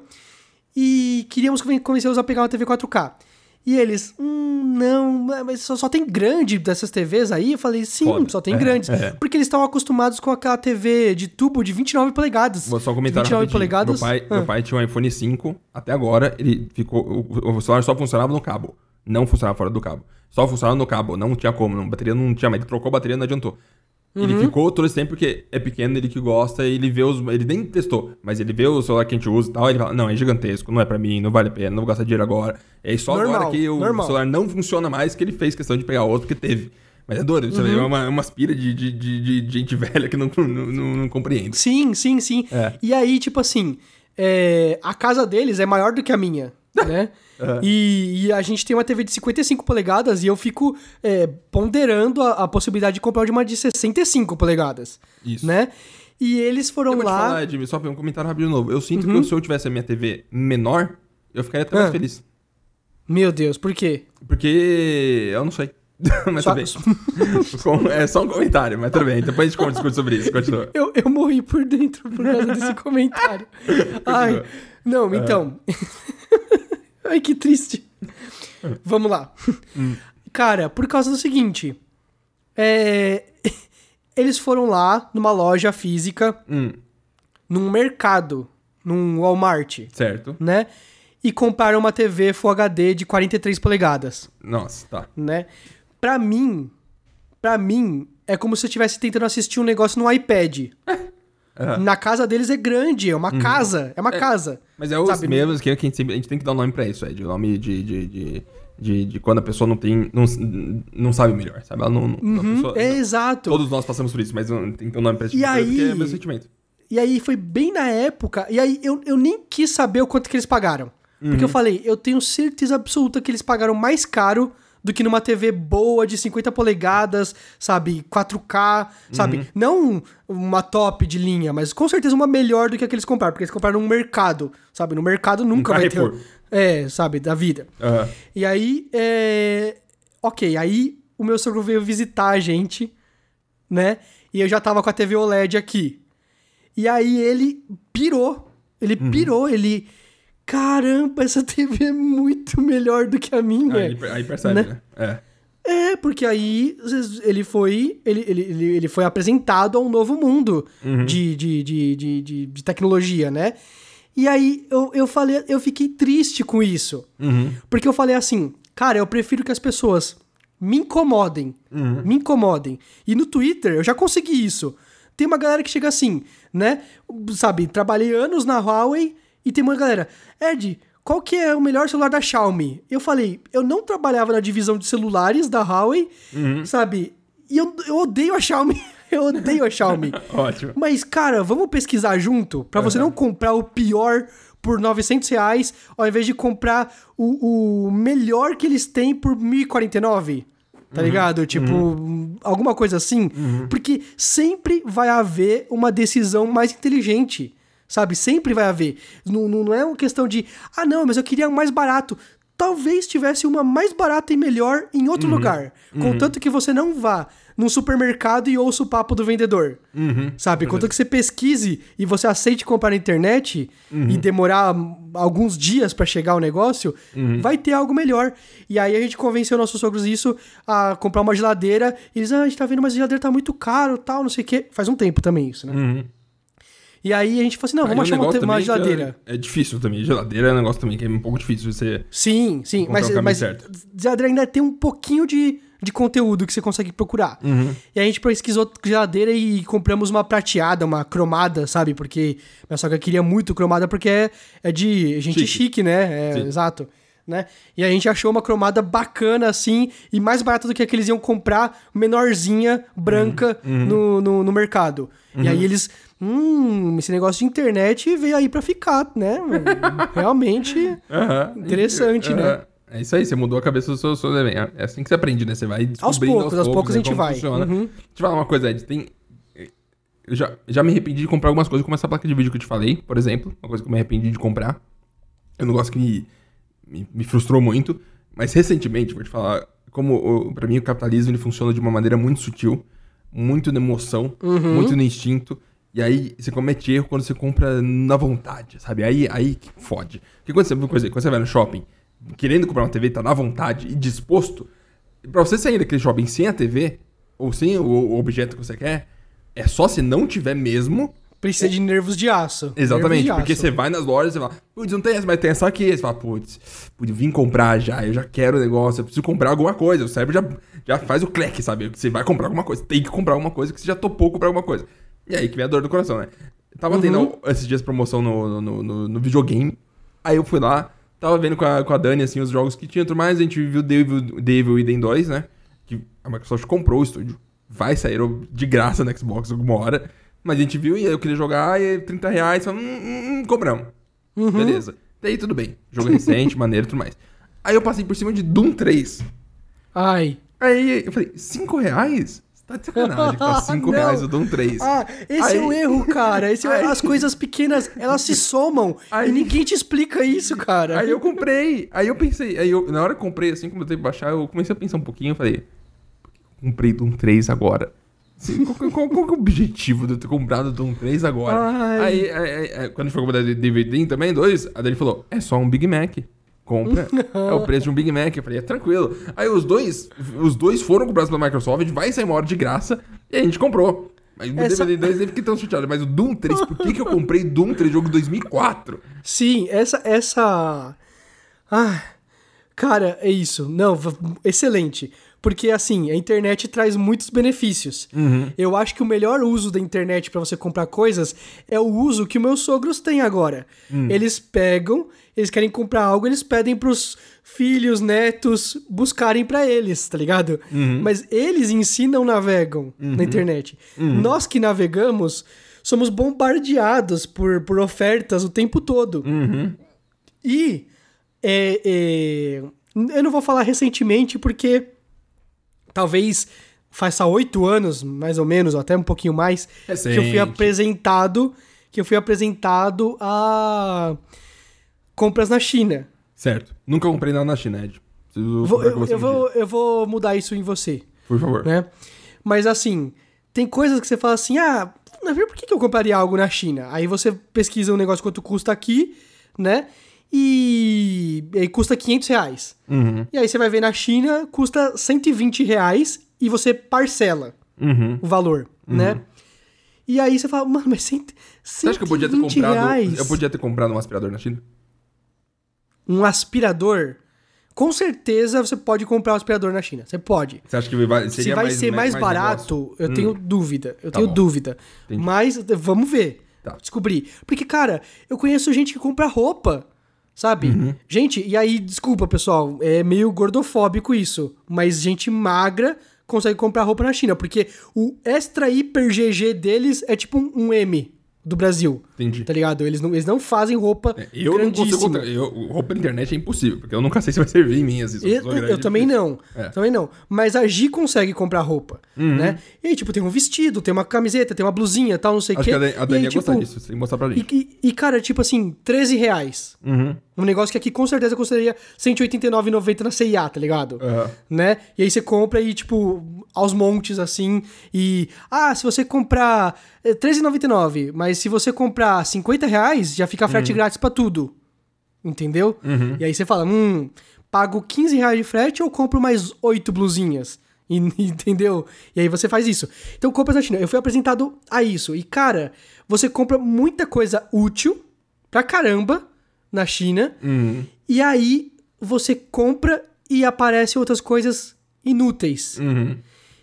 Speaker 2: E queríamos conven- convencê-los a pegar uma T V quatro K. E eles, hum, não, mas só, só tem grande dessas T Vs aí? Eu falei, sim,
Speaker 1: Foda.
Speaker 2: só tem
Speaker 1: É,
Speaker 2: grandes.
Speaker 1: é.
Speaker 2: Porque eles estão acostumados com aquela T V de tubo de vinte e nove polegadas.
Speaker 1: Vou só comentar
Speaker 2: vinte e nove
Speaker 1: rapidinho.
Speaker 2: polegadas.
Speaker 1: Meu pai,
Speaker 2: Ah.
Speaker 1: meu pai tinha um iPhone cinco, até agora ele ficou... O, o celular só funcionava no cabo. Não funcionava fora do cabo. Só funcionava no cabo, não tinha como. A bateria não tinha mais. Ele trocou a bateria, não adiantou. Ele
Speaker 2: Uhum.
Speaker 1: ficou todo esse tempo porque é pequeno, ele que gosta, ele vê os... Ele nem testou, mas ele vê o celular que a gente usa e tal, ele fala, não, é gigantesco, não é pra mim, não vale a pena, não vou gastar dinheiro agora. É só
Speaker 2: Normal,
Speaker 1: agora que o
Speaker 2: normal.
Speaker 1: celular não funciona mais que ele fez questão de pegar outro que teve. Mas é doido,
Speaker 2: Uhum.
Speaker 1: é uma, uma aspira de, de, de, de gente velha que não, não, não, não compreende.
Speaker 2: Sim, sim, sim.
Speaker 1: É.
Speaker 2: E aí, tipo assim, é, a casa deles é maior do que a minha, né?
Speaker 1: Uhum.
Speaker 2: E, e a gente tem uma T V de cinquenta e cinco polegadas e eu fico é, ponderando a, a possibilidade de comprar de uma de sessenta e cinco polegadas,
Speaker 1: Isso.
Speaker 2: né? E eles foram
Speaker 1: Eu vou te
Speaker 2: lá...
Speaker 1: falar, Jimmy, só um comentário rápido de novo. Eu sinto
Speaker 2: Uhum.
Speaker 1: que se eu tivesse a minha T V menor, eu ficaria até mais
Speaker 2: Ah.
Speaker 1: feliz.
Speaker 2: Meu Deus, por quê?
Speaker 1: Porque eu não sei. Mas
Speaker 2: Só-
Speaker 1: tudo bem. Com- É só um comentário, mas tudo bem. Depois a gente discute sobre isso. Continua.
Speaker 2: Eu, eu morri por dentro por causa desse comentário. Ai, não, então... Ai, que triste. Vamos lá. Cara, por causa do seguinte... É... Eles foram lá numa loja física,
Speaker 1: Hum,
Speaker 2: num mercado, num Walmart,
Speaker 1: certo.
Speaker 2: né? E compraram uma T V Full H D de quarenta e três polegadas,
Speaker 1: Nossa, tá.
Speaker 2: né? Pra mim, pra mim, é como se eu estivesse tentando assistir um negócio no iPad.
Speaker 1: Aham.
Speaker 2: Na casa deles é grande, é uma casa, é uma casa.
Speaker 1: Mas é os
Speaker 2: Sabe?
Speaker 1: mesmos que a gente, sempre, a gente tem que dar um nome pra isso, Ed. O nome de, de, de, de, de quando a pessoa não tem. Não, não sabe melhor, sabe? Ela não. não- a
Speaker 2: Uhum,
Speaker 1: pessoa-
Speaker 2: é
Speaker 1: não-
Speaker 2: exato.
Speaker 1: Todos nós passamos por isso, mas não tem que ter um nome pra isso.
Speaker 2: E aí-
Speaker 1: Porque é o meu sentimento.
Speaker 2: E aí foi bem na época, e aí eu, eu nem quis saber o quanto que eles pagaram. Porque eu falei, eu tenho certeza absoluta que eles pagaram mais caro do que numa T V boa de cinquenta polegadas, sabe, quatro K, sabe? Não uma top de linha, mas com certeza uma melhor do que a que eles compraram, porque eles compraram num mercado, sabe? No mercado nunca
Speaker 1: Um
Speaker 2: vai ter...
Speaker 1: Carrefour.
Speaker 2: É, sabe? Da vida.
Speaker 1: Uhum.
Speaker 2: E aí, é... Ok, aí o meu sogro veio visitar a gente, né? E eu já tava com a T V O L E D aqui. E aí ele pirou. Ele
Speaker 1: Uhum.
Speaker 2: pirou, ele... Caramba, essa T V é muito melhor do que a minha.
Speaker 1: Aí, ele- aí percebe,
Speaker 2: né?
Speaker 1: né? É.
Speaker 2: É, porque aí ele foi, ele, ele, ele ele foi apresentado a um novo mundo
Speaker 1: Uhum.
Speaker 2: de, de, de, de, de, de tecnologia, né? E aí eu, eu falei, eu fiquei triste com isso.
Speaker 1: Uhum.
Speaker 2: Porque eu falei assim, cara, eu prefiro que as pessoas me incomodem.
Speaker 1: Uhum.
Speaker 2: Me incomodem. E no Twitter eu já consegui isso. Tem uma galera que chega assim, né? Sabe, trabalhei anos na Huawei e tem uma galera, Ed, qual que é o melhor celular da Xiaomi? Eu falei, eu não trabalhava na divisão de celulares da Huawei,
Speaker 1: Uhum.
Speaker 2: sabe? E eu, eu odeio a Xiaomi. Eu odeio a Xiaomi.
Speaker 1: Ótimo.
Speaker 2: Mas, cara, vamos pesquisar junto? Pra você
Speaker 1: Uhum.
Speaker 2: não comprar o pior por novecentos reais, ao invés de comprar o, o melhor que eles têm por mil e quarenta e nove. Tá
Speaker 1: Uhum.
Speaker 2: ligado? Tipo, alguma coisa assim.
Speaker 1: Uhum.
Speaker 2: Porque sempre vai haver uma decisão mais inteligente. Sabe? Sempre vai haver. Não, não, não é uma questão de, ah, não, mas eu queria mais barato. Talvez tivesse uma mais barata e melhor em outro
Speaker 1: Uhum.
Speaker 2: lugar. Contanto que você não vá num supermercado e ouça o papo do vendedor.
Speaker 1: Uhum.
Speaker 2: Sabe? Contanto que você pesquise e você aceite comprar na internet
Speaker 1: Uhum.
Speaker 2: e demorar alguns dias pra chegar o negócio,
Speaker 1: Uhum.
Speaker 2: vai ter algo melhor. E aí a gente convenceu nossos sogros isso a comprar uma geladeira. E eles, ah, a gente tá vendo, mas a geladeira tá muito caro, tal, não sei o quê. Faz um tempo também isso, né?
Speaker 1: Uhum.
Speaker 2: E aí a gente falou assim, não, vamos
Speaker 1: Aí o
Speaker 2: achar uma,
Speaker 1: negócio
Speaker 2: te- uma
Speaker 1: também
Speaker 2: geladeira.
Speaker 1: É, é difícil também. Geladeira é um negócio também que é um pouco difícil você...
Speaker 2: Sim, sim,
Speaker 1: Encontrar
Speaker 2: mas,
Speaker 1: o caminho
Speaker 2: mas
Speaker 1: certo.
Speaker 2: geladeira ainda tem um pouquinho de, de conteúdo que você consegue procurar.
Speaker 1: Uhum.
Speaker 2: E a gente pesquisou geladeira e compramos uma prateada, uma cromada, sabe? Porque minha sogra queria muito cromada porque é, é de gente chique,
Speaker 1: Chique.
Speaker 2: né? É,
Speaker 1: Sim.
Speaker 2: exato. Né? E a gente achou uma cromada bacana, assim, e mais barata do que a que eles iam comprar, menorzinha, branca,
Speaker 1: Uhum.
Speaker 2: No, no, no mercado. E aí eles... Hum, esse negócio de internet veio aí pra ficar, né? Realmente
Speaker 1: Uhum.
Speaker 2: interessante,
Speaker 1: Uhum.
Speaker 2: né?
Speaker 1: É isso aí, você mudou a cabeça do seu, seu desenho. É assim que você aprende, né? Você vai descobrindo
Speaker 2: poucos, aos poucos a
Speaker 1: né,
Speaker 2: gente
Speaker 1: como
Speaker 2: vai.
Speaker 1: funciona.
Speaker 2: Uhum.
Speaker 1: Deixa eu falar uma coisa, Ed. Tem... Eu já, já me arrependi de comprar algumas coisas, como essa placa de vídeo que eu te falei, por exemplo. Uma coisa que eu me arrependi de comprar. Eu não gosto que me, me, me frustrou muito. Mas recentemente, vou te falar, como o, pra mim o capitalismo ele funciona de uma maneira muito sutil, muito na emoção,
Speaker 2: Uhum.
Speaker 1: muito no instinto. E aí você comete erro quando você compra na vontade, sabe? Aí, aí que fode. Porque quando você, coisa, quando você vai no shopping, querendo comprar uma T V, tá na vontade e disposto, pra você sair daquele shopping sem a T V, ou sem o, o objeto que você quer, é só se não tiver mesmo.
Speaker 2: Precisa de nervos de aço.
Speaker 1: Exatamente,
Speaker 2: Nervos de
Speaker 1: porque
Speaker 2: aço.
Speaker 1: você vai nas lojas e você fala, putz, não tem essa, mas tem essa aqui. Você fala, putz, putz, vim comprar já, eu já quero o negócio, eu preciso comprar alguma coisa. O cérebro já, já faz o cleque, sabe? Você vai comprar alguma coisa, tem que comprar alguma coisa que você já topou comprar alguma coisa. E aí que vem a dor do coração, né? Tava
Speaker 2: Uhum.
Speaker 1: tendo esses dias promoção no, no, no, no videogame, aí eu fui lá, tava vendo com a, com a Dani, assim, os jogos que tinha e tudo mais, a gente viu Devil, Devil Within dois, né? Que a Microsoft comprou o estúdio, vai sair de graça no Xbox alguma hora. Mas a gente viu e eu queria jogar e trinta reais, falando, hum, hum, hum, compramos.
Speaker 2: Uhum.
Speaker 1: Beleza. Daí tudo bem. Jogo recente, maneiro e tudo mais. Aí eu passei por cima de Doom três.
Speaker 2: Ai.
Speaker 1: Aí eu falei, cinco reais? Você tá de sacanagem que tá cinco
Speaker 2: Não.
Speaker 1: reais o Doom três.
Speaker 2: Ah, esse
Speaker 1: Aí-
Speaker 2: é o erro, cara. Esse é-
Speaker 1: Aí-
Speaker 2: As coisas pequenas, elas se somam
Speaker 1: Aí-
Speaker 2: e ninguém te explica isso, cara.
Speaker 1: Aí eu comprei. Aí eu pensei, aí eu, na hora que eu comprei, assim, como eu tenho que baixar, eu comecei a pensar um pouquinho, eu falei, por que eu comprei Doom três agora? Assim, qual, qual- qual que é o objetivo de eu ter comprado Doom três agora?
Speaker 2: Ai.
Speaker 1: Aí, aí, aí, aí, quando a gente foi comprar D V D também, dois, a Dani falou, é só um Big Mac. Compra, é o preço de um Big Mac. Eu falei, é tranquilo. Aí os dois, os dois foram comprados pela Microsoft, vai sair uma hora de graça, e a gente comprou. Mas no
Speaker 2: Essa-
Speaker 1: D V D dois eu fiquei tão chateado. Mas o Doom três, por que, que eu comprei Doom três, jogo dois mil e quatro?
Speaker 2: Sim, essa. essa... Ah, cara, é isso. Não, v- excelente. Porque, assim, a internet traz muitos benefícios.
Speaker 1: Uhum.
Speaker 2: Eu acho que o melhor uso da internet pra você comprar coisas é o uso que meus sogros têm agora.
Speaker 1: Hum.
Speaker 2: Eles pegam, eles querem comprar algo, eles pedem pros filhos, netos buscarem pra eles, tá ligado?
Speaker 1: Uhum.
Speaker 2: Mas eles em si não navegam na internet. Nós que navegamos somos bombardeados por, por ofertas o tempo todo.
Speaker 1: Uhum.
Speaker 2: E é, é, eu não vou falar recentemente porque talvez faça oito anos, mais ou menos, ou até um pouquinho mais,
Speaker 1: Recente.
Speaker 2: que eu fui apresentado, que eu fui apresentado a compras na China.
Speaker 1: Certo. Nunca comprei nada na China, Ed. Preciso
Speaker 2: Vou,
Speaker 1: comprar
Speaker 2: eu,
Speaker 1: com você
Speaker 2: eu,
Speaker 1: um
Speaker 2: vou,
Speaker 1: dia.
Speaker 2: eu vou mudar isso em você.
Speaker 1: Por favor.
Speaker 2: Né? Mas assim, tem coisas que você fala assim, ah, por que que eu compraria algo na China? Aí você pesquisa um negócio quanto custa aqui, né? E, e aí custa quinhentos reais.
Speaker 1: Uhum.
Speaker 2: E aí você vai ver na China, custa cento e vinte reais e você parcela
Speaker 1: Uhum.
Speaker 2: o valor,
Speaker 1: Uhum.
Speaker 2: né? E aí você fala, mano, mas cento,
Speaker 1: Você acha que eu podia ter comprado...
Speaker 2: reais?
Speaker 1: Eu podia ter comprado um aspirador na China?
Speaker 2: Um aspirador? Com certeza você pode comprar um aspirador na China. Você pode.
Speaker 1: Você acha que vai, seria
Speaker 2: Se vai
Speaker 1: mais,
Speaker 2: ser mais,
Speaker 1: mais
Speaker 2: barato,
Speaker 1: negócio?
Speaker 2: eu
Speaker 1: Hum.
Speaker 2: tenho dúvida. Eu
Speaker 1: Tá
Speaker 2: tenho
Speaker 1: bom.
Speaker 2: dúvida.
Speaker 1: Entendi.
Speaker 2: Mas vamos ver.
Speaker 1: Tá.
Speaker 2: Descobrir. Porque, cara, eu conheço gente que compra roupa, sabe?
Speaker 1: Uhum.
Speaker 2: Gente, e aí, desculpa, pessoal, é meio gordofóbico isso. Mas gente magra consegue comprar roupa na China. Porque o extra hiper G G deles é tipo um, um M do Brasil.
Speaker 1: Entendi.
Speaker 2: Tá ligado? Eles não, eles não fazem roupa
Speaker 1: É, eu não consigo...
Speaker 2: grandíssima.
Speaker 1: contra- Eu, roupa na internet é impossível, porque eu nunca sei se vai servir em mim, assim. se eu
Speaker 2: Eu,
Speaker 1: sou
Speaker 2: eu
Speaker 1: grande,
Speaker 2: também
Speaker 1: difícil.
Speaker 2: não,
Speaker 1: É.
Speaker 2: também não. Mas a Gi consegue comprar roupa,
Speaker 1: Uhum.
Speaker 2: né? E aí, tipo, tem um vestido, tem uma camiseta, tem uma blusinha, tal, não sei o
Speaker 1: Acho
Speaker 2: quê.
Speaker 1: que a Dani, a
Speaker 2: E
Speaker 1: Dani
Speaker 2: aí,
Speaker 1: ia
Speaker 2: tipo,
Speaker 1: gostar disso, você tem que mostrar pra gente.
Speaker 2: E, e, e, cara, tipo assim, treze reais.
Speaker 1: Uhum.
Speaker 2: Um negócio que aqui com certeza custaria cento e oitenta e nove reais e noventa centavos na C e A, tá ligado?
Speaker 1: Aham.
Speaker 2: Né? E aí você compra e, tipo, aos montes, assim, e... Ah, se você comprar é, treze reais e noventa e nove centavos, mas se você comprar cinquenta reais, já fica frete grátis pra tudo. Entendeu?
Speaker 1: Uhum.
Speaker 2: E aí você fala, hum, pago quinze reais de frete ou compro mais oito blusinhas? E- entendeu? E aí você faz isso. Então, compras na China. Eu fui apresentado a isso. E, cara, você compra muita coisa útil pra caramba na China.
Speaker 1: Uhum.
Speaker 2: E aí você compra e aparecem outras coisas inúteis.
Speaker 1: Uhum.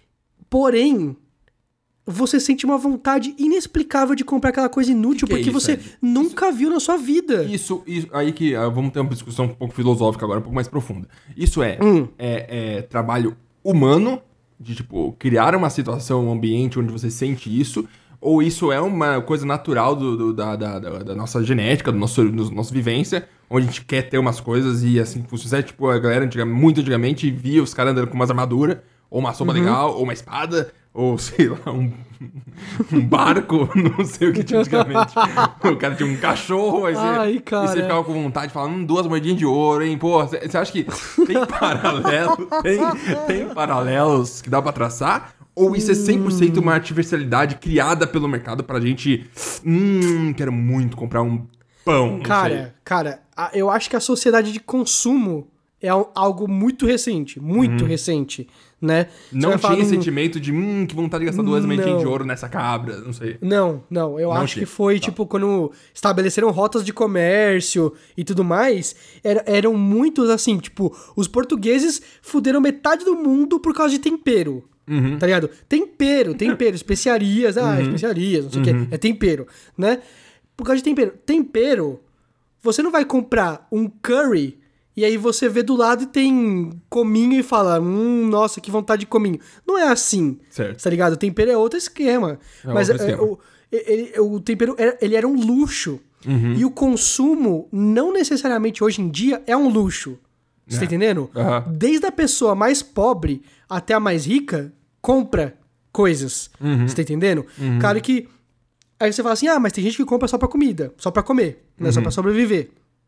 Speaker 2: Porém, você sente uma vontade inexplicável de comprar aquela coisa inútil
Speaker 1: Que que é
Speaker 2: porque
Speaker 1: isso,
Speaker 2: você
Speaker 1: Ed?
Speaker 2: nunca viu na sua vida.
Speaker 1: Isso, isso, aí que ah, vamos ter uma discussão um pouco filosófica agora, um pouco mais profunda. Isso é,
Speaker 2: Hum.
Speaker 1: é, é trabalho humano, de tipo, criar uma situação, um ambiente onde você sente isso, ou isso é uma coisa natural do, do- da, da, da- da nossa genética, do nosso, do nossa vivência, onde a gente quer ter umas coisas e assim funciona. Tipo, a galera antiga, muito antigamente via os caras andando com umas armaduras, ou uma sopa legal, ou uma espada, ou sei lá, um, um barco, não sei o que tinha antigamente. O cara tinha um cachorro, aí você,
Speaker 2: Ai,
Speaker 1: e
Speaker 2: cara.
Speaker 1: você ficava com vontade de falar, hum, duas moedinhas de ouro, hein? Pô, você acha que tem paralelo, tem, tem paralelos que dá pra traçar? Ou isso é cem por cento uma artificialidade criada pelo mercado pra gente, hum, quero muito comprar um pão, não sei.
Speaker 2: Cara, cara, a- eu acho que a sociedade de consumo é al- algo muito recente, muito recente, né? Você
Speaker 1: Não
Speaker 2: vai falar
Speaker 1: tinha
Speaker 2: num-
Speaker 1: sentimento de, hum, que vontade de gastar duas moedinhas de
Speaker 2: Não.
Speaker 1: ouro nessa cabra, não sei.
Speaker 2: Não, não, eu
Speaker 1: Não
Speaker 2: acho
Speaker 1: tinha.
Speaker 2: que foi,
Speaker 1: Tá.
Speaker 2: tipo, quando estabeleceram rotas de comércio e tudo mais, era- eram muitos, assim, tipo, os portugueses fuderam metade do mundo por causa de tempero.
Speaker 1: Uhum.
Speaker 2: Tá ligado? Tempero, tempero, especiarias, ah, especiarias, não sei o
Speaker 1: Uhum.
Speaker 2: que, é tempero, né? Por causa de tempero. Tempero, você não vai comprar um curry e aí você vê do lado e tem cominho e fala, hum, nossa, que vontade de cominho. Não é assim,
Speaker 1: Certo.
Speaker 2: tá ligado? O tempero é outro esquema.
Speaker 1: É
Speaker 2: Mas
Speaker 1: outro
Speaker 2: é,
Speaker 1: esquema.
Speaker 2: o, ele- o tempero, era- ele era um luxo.
Speaker 1: Uhum.
Speaker 2: E o consumo, não necessariamente hoje em dia, é um luxo. Você tá
Speaker 1: É.
Speaker 2: entendendo?
Speaker 1: Aham.
Speaker 2: Desde a pessoa mais pobre até a mais rica, compra coisas.
Speaker 1: Uhum.
Speaker 2: Você tá entendendo? Cara que... Aí você fala assim, ah, mas tem gente que compra só pra comida, só pra comer, não é só pra sobreviver.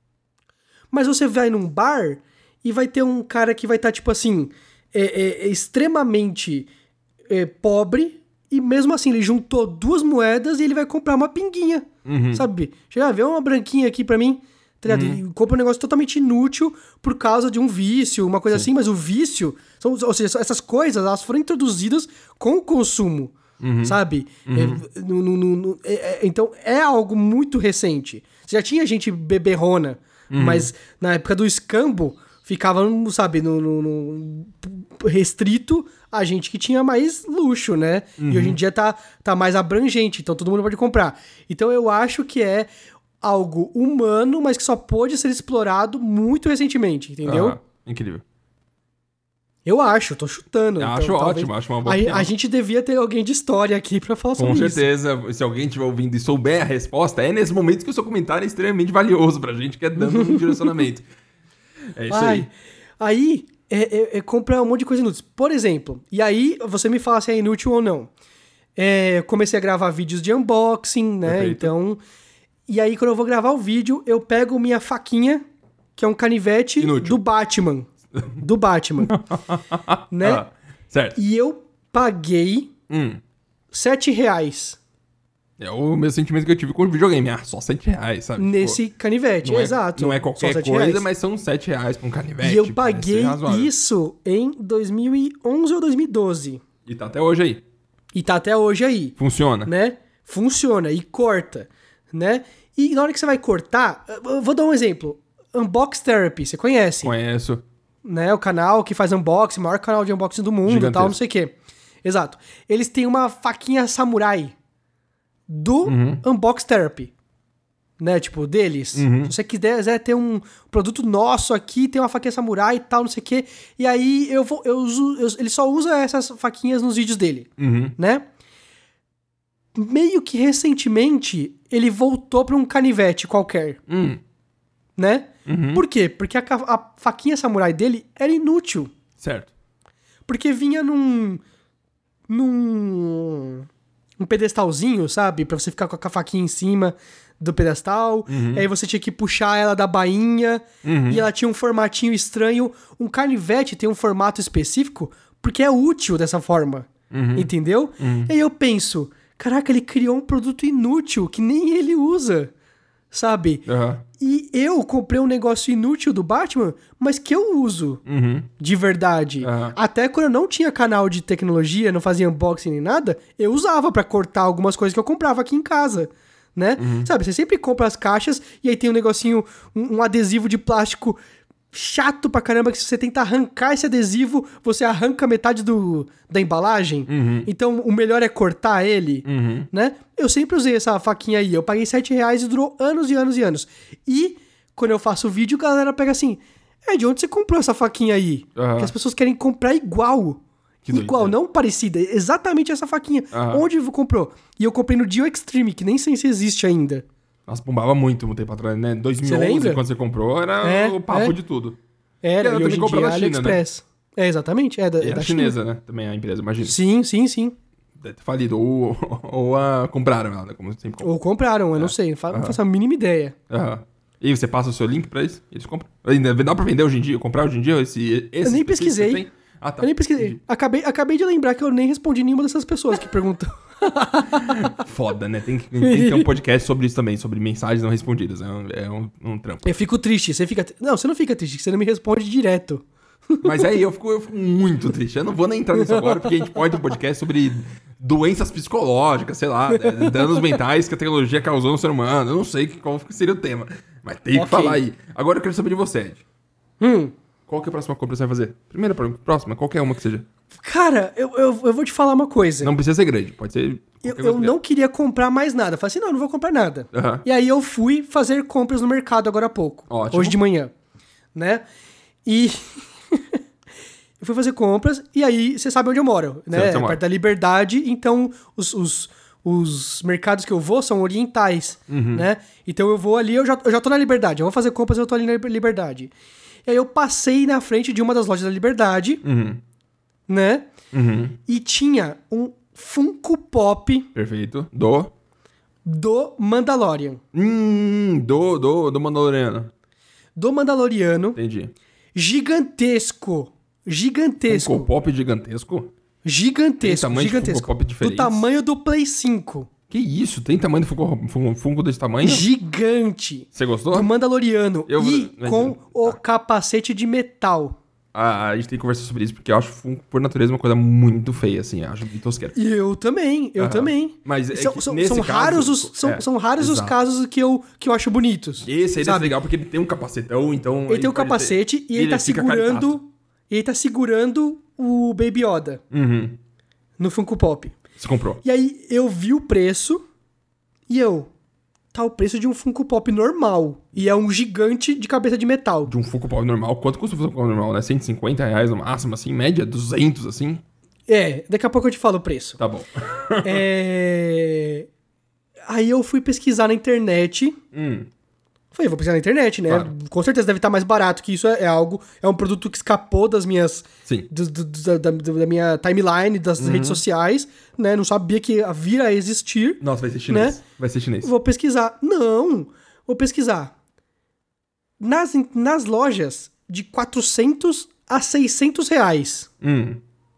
Speaker 2: Mas você vai num bar e vai ter um cara que vai estar, tipo assim, é, é, é extremamente é, pobre e mesmo assim ele juntou duas moedas e ele vai comprar uma pinguinha, sabe? Chega, vê uma branquinha aqui pra mim, tá ligado? E compra um negócio totalmente inútil por causa de um vício, uma coisa assim, mas o vício, são, ou seja, essas coisas, elas foram introduzidas com o consumo, sabe? É, no- no- no- no- é- é- então é algo muito recente. Já tinha gente beberrona, mas na época do escambo ficava, sabe, no, no- no- restrito a gente que tinha mais luxo, né? E hoje em dia tá, tá mais abrangente, então todo mundo pode comprar. Então eu acho que é algo humano, mas que só pôde ser explorado muito recentemente, entendeu?
Speaker 1: Aham. Incrível.
Speaker 2: Eu acho, tô chutando.
Speaker 1: Eu
Speaker 2: então,
Speaker 1: acho
Speaker 2: talvez-
Speaker 1: ótimo, acho uma boa
Speaker 2: a,
Speaker 1: opinião.
Speaker 2: a gente devia ter alguém de história aqui pra falar
Speaker 1: Com
Speaker 2: sobre isso.
Speaker 1: certeza, se alguém estiver ouvindo e souber a resposta, é nesse momento que o seu comentário é extremamente valioso pra gente, que é dando um direcionamento. É isso
Speaker 2: Vai.
Speaker 1: aí.
Speaker 2: Aí, é, é, é comprar um monte de coisa inútil. Por exemplo, e aí você me fala se é inútil ou não. É, eu comecei a gravar vídeos de unboxing, né?
Speaker 1: Perfeito.
Speaker 2: Então, E aí, quando eu vou gravar o vídeo, eu pego minha faquinha, que é um canivete
Speaker 1: Inútil.
Speaker 2: do Batman. Do Batman. Né?
Speaker 1: Ah, certo.
Speaker 2: E eu paguei
Speaker 1: Hum.
Speaker 2: sete reais
Speaker 1: É o mesmo sentimento que eu tive com o videogame. Ah, só sete reais, sabe?
Speaker 2: nesse
Speaker 1: Tipo,
Speaker 2: canivete.
Speaker 1: não é,
Speaker 2: Exato.
Speaker 1: Não é
Speaker 2: Só
Speaker 1: qualquer
Speaker 2: sete
Speaker 1: coisa,
Speaker 2: reais.
Speaker 1: mas são sete reais pra um canivete.
Speaker 2: E eu
Speaker 1: parece
Speaker 2: paguei
Speaker 1: razoável.
Speaker 2: isso em dois mil e onze ou dois mil e doze.
Speaker 1: E tá até hoje aí.
Speaker 2: E tá até hoje aí.
Speaker 1: Funciona.
Speaker 2: Né? Funciona e corta, né? E na hora que você vai cortar, eu vou dar um exemplo. Unbox Therapy, você conhece?
Speaker 1: Conheço.
Speaker 2: Né? O canal que faz unboxing, o maior canal de unboxing do mundo e
Speaker 1: Gigantesco.
Speaker 2: tal, não sei o quê. Exato. Eles têm uma faquinha samurai do
Speaker 1: Uhum.
Speaker 2: Unbox Therapy. Né? Tipo, deles.
Speaker 1: Uhum.
Speaker 2: Se você quiser ter um produto nosso aqui, tem uma faquinha samurai e tal, não sei o quê. E aí eu vou, eu uso, eu- ele só usa essas faquinhas nos vídeos dele.
Speaker 1: Uhum.
Speaker 2: Né? Meio que recentemente, ele voltou pra um canivete qualquer,
Speaker 1: Hum.
Speaker 2: né?
Speaker 1: Uhum.
Speaker 2: Por quê? Porque a, ca- a faquinha samurai dele era inútil.
Speaker 1: Certo.
Speaker 2: Porque vinha num... num... um pedestalzinho, sabe? Pra você ficar com a faquinha em cima do pedestal.
Speaker 1: Uhum.
Speaker 2: Aí você tinha que puxar ela da bainha.
Speaker 1: Uhum.
Speaker 2: E ela tinha um formatinho estranho. Um canivete tem um formato específico porque é útil dessa forma.
Speaker 1: Uhum.
Speaker 2: Entendeu?
Speaker 1: Uhum.
Speaker 2: E aí eu penso... Caraca, ele criou um produto inútil que nem ele usa, sabe?
Speaker 1: Aham.
Speaker 2: E eu comprei um negócio inútil do Batman, mas que eu uso
Speaker 1: Uhum.
Speaker 2: de verdade.
Speaker 1: Aham.
Speaker 2: Até quando eu não tinha canal de tecnologia, não fazia unboxing nem nada, eu usava pra cortar algumas coisas que eu comprava aqui em casa, né? Sabe, você sempre compra as caixas e aí tem um negocinho, um, um adesivo de plástico chato pra caramba, que se você tenta arrancar esse adesivo, você arranca metade do, da embalagem.
Speaker 1: Uhum.
Speaker 2: Então, o melhor é cortar ele,
Speaker 1: Uhum.
Speaker 2: né? Eu sempre usei essa faquinha aí. Eu paguei sete reais e durou anos e anos e anos. E, quando eu faço vídeo, a galera pega assim... É, de onde você comprou essa faquinha aí?
Speaker 1: Aham.
Speaker 2: Porque as pessoas querem comprar igual.
Speaker 1: Que
Speaker 2: igual,
Speaker 1: doideira.
Speaker 2: não parecida. Exatamente essa faquinha.
Speaker 1: Aham.
Speaker 2: Onde você comprou? E eu comprei no Dio Extreme, que nem sei se existe ainda.
Speaker 1: Nossa, bombava muito um tempo atrás, né? dois mil e
Speaker 2: Você
Speaker 1: onze,
Speaker 2: lembra?
Speaker 1: quando você comprou, era
Speaker 2: É,
Speaker 1: o papo
Speaker 2: é.
Speaker 1: de tudo.
Speaker 2: Era,
Speaker 1: Eu
Speaker 2: e
Speaker 1: também
Speaker 2: hoje em
Speaker 1: comprei
Speaker 2: dia
Speaker 1: na
Speaker 2: é
Speaker 1: China, né?
Speaker 2: AliExpress. É, exatamente. É da,
Speaker 1: E
Speaker 2: é
Speaker 1: era
Speaker 2: da China.
Speaker 1: chinesa, né? Também a empresa, imagina.
Speaker 2: Sim, sim, sim.
Speaker 1: Deve ter falido. Ou, ou a compraram ela, como sempre compram.
Speaker 2: Ou compraram, eu não sei. Não fa- não
Speaker 1: Aham.
Speaker 2: faço a mínima ideia.
Speaker 1: Aham. E aí você passa o seu link pra eles? Eles compram? Ainda dá pra vender hoje em dia? Comprar hoje em dia? Esse, esse
Speaker 2: Eu nem
Speaker 1: específico
Speaker 2: pesquisei.
Speaker 1: que tem? Ah, tá.
Speaker 2: Eu nem pesquisei.
Speaker 1: Entendi.
Speaker 2: Acabei, acabei de lembrar que eu nem respondi nenhuma dessas pessoas que perguntam.
Speaker 1: Foda, né? Tem que, tem que ter um podcast sobre isso também, sobre mensagens não respondidas. É um, é um, um trampo.
Speaker 2: Eu fico triste. Você fica. Não, você não fica triste, que você não me responde direto.
Speaker 1: Mas aí eu fico, eu fico muito triste. Eu não vou nem entrar nisso agora, porque a gente pode ter um podcast sobre doenças psicológicas, sei lá, né, danos mentais que a tecnologia causou no ser humano. Eu não sei qual seria o tema. Mas tem que
Speaker 2: Ok.
Speaker 1: falar aí. Agora eu quero saber de você, Ed.
Speaker 2: Hum.
Speaker 1: Qual que é a próxima compra que você vai fazer? Primeira, próxima, qualquer uma que seja.
Speaker 2: Cara, eu, eu, eu vou te falar uma coisa.
Speaker 1: Não precisa ser grande, pode ser.
Speaker 2: eu
Speaker 1: qualquer
Speaker 2: eu
Speaker 1: coisa.
Speaker 2: não queria comprar mais nada. Falei assim, não, não vou comprar nada.
Speaker 1: Aham.
Speaker 2: E aí eu fui fazer compras no mercado agora há pouco.
Speaker 1: Ótimo.
Speaker 2: Hoje de manhã. Né? E... eu fui fazer compras e aí você sabe onde eu moro, né?
Speaker 1: Certo, você mora.
Speaker 2: Perto da Liberdade, então os, os, os mercados que eu vou são orientais,
Speaker 1: Uhum.
Speaker 2: né? Então eu vou ali, eu já, eu já tô na Liberdade, eu vou fazer compras, eu tô ali na Liberdade. E aí eu passei na frente de uma das lojas da Liberdade,
Speaker 1: Uhum.
Speaker 2: né?
Speaker 1: Uhum.
Speaker 2: E tinha um Funko Pop
Speaker 1: Perfeito. Do.
Speaker 2: do Mandalorian.
Speaker 1: Hum, do, do, do Mandaloriano.
Speaker 2: Do Mandaloriano,
Speaker 1: Entendi.
Speaker 2: gigantesco. Gigantesco.
Speaker 1: Funko Pop gigantesco?
Speaker 2: Gigantesco,
Speaker 1: Tem tamanho de
Speaker 2: gigantesco.
Speaker 1: Funko Pop
Speaker 2: do
Speaker 1: diferentes?
Speaker 2: tamanho do Play cinco.
Speaker 1: Que isso? Tem tamanho de Funko, Funko, Funko desse tamanho?
Speaker 2: Gigante.
Speaker 1: Você gostou?
Speaker 2: Do Mandaloriano.
Speaker 1: Eu-
Speaker 2: E
Speaker 1: mas-
Speaker 2: com o
Speaker 1: tá.
Speaker 2: capacete de metal.
Speaker 1: Ah, a gente tem que conversar sobre isso, porque eu acho Funko, por natureza, uma coisa muito feia, assim. Eu acho muito tosqueira.
Speaker 2: E eu também, eu
Speaker 1: Aham.
Speaker 2: também.
Speaker 1: Mas é
Speaker 2: são,
Speaker 1: que
Speaker 2: são,
Speaker 1: nesse
Speaker 2: são
Speaker 1: caso-
Speaker 2: raros, os, são,
Speaker 1: é,
Speaker 2: são raros os
Speaker 1: exato.
Speaker 2: casos que eu, que eu acho bonitos.
Speaker 1: Esse aí deve ser
Speaker 2: sabe?
Speaker 1: legal, porque ele tem um capacetão, então...
Speaker 2: Ele tem um
Speaker 1: pode
Speaker 2: capacete
Speaker 1: ter-
Speaker 2: e ele, tá
Speaker 1: fica
Speaker 2: segurando.
Speaker 1: caricato.
Speaker 2: E ele tá segurando o Baby Yoda
Speaker 1: Uhum.
Speaker 2: no Funko Pop.
Speaker 1: Você comprou.
Speaker 2: E aí eu vi o preço e eu. Tá o preço de um Funko Pop normal. E é um gigante de cabeça de metal.
Speaker 1: De um Funko Pop normal. Quanto custa um Funko Pop normal, né? cento e cinquenta reais no máximo, assim, média? duzentos, assim?
Speaker 2: É, daqui a pouco eu te falo o preço.
Speaker 1: Tá bom.
Speaker 2: É... Aí eu fui pesquisar na internet
Speaker 1: Hum.
Speaker 2: Falei, vou pesquisar na internet, né?
Speaker 1: Claro.
Speaker 2: Com certeza deve estar mais barato, que isso é, é algo... É um produto que escapou das minhas...
Speaker 1: Sim.
Speaker 2: Do, do, do, da, da minha timeline, das uhum. redes sociais, né? Não sabia que ia vir a existir.
Speaker 1: Nossa, vai ser chinês.
Speaker 2: Né?
Speaker 1: Vai ser chinês.
Speaker 2: Vou pesquisar. Não! Vou pesquisar. Nas, nas lojas, de quatrocentos a seiscentos reais.
Speaker 1: Hum.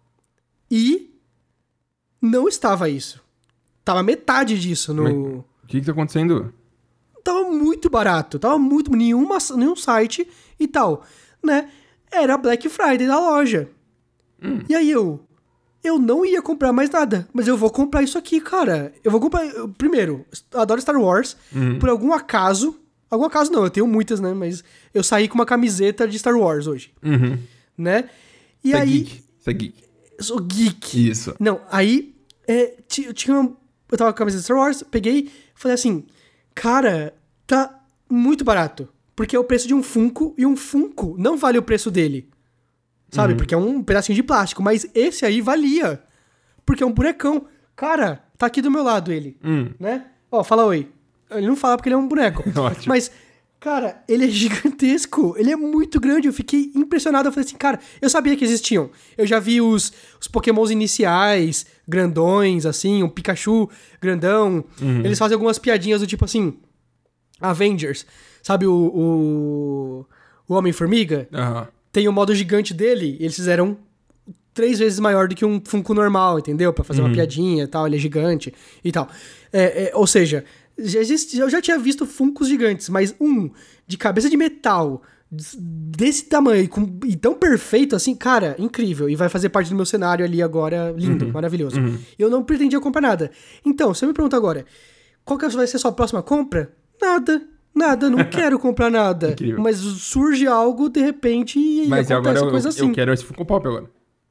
Speaker 2: E não estava isso. Tava metade disso no...
Speaker 1: O que que tá acontecendo?
Speaker 2: Tava muito barato. Tava muito... Nenhuma, nenhum site e tal, né? Era Black Friday da loja. Hum. E aí eu... Eu não ia comprar mais nada. Mas eu vou comprar isso aqui, cara. Eu vou comprar... Eu, primeiro, eu adoro Star Wars. Uhum. Por algum acaso... Algum acaso não, eu tenho muitas, né? Mas eu saí com uma camiseta de Star Wars hoje.
Speaker 1: Uhum.
Speaker 2: Né? E
Speaker 1: Você
Speaker 2: aí...
Speaker 1: é geek. Você é geek.
Speaker 2: Eu sou geek.
Speaker 1: Isso.
Speaker 2: Não, aí... É, eu tinha uma... Eu tava com a camiseta de Star Wars, peguei... Falei assim... Cara, tá muito barato. Porque é o preço de um Funko. E um Funko não vale o preço dele. Sabe? Uhum. Porque é um pedacinho de plástico. Mas esse aí valia. Porque é um bonecão. Cara, tá aqui do meu lado ele.
Speaker 1: Hum.
Speaker 2: Né? Ó, fala oi. Ele não fala porque ele é um boneco.
Speaker 1: Ótimo.
Speaker 2: Mas, cara, ele é gigantesco. Ele é muito grande. Eu fiquei impressionado. Eu falei assim, cara, eu sabia que existiam. Eu já vi os, os Pokémons iniciais, grandões, assim, um Pikachu grandão. Uhum. Eles fazem algumas piadinhas do tipo assim... Avengers. Sabe o... O, o Homem-Formiga?
Speaker 1: Uhum.
Speaker 2: Tem o modo gigante dele. Eles fizeram três vezes maior do que um Funko normal, entendeu? Pra fazer uhum. uma piadinha e tal. Ele é gigante e tal. É, é, ou seja... Já existe, eu já tinha visto Funkos gigantes, mas um de cabeça de metal desse tamanho com, e tão perfeito assim, cara, incrível. E vai fazer parte do meu cenário ali agora, lindo, uhum, maravilhoso. Uhum. Eu não pretendia comprar nada. Então, você me pergunta agora, qual que vai ser a sua próxima compra? Nada, nada, não quero comprar nada.
Speaker 1: Incrível.
Speaker 2: Mas surge algo de repente e
Speaker 1: mas
Speaker 2: acontece
Speaker 1: agora eu,
Speaker 2: coisa
Speaker 1: eu,
Speaker 2: assim.
Speaker 1: eu quero esse Funko Pop agora.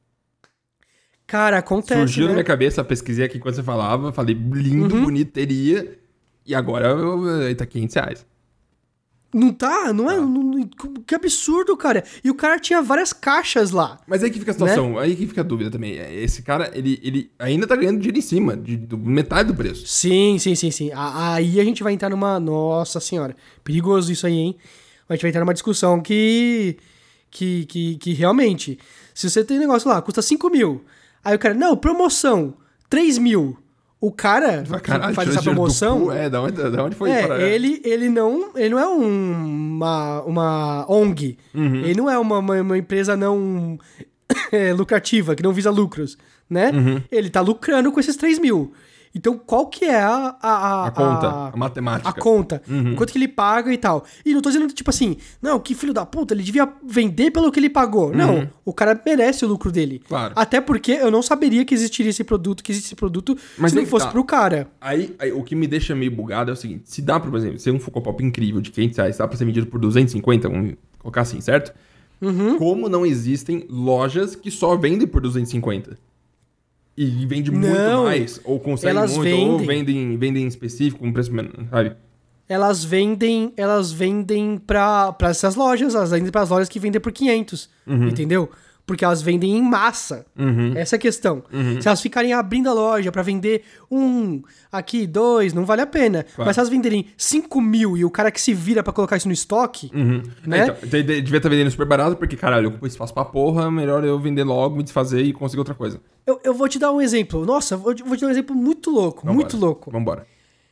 Speaker 2: Cara, acontece,
Speaker 1: surgiu
Speaker 2: né?
Speaker 1: na minha cabeça, pesquisei aqui enquanto você falava, falei lindo, uhum. bonito, teria... E agora ele tá quinhentos reais.
Speaker 2: Não tá? Não é? Ah. Não, que absurdo, cara. E o cara tinha várias caixas lá.
Speaker 1: Mas aí que fica a situação, né? Aí que fica a dúvida também. Esse cara, ele, ele ainda tá ganhando dinheiro em cima, de, de metade do preço.
Speaker 2: Sim, sim, sim, sim. Aí a gente vai entrar numa... Nossa senhora, perigoso isso aí, hein? A gente vai entrar numa discussão que... Que, que, que realmente... Se você tem um negócio lá, custa cinco mil. Aí o cara, não, promoção, três mil. O cara
Speaker 1: Caralho,
Speaker 2: que faz essa promoção...
Speaker 1: É, da onde, da onde foi
Speaker 2: é,
Speaker 1: para...
Speaker 2: ele, ele, não, ele não é um, uma, uma O N G. Uhum. Ele não é uma, uma, uma empresa não é, lucrativa, que não visa lucros, né? Uhum. Ele tá lucrando com esses três mil. Então, qual que é a... A, a,
Speaker 1: a conta,
Speaker 2: a,
Speaker 1: a matemática.
Speaker 2: A conta.
Speaker 1: Uhum.
Speaker 2: Quanto que ele paga e tal. E não tô dizendo, tipo assim, não, que filho da puta, ele devia vender pelo que ele pagou. Uhum. Não, o cara merece o lucro dele.
Speaker 1: Claro.
Speaker 2: Até porque eu não saberia que existiria esse produto, que existe esse produto,
Speaker 1: mas
Speaker 2: se não fosse
Speaker 1: tá.
Speaker 2: pro cara.
Speaker 1: Aí, aí, o que me deixa meio bugado é o seguinte, se dá pra, por exemplo, ser um Funko Pop incrível de quinhentos reais, dá pra ser vendido por duzentos e cinquenta, vamos colocar assim, certo?
Speaker 2: Uhum.
Speaker 1: Como não existem lojas que só vendem por duzentos e cinquenta? E vende muito
Speaker 2: não,
Speaker 1: mais, ou consegue muito,
Speaker 2: vendem.
Speaker 1: ou vendem, vendem em específico, com um preço menor, sabe?
Speaker 2: Elas vendem, elas vendem pra, pra essas lojas, elas vendem pras lojas que vendem por quinhentos, uhum. entendeu? Porque elas vendem em massa. Uhum. Essa é a questão. Uhum. Se elas ficarem abrindo a loja pra vender um, aqui, dois, não vale a pena. Claro. Mas se elas venderem cinco mil e o cara que se vira pra colocar isso no estoque,
Speaker 1: uhum.
Speaker 2: né?
Speaker 1: É, então, devia estar vendendo super barato, porque, caralho, eu ocupo espaço pra porra, melhor eu vender logo, me desfazer e conseguir outra coisa.
Speaker 2: Eu, eu vou te dar um exemplo. Nossa, vou te, vou te dar um exemplo muito louco,
Speaker 1: Vambora.
Speaker 2: muito louco.
Speaker 1: Vambora.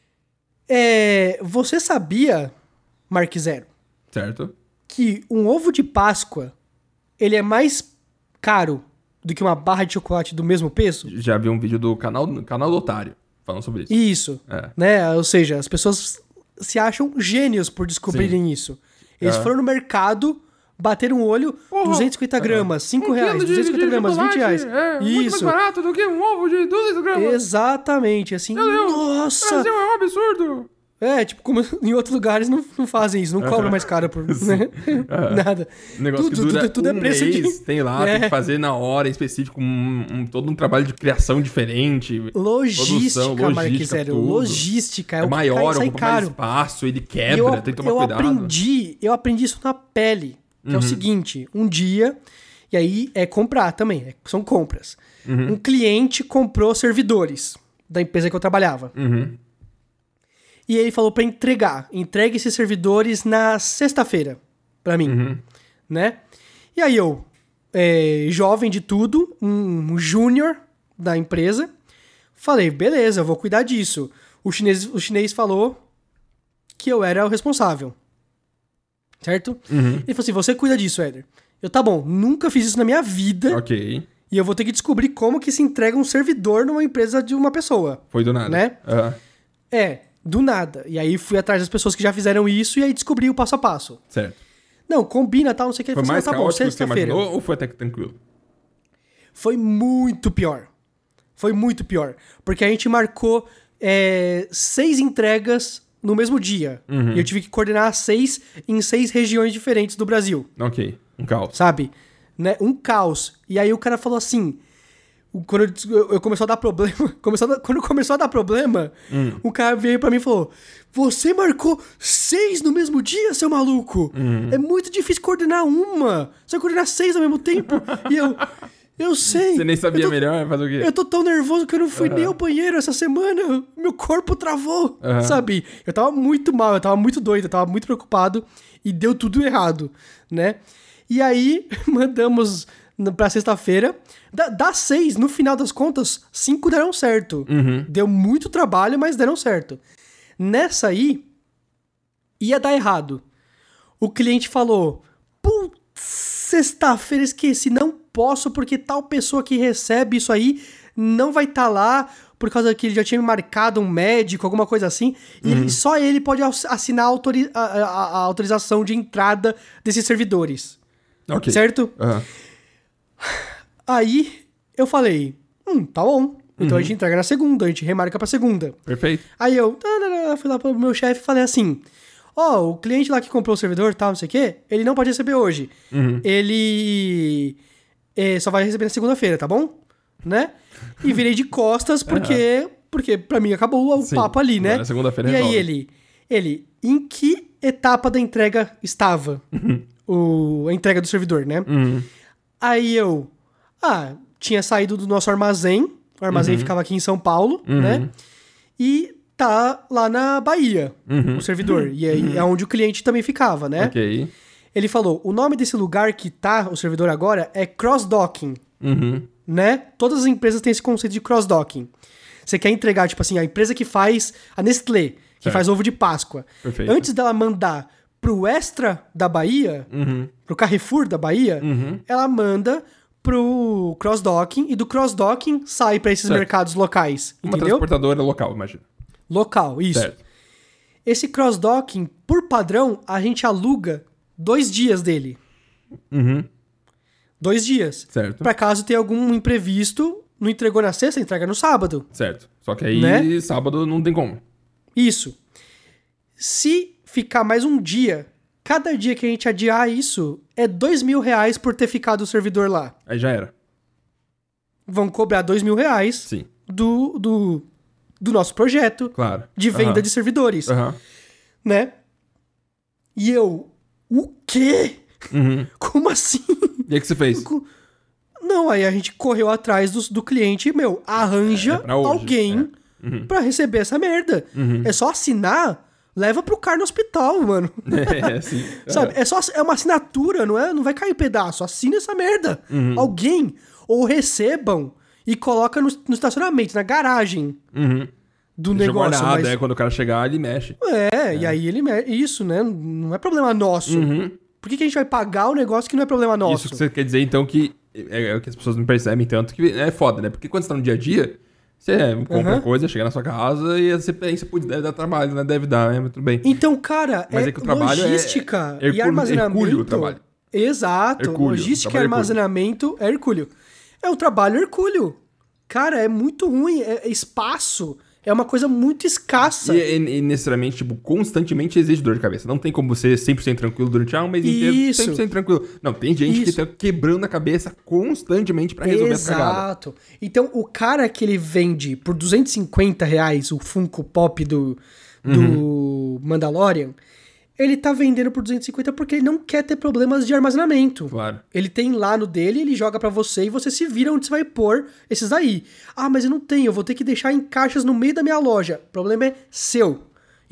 Speaker 2: É, você sabia, Mark Zero,
Speaker 1: certo,
Speaker 2: que um ovo de Páscoa, ele é mais caro do que uma barra de chocolate do mesmo peso?
Speaker 1: Já vi um vídeo do canal, canal do Otário falando sobre isso.
Speaker 2: Isso,
Speaker 1: é.
Speaker 2: né? Ou seja, as pessoas se acham gênios por descobrirem Sim. isso. Eles é. foram no mercado, bateram o olho, Porra. duzentos e cinquenta gramas, cinco
Speaker 1: um
Speaker 2: reais, duzentos e cinquenta gramas, vinte reais.
Speaker 1: É
Speaker 2: isso.
Speaker 1: muito mais barato do que um ovo de duzentos gramas.
Speaker 2: Exatamente, assim, Meu Deus, nossa!
Speaker 1: O Brasil é um absurdo!
Speaker 2: É, tipo, como em outros lugares não, não fazem isso, não cobram mais caro por né? nada.
Speaker 1: Negócio
Speaker 2: tudo,
Speaker 1: que dura
Speaker 2: tudo, tudo
Speaker 1: um
Speaker 2: é preço
Speaker 1: mês,
Speaker 2: de...
Speaker 1: tem lá,
Speaker 2: é.
Speaker 1: tem que fazer na hora, em específico, um, um, todo um trabalho de criação diferente.
Speaker 2: Logística,
Speaker 1: produção,
Speaker 2: logística Mark Zero, logística. É,
Speaker 1: é
Speaker 2: o
Speaker 1: maior,
Speaker 2: sai
Speaker 1: ocupa
Speaker 2: caro.
Speaker 1: mais espaço, ele quebra,
Speaker 2: eu,
Speaker 1: tem que tomar
Speaker 2: eu
Speaker 1: cuidado.
Speaker 2: Aprendi, eu aprendi isso na pele, que uhum. é o seguinte, um dia, e aí é comprar também, é, são compras. Uhum. Um cliente comprou servidores da empresa que eu trabalhava.
Speaker 1: Uhum.
Speaker 2: E ele falou pra entregar. Entregue esses servidores na sexta-feira. Pra mim.
Speaker 1: Uhum.
Speaker 2: Né? E aí eu, é, jovem de tudo, um, um júnior da empresa, falei, beleza, eu vou cuidar disso. O chinês, o chinês falou que eu era o responsável. Certo?
Speaker 1: Uhum.
Speaker 2: Ele falou assim, você cuida disso, Éder. Eu, tá bom, nunca fiz isso na minha vida.
Speaker 1: Ok.
Speaker 2: E eu vou ter que descobrir como que se entrega um servidor numa empresa de uma pessoa.
Speaker 1: Foi do nada.
Speaker 2: Né?
Speaker 1: Uhum.
Speaker 2: É, do nada. E aí fui atrás das pessoas que já fizeram isso e aí descobri o passo a passo.
Speaker 1: Certo.
Speaker 2: Não, combina, tal, não sei o que.
Speaker 1: Foi
Speaker 2: Falei,
Speaker 1: mais
Speaker 2: tá bom,
Speaker 1: caótico do que você
Speaker 2: sexta-feira.
Speaker 1: imaginou ou foi até que tranquilo?
Speaker 2: Foi muito pior. Foi muito pior. Porque a gente marcou é, seis entregas no mesmo dia.
Speaker 1: Uhum.
Speaker 2: E eu tive que coordenar seis em seis regiões diferentes do Brasil.
Speaker 1: Ok, um caos.
Speaker 2: Sabe? Né? Um caos. E aí o cara falou assim... Quando eu, eu começou a dar problema... Começou a dar, quando começou a dar problema, hum. o cara veio pra mim e falou... Você marcou seis no mesmo dia, seu maluco? Uhum. É muito difícil coordenar uma. Você vai coordenar seis ao mesmo tempo? E eu... Eu sei.
Speaker 1: Você nem sabia
Speaker 2: tô,
Speaker 1: melhor fazer o quê?
Speaker 2: Eu tô tão nervoso que eu não fui uhum. nem ao banheiro essa semana. Meu corpo travou, uhum. sabe? Eu tava muito mal, eu tava muito doido, eu tava muito preocupado. E deu tudo errado, né? E aí, mandamos pra sexta-feira. Da, das seis, no final das contas, cinco deram certo.
Speaker 1: Uhum.
Speaker 2: Deu muito trabalho, mas deram certo. Nessa aí, ia dar errado. O cliente falou, putz, sexta-feira esqueci, não posso porque tal pessoa que recebe isso aí não vai estar tá lá por causa que ele já tinha marcado um médico, alguma coisa assim. E uhum. ele, só ele pode assinar a, autori- a, a, a autorização de entrada desses servidores.
Speaker 1: Ok.
Speaker 2: Certo?
Speaker 1: Uhum.
Speaker 2: Aí eu falei, hum, tá bom. Então
Speaker 1: uhum.
Speaker 2: a gente entrega na segunda, a gente remarca pra segunda.
Speaker 1: Perfeito.
Speaker 2: Aí eu fui lá pro meu chefe e falei assim... Ó, oh, o cliente lá que comprou o servidor e tal, não sei o quê, ele não pode receber hoje.
Speaker 1: Uhum.
Speaker 2: Ele é, só vai receber na segunda-feira, tá bom? Né? E virei de costas porque, uhum. porque pra mim acabou o
Speaker 1: Sim.
Speaker 2: papo ali, né?
Speaker 1: Na segunda-feira
Speaker 2: E
Speaker 1: resolve.
Speaker 2: aí ele, ele, em que etapa da entrega estava
Speaker 1: uhum.
Speaker 2: o, a entrega do servidor, né?
Speaker 1: Uhum.
Speaker 2: Aí eu, ah, tinha saído do nosso armazém, o armazém uhum. ficava aqui em São Paulo,
Speaker 1: uhum.
Speaker 2: né? E... tá lá na Bahia,
Speaker 1: uhum.
Speaker 2: o servidor. E aí uhum. é onde o cliente também ficava, né?
Speaker 1: Ok.
Speaker 2: Ele falou, o nome desse lugar que tá o servidor agora é cross-docking,
Speaker 1: uhum.
Speaker 2: né? Todas as empresas têm esse conceito de cross-docking. Você quer entregar, tipo assim, a empresa que faz a Nestlé, que certo. faz ovo de Páscoa.
Speaker 1: Perfeito.
Speaker 2: Antes dela mandar pro Extra da Bahia,
Speaker 1: uhum.
Speaker 2: pro Carrefour da Bahia,
Speaker 1: uhum.
Speaker 2: ela manda pro cross-docking e do cross-docking sai pra esses certo. mercados locais.
Speaker 1: Uma
Speaker 2: entendeu?
Speaker 1: transportadora local, imagina.
Speaker 2: Local, isso.
Speaker 1: Certo.
Speaker 2: Esse cross-docking, por padrão, a gente aluga dois dias dele.
Speaker 1: Uhum.
Speaker 2: Dois dias.
Speaker 1: Certo.
Speaker 2: Pra caso tenha algum imprevisto, não entregou na sexta, entrega no sábado.
Speaker 1: Certo. Só que aí,
Speaker 2: né?
Speaker 1: sábado não tem como.
Speaker 2: Isso. Se ficar mais um dia, cada dia que a gente adiar isso, é dois mil reais por ter ficado o servidor lá.
Speaker 1: Aí já era.
Speaker 2: Vão cobrar dois mil reais
Speaker 1: Sim.
Speaker 2: do... do do nosso projeto
Speaker 1: claro.
Speaker 2: de venda
Speaker 1: uhum.
Speaker 2: de servidores,
Speaker 1: uhum.
Speaker 2: né? E eu, o quê?
Speaker 1: Uhum.
Speaker 2: Como assim?
Speaker 1: E aí o que você fez?
Speaker 2: Não, aí a gente correu atrás do, do cliente e, meu, arranja
Speaker 1: é, é hoje,
Speaker 2: alguém
Speaker 1: é. Uhum.
Speaker 2: pra receber essa merda.
Speaker 1: Uhum.
Speaker 2: É só assinar, leva pro cara no hospital, mano.
Speaker 1: É, sim.
Speaker 2: Sabe? É. é só é uma assinatura, não é? Não vai cair pedaço. Assina essa merda.
Speaker 1: Uhum.
Speaker 2: Alguém, ou recebam e coloca no, no estacionamento, na garagem
Speaker 1: uhum.
Speaker 2: do
Speaker 1: Deixa
Speaker 2: negócio.
Speaker 1: Guardado,
Speaker 2: mas...
Speaker 1: é, quando o cara chegar, ele mexe.
Speaker 2: É, é. e aí ele mexe. Isso, né? Não é problema nosso.
Speaker 1: Uhum.
Speaker 2: Por que, que a gente vai pagar o negócio que não é problema nosso?
Speaker 1: Isso que você quer dizer, então, que é, é o que as pessoas não percebem tanto, que é foda, né? Porque quando você tá no dia a dia, você compra
Speaker 2: uhum.
Speaker 1: coisa, chega na sua casa e você pensa, putz, deve dar trabalho, né? Deve dar, né? Mas tudo bem.
Speaker 2: Então, cara,
Speaker 1: Mas
Speaker 2: é,
Speaker 1: é que o trabalho
Speaker 2: logística
Speaker 1: é, é
Speaker 2: e armazenamento...
Speaker 1: Hercúleo o trabalho.
Speaker 2: Exato.
Speaker 1: Hercúleo,
Speaker 2: Logística e armazenamento é hercúleo. É um trabalho hercúleo. Cara, é muito ruim. É, é espaço. É uma coisa muito escassa.
Speaker 1: E, e, e necessariamente, tipo, constantemente exige dor de cabeça. Não tem como você ser cem por cento tranquilo durante ah, um mês inteiro,
Speaker 2: Isso.
Speaker 1: cem por cento tranquilo. Não, tem gente
Speaker 2: Isso.
Speaker 1: que tá quebrando a cabeça constantemente pra resolver essa cagada.
Speaker 2: Exato. Então, o cara que ele vende por duzentos e cinquenta reais o Funko Pop do, do uhum. Mandalorian, ele tá vendendo por duzentos e cinquenta porque ele não quer ter problemas de armazenamento.
Speaker 1: Claro.
Speaker 2: Ele tem lá no dele, ele joga pra você e você se vira onde você vai pôr esses aí. Ah, mas eu não tenho, eu vou ter que deixar em caixas no meio da minha loja. O problema é seu.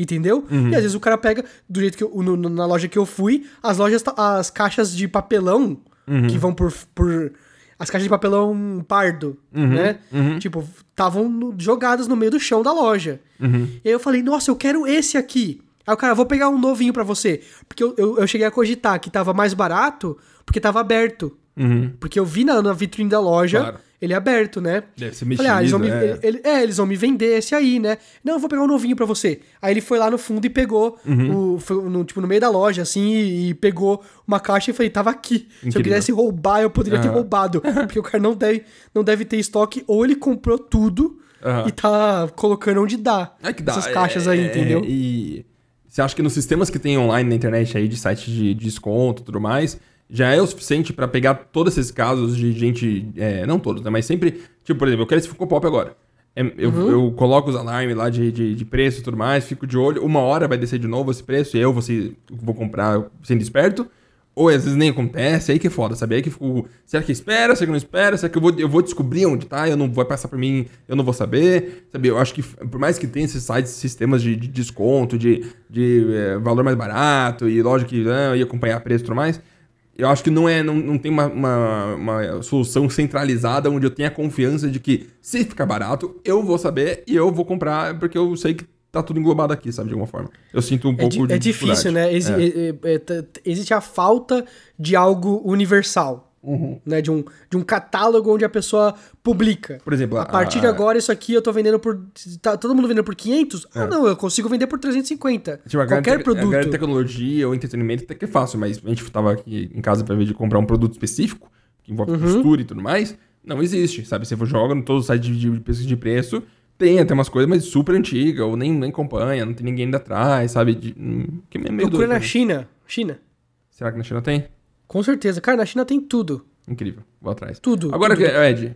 Speaker 2: Entendeu?
Speaker 1: Uhum.
Speaker 2: E às vezes o cara pega, do jeito que eu, no, na loja que eu fui, as lojas, as caixas de papelão
Speaker 1: Uhum.
Speaker 2: que vão por, por... As caixas de papelão pardo,
Speaker 1: Uhum.
Speaker 2: né?
Speaker 1: Uhum.
Speaker 2: Tipo, estavam jogadas no meio do chão da loja.
Speaker 1: Uhum.
Speaker 2: E aí eu falei, nossa, eu quero esse aqui. Aí o cara, vou pegar um novinho pra você. Porque eu, eu, eu cheguei a cogitar que tava mais barato porque tava aberto.
Speaker 1: Uhum.
Speaker 2: Porque eu vi na, na vitrine da loja,
Speaker 1: Claro.
Speaker 2: ele é aberto, né?
Speaker 1: Deve ser
Speaker 2: Falei, ah, eles vão, me,
Speaker 1: mexido, é.
Speaker 2: ele- é, eles vão me vender esse aí, né? Não, eu vou pegar um novinho pra você. Aí ele foi lá no fundo e pegou,
Speaker 1: Uhum.
Speaker 2: o, foi no, tipo, no meio da loja, assim, e, e pegou uma caixa e falei, tava aqui. Se eu
Speaker 1: Incrível.
Speaker 2: quisesse roubar, eu poderia ter
Speaker 1: Aham.
Speaker 2: roubado. Porque o cara não deve, não deve ter estoque, ou ele comprou tudo
Speaker 1: Aham.
Speaker 2: e tá colocando onde dá.
Speaker 1: É que dá.
Speaker 2: Essas caixas aí,
Speaker 1: é,
Speaker 2: entendeu?
Speaker 1: é, e você acha que nos sistemas que tem online na internet aí, de sites de desconto e tudo mais, já é o suficiente pra pegar todos esses casos de gente... é, não todos, né? Mas sempre... Tipo, por exemplo, eu quero esse Funko Pop agora. É, eu,
Speaker 2: Uhum.
Speaker 1: eu coloco os alarmes lá de, de, de preço e tudo mais, fico de olho. Uma hora vai descer de novo esse preço e eu vou, ser, vou comprar sendo esperto. Ou às vezes nem acontece, aí que é foda, sabe? Aí que fico... Será que espera? Será que não espera? Será que eu vou, eu vou descobrir onde tá? Eu não vou passar por mim, eu não vou saber, sabe? Eu acho que por mais que tenha esses sites, sistemas de, de desconto, de, de é, valor mais barato e lógico que né, ia acompanhar preço e tudo mais, eu acho que não, é, não, não tem uma, uma, uma solução centralizada onde eu tenha confiança de que se ficar barato, eu vou saber e eu vou comprar porque eu sei que tá tudo englobado aqui, sabe? De alguma forma. Eu sinto um
Speaker 2: É,
Speaker 1: pouco
Speaker 2: di-
Speaker 1: de
Speaker 2: é difícil,
Speaker 1: dificuldade.
Speaker 2: né? Exi-
Speaker 1: É.
Speaker 2: é- é- t- t- existe a falta de algo universal.
Speaker 1: Uhum.
Speaker 2: Né, de, um, de um catálogo onde a pessoa publica.
Speaker 1: Por exemplo,
Speaker 2: a partir de
Speaker 1: a-
Speaker 2: agora, isso aqui eu tô vendendo por... Tá todo mundo vendendo por quinhentos? Ah,
Speaker 1: É.
Speaker 2: não, eu consigo vender por trezentos e cinquenta.
Speaker 1: Tipo, a grande
Speaker 2: Qualquer
Speaker 1: tec-
Speaker 2: produto.
Speaker 1: A grande tecnologia ou entretenimento até que é fácil, mas a gente tava aqui em casa pra ver de comprar um produto específico, que envolve
Speaker 2: Uhum.
Speaker 1: costura e tudo mais, não existe, sabe? Você joga no todo site de, de pesquisa de preço, tem até umas coisas, mas super antigas, ou nem, nem acompanha, não tem ninguém indo atrás, sabe? De, hum, que é meio
Speaker 2: Procura
Speaker 1: doido,
Speaker 2: na
Speaker 1: né?
Speaker 2: China. China.
Speaker 1: Será que na China tem?
Speaker 2: Com certeza. Cara, na China tem tudo.
Speaker 1: Incrível, vou atrás.
Speaker 2: Tudo.
Speaker 1: Agora,
Speaker 2: tudo.
Speaker 1: que- Ed,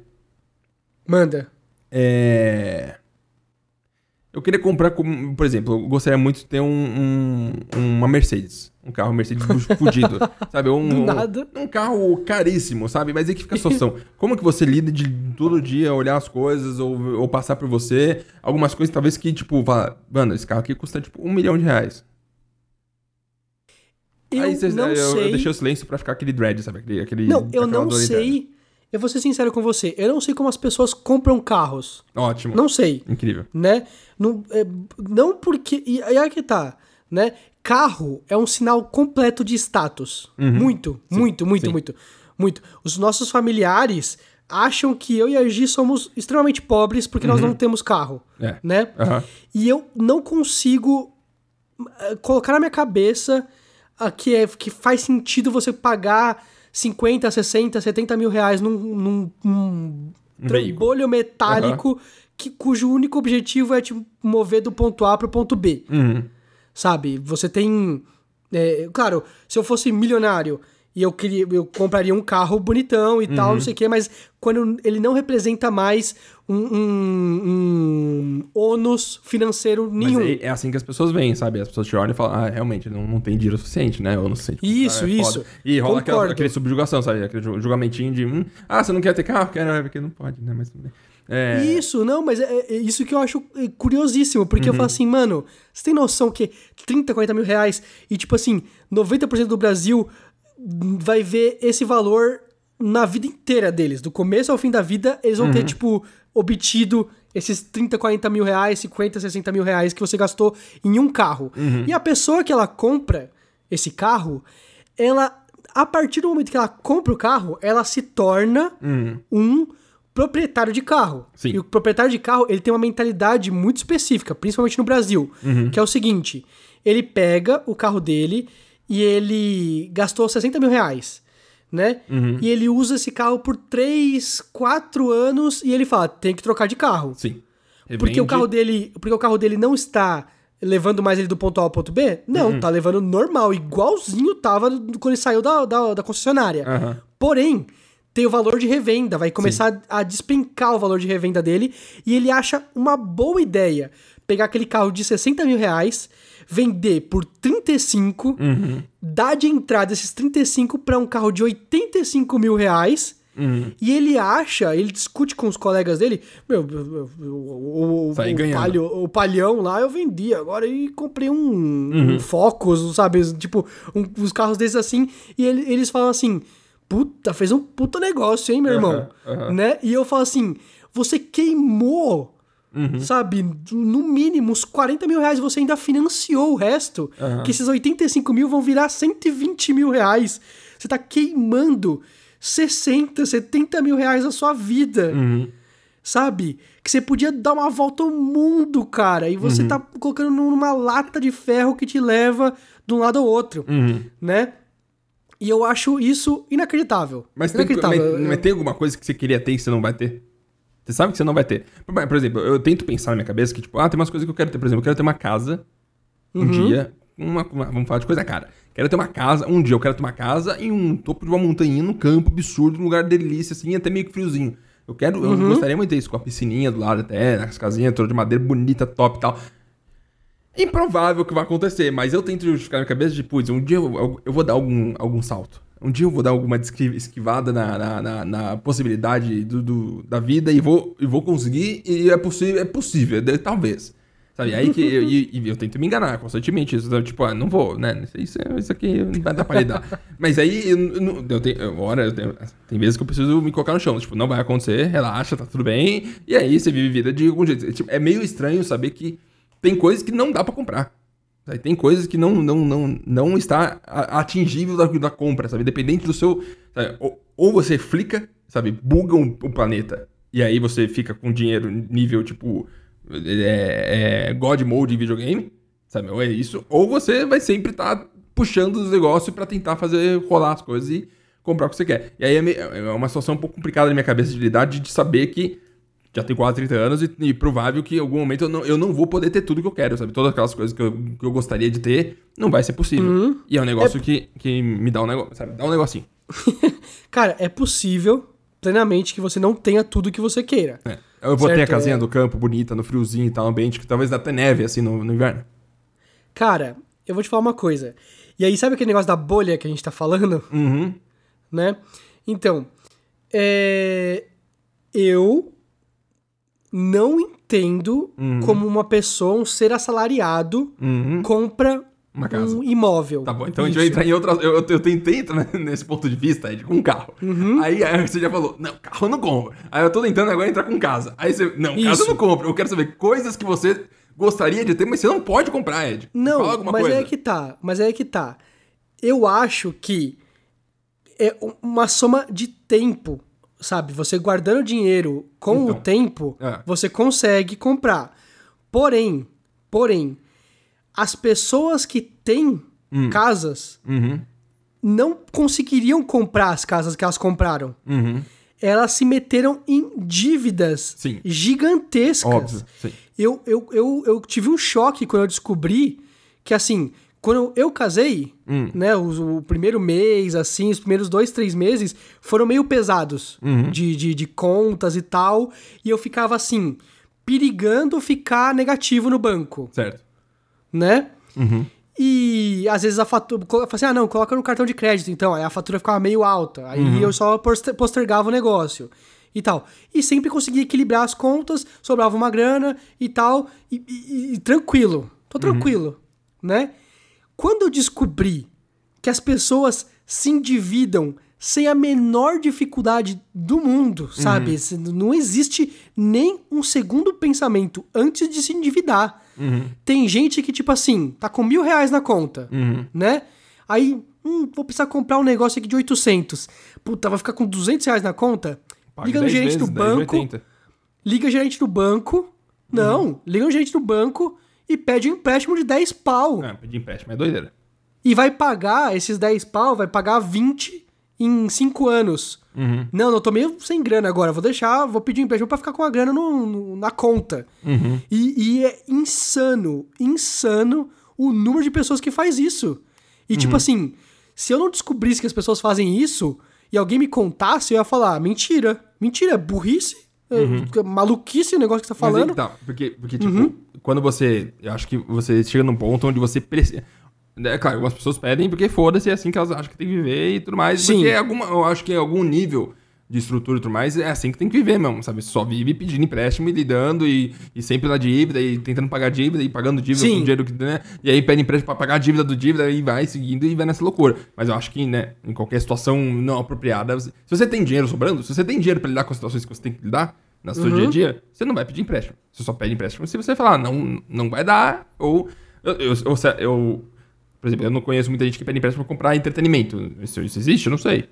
Speaker 2: Manda.
Speaker 1: é... Eu queria comprar, com- por exemplo, eu gostaria muito de ter um, um- uma Mercedes. Um carro Mercedes fu- fudido, sabe? Um,
Speaker 2: Do
Speaker 1: um-
Speaker 2: nada.
Speaker 1: Um carro caríssimo, sabe? Mas aí que fica a situação. Como que você lida de todo dia olhar as coisas ou, ou passar por você? Algumas coisas talvez que, tipo, fala, mano, esse carro aqui custa, tipo, um milhão de reais.
Speaker 2: Eu
Speaker 1: aí você-
Speaker 2: não
Speaker 1: eu,
Speaker 2: sei...
Speaker 1: eu deixei o silêncio pra ficar aquele dread, sabe? Aquele, aquele,
Speaker 2: Não, eu
Speaker 1: aquela
Speaker 2: não
Speaker 1: dor
Speaker 2: sei...
Speaker 1: interna.
Speaker 2: Eu vou ser sincero com você. Eu não sei como as pessoas compram carros.
Speaker 1: Ótimo.
Speaker 2: Não sei.
Speaker 1: Incrível.
Speaker 2: Né? Não, é, não porque... E aí é que tá, né? Carro é um sinal completo de status.
Speaker 1: Uhum.
Speaker 2: Muito,
Speaker 1: Sim,
Speaker 2: muito, muito,
Speaker 1: sim.
Speaker 2: muito, muito. Os nossos familiares acham que eu e a Gi somos extremamente pobres porque nós
Speaker 1: Uhum.
Speaker 2: não temos carro,
Speaker 1: É.
Speaker 2: né?
Speaker 1: Aham.
Speaker 2: E eu não consigo eh, colocar na minha cabeça ah, que, é, que faz sentido você pagar cinquenta, sessenta, setenta mil reais num, num, num
Speaker 1: Um
Speaker 2: trambolho
Speaker 1: veículo.
Speaker 2: metálico que, cujo único objetivo é te mover do ponto A pro ponto B.
Speaker 1: Uhum.
Speaker 2: Sabe? Você tem... é, claro, se eu fosse milionário e eu, queria, eu compraria um carro bonitão e tal, não sei o quê, mas quando ele não representa mais um, um, um ônus financeiro nenhum.
Speaker 1: Mas é, é assim que as pessoas veem, sabe? As pessoas te olham e falam, ah, realmente, não, não tem dinheiro suficiente, né? Eu não sei. Tipo,
Speaker 2: Isso,
Speaker 1: cara, é
Speaker 2: isso.
Speaker 1: foda. E rola aquela,
Speaker 2: Concordo.
Speaker 1: aquele subjugação, sabe? Aquele ju- julgamentinho de, hum, ah, você não quer ter carro? Quero, é porque não pode, né? Mas tudo bem. É,
Speaker 2: Isso, não, mas é, é isso que eu acho é, curiosíssimo, porque eu
Speaker 1: Uhum.
Speaker 2: falo assim, mano, você tem noção que trinta, quarenta mil reais e, tipo assim, noventa por cento do Brasil vai ver esse valor na vida inteira deles. Do começo ao fim da vida, eles vão ter,
Speaker 1: Uhum.
Speaker 2: tipo, obtido esses trinta, quarenta mil reais, cinquenta, sessenta mil reais que você gastou em um carro.
Speaker 1: Uhum.
Speaker 2: E a pessoa que ela compra esse carro, ela, a partir do momento que ela compra o carro, ela se torna
Speaker 1: Uhum.
Speaker 2: um proprietário de carro.
Speaker 1: Sim.
Speaker 2: E o proprietário de carro, ele tem uma mentalidade muito específica, principalmente no Brasil,
Speaker 1: Uhum.
Speaker 2: que é o seguinte, ele pega o carro dele e ele gastou sessenta mil reais, né?
Speaker 1: Uhum.
Speaker 2: E ele usa esse carro por três, quatro anos e ele fala, tem que trocar de carro.
Speaker 1: Sim.
Speaker 2: Porque
Speaker 1: Revende.
Speaker 2: o carro dele, porque o carro dele não está levando mais ele do ponto A ao ponto B? Não,
Speaker 1: Uhum.
Speaker 2: tá levando normal, igualzinho tava quando ele saiu da, da, da concessionária.
Speaker 1: Aham.
Speaker 2: Porém, tem o valor de revenda, vai começar a, a despencar o valor de revenda dele e ele acha uma boa ideia pegar aquele carro de sessenta mil reais, vender por trinta e cinco,
Speaker 1: Uhum.
Speaker 2: dar de entrada esses trinta e cinco para um carro de oitenta e cinco mil reais Uhum. E ele acha, ele discute com os colegas dele, meu, o, o, o, palho, o palhão lá eu vendi, agora e comprei um, uhum. um Focus, sabe? Tipo, um, uns carros desses assim, e ele, eles falam assim, puta, fez um puta negócio, hein, meu irmão? Uhum. Uhum. Né? E eu falo assim, você queimou... Uhum. Sabe, no mínimo uns quarenta mil reais, você ainda financiou o resto, uhum. que esses oitenta e cinco mil vão virar cento e vinte mil reais. Você tá queimando sessenta, setenta mil reais da sua vida, uhum. sabe? Que você podia dar uma volta ao mundo, cara, e você uhum. tá colocando numa lata de ferro que te leva de um lado ao outro, uhum. né? E eu acho isso inacreditável.
Speaker 1: Mas,
Speaker 2: inacreditável.
Speaker 1: Tem, mas, mas tem alguma coisa que você queria ter e você não vai ter? Você sabe que você não vai ter. Por exemplo, eu tento pensar na minha cabeça que, tipo, ah, tem umas coisas que eu quero ter. Por exemplo, eu quero ter uma casa um uhum. dia. Uma, uma, vamos falar de coisa cara. Quero ter uma casa, um dia eu quero ter uma casa em um topo de uma montanha, num campo absurdo, num lugar delícia, assim, até meio que friozinho. Eu quero, uhum. eu gostaria muito de ter isso, com a piscininha do lado até, as casinhas todas de madeira bonita, top e tal. É improvável que vai acontecer, mas eu tento justificar na minha cabeça de, putz, um dia eu, eu, eu vou dar algum, algum salto. Um dia eu vou dar alguma esquivada na, na, na, na possibilidade do, do, da vida e vou, e vou conseguir, e é possível, é possível, talvez. Sabe? Aí que eu, e, e eu tento me enganar constantemente. Isso, tipo, ah, não vou, né? Isso, isso aqui não vai dar pra lidar. Mas aí, eu, eu, eu tenho, hora, eu tenho, tem vezes que eu preciso me colocar no chão. Tipo, não vai acontecer, relaxa, tá tudo bem. E aí você vive vida de algum jeito. Tipo, é meio estranho saber que tem coisas que não dá pra comprar. Sabe? Tem coisas que não, não, não, não está atingível da, da compra, sabe? Dependente do seu... Sabe? Ou, ou você flica, sabe? Buga um, um planeta. E aí você fica com dinheiro nível, tipo... É, é, God Mode em videogame, sabe? Ou é isso. Ou você vai sempre estar tá puxando os negócios pra tentar fazer rolar as coisas e comprar o que você quer. E aí é, meio, é uma situação um pouco complicada na minha cabeça de lidar, de, de saber que já tenho quase trinta anos e, e provável que em algum momento eu não, eu não vou poder ter tudo que eu quero, sabe? Todas aquelas coisas que eu, que eu gostaria de ter, não vai ser possível. Uhum. E é um negócio é... que, que me dá um negócio, sabe? Dá um negocinho.
Speaker 2: Cara, é possível plenamente que você não tenha tudo que você queira.
Speaker 1: É. Eu vou certo, ter a casinha é... do campo bonita, no friozinho e tal, ambiente que talvez dá até neve, assim, no, no inverno.
Speaker 2: Cara, eu vou te falar uma coisa. E aí, sabe aquele negócio da bolha que a gente tá falando?
Speaker 1: Uhum.
Speaker 2: Né? Então, é... eu... não entendo uhum. como uma pessoa, um ser assalariado, uhum. compra
Speaker 1: uma casa.
Speaker 2: Um imóvel.
Speaker 1: Tá bom, então Isso. a gente vai entrar em outras... Eu, eu, eu tentei entrar nesse ponto de vista, Ed, com um carro. Uhum. Aí, aí você já falou, não, carro eu não compro. Aí eu tô tentando agora entrar com casa. Aí você, não, Isso. casa eu não compro. Eu quero saber coisas que você gostaria de ter, mas você não pode comprar, Ed.
Speaker 2: Não,
Speaker 1: Fala alguma
Speaker 2: mas
Speaker 1: coisa.
Speaker 2: é que tá. Mas é que tá. Eu acho que é uma soma de tempo. Sabe, você guardando dinheiro com então, o tempo, é. você consegue comprar. Porém, porém, as pessoas que têm hum. casas uhum. não conseguiriam comprar as casas que elas compraram. Uhum. Elas se meteram em dívidas sim. gigantescas.
Speaker 1: Óbvio, sim.
Speaker 2: Eu, eu, eu, eu tive um choque quando eu descobri que, assim... Quando eu casei, hum. né, o, o primeiro mês, assim, os primeiros dois, três meses foram meio pesados uhum. de, de, de contas e tal, e eu ficava assim, perigando ficar negativo no banco.
Speaker 1: Certo.
Speaker 2: Né?
Speaker 1: Uhum.
Speaker 2: E às vezes a fatura, eu falei assim, ah não, coloca no cartão de crédito, então, aí a fatura ficava meio alta, aí uhum. eu só postergava o negócio e tal. E sempre conseguia equilibrar as contas, sobrava uma grana e tal, e, e, e tranquilo, tô tranquilo, uhum. né? Quando eu descobri que as pessoas se endividam sem a menor dificuldade do mundo, sabe? Uhum. Não existe nem um segundo pensamento antes de se endividar. Uhum. Tem gente que, tipo assim, tá com mil reais na conta, uhum. né? Aí, hum, vou precisar comprar um negócio aqui de oitocentos. Puta, vai ficar com duzentos reais na conta? Paga liga no gerente vezes, do banco. Liga o gerente do banco. Não, uhum. liga no gerente do banco... E pede um empréstimo de dez pau.
Speaker 1: Ah, pedir empréstimo é doideira.
Speaker 2: E vai pagar esses dez pau, vai pagar vinte em cinco anos. Uhum. Não, não, tô meio sem grana agora. Vou deixar, vou pedir um empréstimo pra ficar com a grana no, no, na conta. Uhum. E, e é insano, insano o número de pessoas que faz isso. E uhum. tipo assim, se eu não descobrisse que as pessoas fazem isso e alguém me contasse, eu ia falar, mentira. Mentira, burrice. Uhum. Maluquice o negócio que você tá falando.
Speaker 1: Mas, tá, porque, porque tipo, uhum. quando você... Eu acho que você chega num ponto onde você precisa... É claro, algumas pessoas pedem porque foda-se, é assim que elas acham que tem que viver e tudo mais. Sim. Porque alguma, eu acho que em algum nível de estrutura e tudo mais, é assim que tem que viver mesmo, sabe? Você só vive pedindo empréstimo e lidando e, e sempre na dívida e tentando pagar dívida e pagando dívida
Speaker 2: Sim.
Speaker 1: com dinheiro que, né? E aí pede empréstimo pra pagar a dívida do dívida e vai seguindo e vai nessa loucura. Mas eu acho que, né, em qualquer situação não apropriada, se você tem dinheiro sobrando, se você tem dinheiro pra lidar com as situações que você tem que lidar no seu uhum. dia a dia, você não vai pedir empréstimo. Você só pede empréstimo se você falar, não, não vai dar, ou eu, eu, eu, eu por exemplo, eu não conheço muita gente que pede empréstimo pra comprar entretenimento. Isso, isso existe? Eu não sei.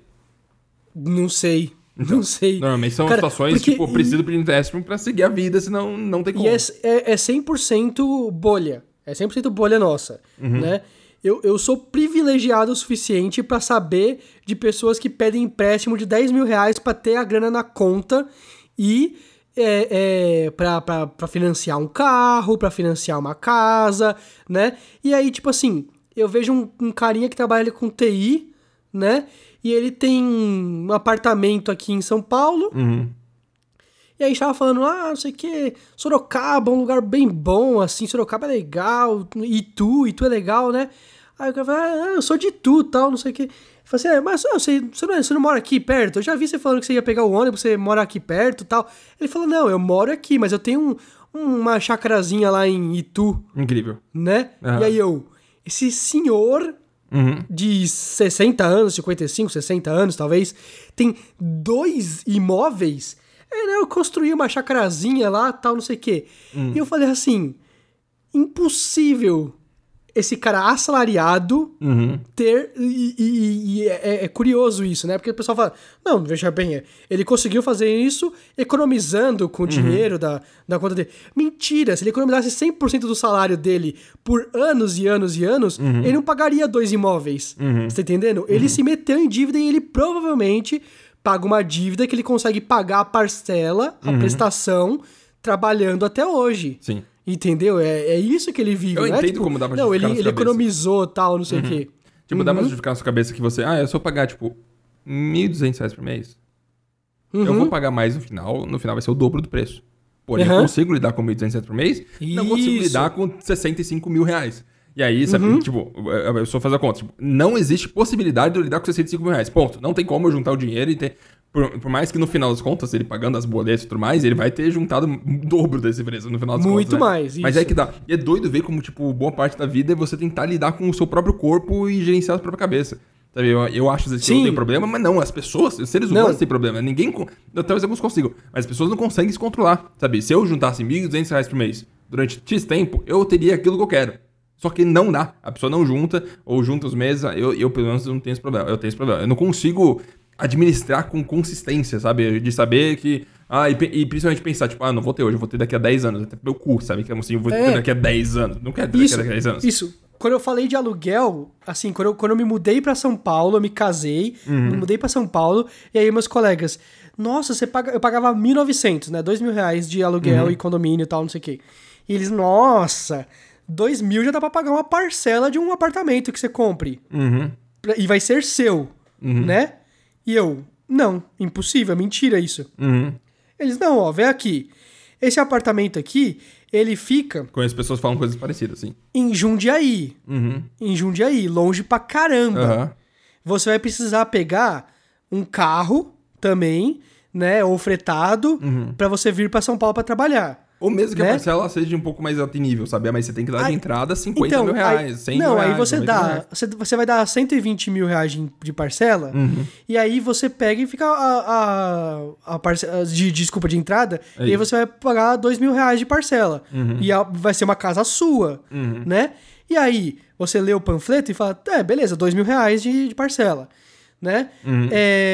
Speaker 2: Não sei. Então, não sei.
Speaker 1: Normalmente são Cara, situações, porque, tipo, preciso pedir empréstimo pra seguir a vida, senão não tem como.
Speaker 2: E é, é, é cem por cento bolha. É cem por cento bolha nossa, uhum. né? Eu, eu sou privilegiado o suficiente pra saber de pessoas que pedem empréstimo de dez mil reais pra ter a grana na conta e é, é, pra, pra, pra financiar um carro, pra financiar uma casa, né? E aí, tipo assim, eu vejo um, um carinha que trabalha com T I, né? E ele tem um apartamento aqui em São Paulo.
Speaker 1: Uhum.
Speaker 2: E aí a gente tava falando, ah, não sei o que, Sorocaba, um lugar bem bom, assim, Sorocaba é legal, Itu, Itu é legal, né? Aí o cara falou, ah, eu sou de Itu e tal, não sei o que. Eu falei assim, é, mas você, você, não, você não mora aqui perto? Eu já vi você falando que você ia pegar o ônibus, você mora aqui perto e tal. Ele falou, não, eu moro aqui, mas eu tenho um, uma chacrazinha lá em Itu.
Speaker 1: Incrível.
Speaker 2: Né?
Speaker 1: Uhum.
Speaker 2: E aí eu, esse senhor...
Speaker 1: Uhum.
Speaker 2: de sessenta anos, cinquenta e cinco, sessenta anos, talvez, tem dois imóveis. É, né, eu construí uma chacrazinha lá, tal, não sei o quê. Uhum. E eu falei assim, impossível esse cara assalariado
Speaker 1: uhum.
Speaker 2: ter... E, e, e é, é curioso isso, né? Porque o pessoal fala, não, veja bem, ele conseguiu fazer isso economizando com o dinheiro uhum. da, da conta dele. Mentira, se ele economizasse cem por cento do salário dele por anos e anos e anos, uhum. ele não pagaria dois imóveis. Uhum. Você tá entendendo? Uhum. Ele se meteu em dívida e ele provavelmente paga uma dívida que ele consegue pagar a parcela, a uhum. prestação, trabalhando até hoje.
Speaker 1: Sim.
Speaker 2: Entendeu? É, é isso que ele vive.
Speaker 1: Eu
Speaker 2: não
Speaker 1: entendo
Speaker 2: é, tipo,
Speaker 1: como dá pra
Speaker 2: não,
Speaker 1: justificar
Speaker 2: ele, ele economizou tal, não sei o
Speaker 1: uhum.
Speaker 2: quê.
Speaker 1: Tipo,
Speaker 2: uhum.
Speaker 1: dá pra justificar na sua cabeça que você... Ah, eu só pagar, tipo, mil e duzentos reais por mês. Uhum. Eu vou pagar mais no final. No final vai ser o dobro do preço. Porém, uhum. eu consigo lidar com mil e duzentos reais por mês. Isso. Não consigo lidar com sessenta e cinco mil reais. E aí, sabe, uhum. tipo, eu só fazer a conta. Tipo, não existe possibilidade de eu lidar com sessenta e cinco mil reais. Ponto. Não tem como eu juntar o dinheiro e ter... Por, por mais que no final das contas, ele pagando as boletas e tudo mais, ele vai ter juntado o dobro desse preço no final das
Speaker 2: Muito
Speaker 1: contas. Muito
Speaker 2: mais,
Speaker 1: né? Mas é que dá. E é doido ver como, tipo, boa parte da vida é você tentar lidar com o seu próprio corpo e gerenciar a sua própria cabeça. Sabe? Eu, eu acho que eu não tenho problema, mas não, as pessoas, os seres humanos têm problema. Ninguém... Talvez alguns consigam, mas as pessoas não conseguem se controlar, sabe? Se eu juntasse mil e duzentos reais por mês durante X tempo, eu teria aquilo que eu quero. Só que não dá. A pessoa não junta, ou junta os meses, eu, eu pelo menos não tenho esse problema. Eu tenho esse problema. Eu não consigo administrar com consistência, sabe? De saber que... Ah, e, e principalmente pensar, tipo, ah, não vou ter hoje, eu vou ter daqui a dez anos. Até meu cu, sabe? Que assim, eu vou ter é. daqui a dez anos. Não quero ter
Speaker 2: isso,
Speaker 1: daqui a dez anos.
Speaker 2: Isso. Quando eu falei de aluguel, assim, quando eu, quando eu me mudei pra São Paulo, eu me casei, uhum. me mudei pra São Paulo, e aí meus colegas, nossa, você paga... eu pagava mil e novecentos, né? dois mil reais de aluguel uhum. e condomínio e tal, não sei o quê. E eles, nossa... dois mil já dá pra pagar uma parcela de um apartamento que você compre.
Speaker 1: Uhum.
Speaker 2: E vai ser seu,
Speaker 1: uhum.
Speaker 2: né? E eu, não, impossível, mentira isso.
Speaker 1: Uhum.
Speaker 2: Eles, não, ó, vem aqui. Esse apartamento aqui, ele fica...
Speaker 1: Conheço pessoas que falam coisas parecidas, sim.
Speaker 2: Em Jundiaí.
Speaker 1: Uhum.
Speaker 2: Em Jundiaí, longe pra caramba.
Speaker 1: Uhum.
Speaker 2: Você vai precisar pegar um carro também, né, ou fretado,
Speaker 1: uhum.
Speaker 2: pra você vir pra São Paulo pra trabalhar.
Speaker 1: Ou mesmo que
Speaker 2: né?
Speaker 1: a parcela seja um pouco mais alto nível, sabe? Mas você tem que dar aí, de entrada cinquenta
Speaker 2: então,
Speaker 1: mil reais,
Speaker 2: aí,
Speaker 1: cem
Speaker 2: não,
Speaker 1: mil reais.
Speaker 2: Não, aí você dá, você, você vai dar cento e vinte mil reais de, de parcela,
Speaker 1: uhum.
Speaker 2: e aí você pega e fica a, a, a parcela, de, desculpa, de entrada, é e aí você vai pagar dois mil reais de parcela.
Speaker 1: Uhum.
Speaker 2: E a, vai ser uma casa sua,
Speaker 1: uhum.
Speaker 2: né? E aí você lê o panfleto e fala, é, beleza, dois mil reais de, de parcela, né?
Speaker 1: Uhum.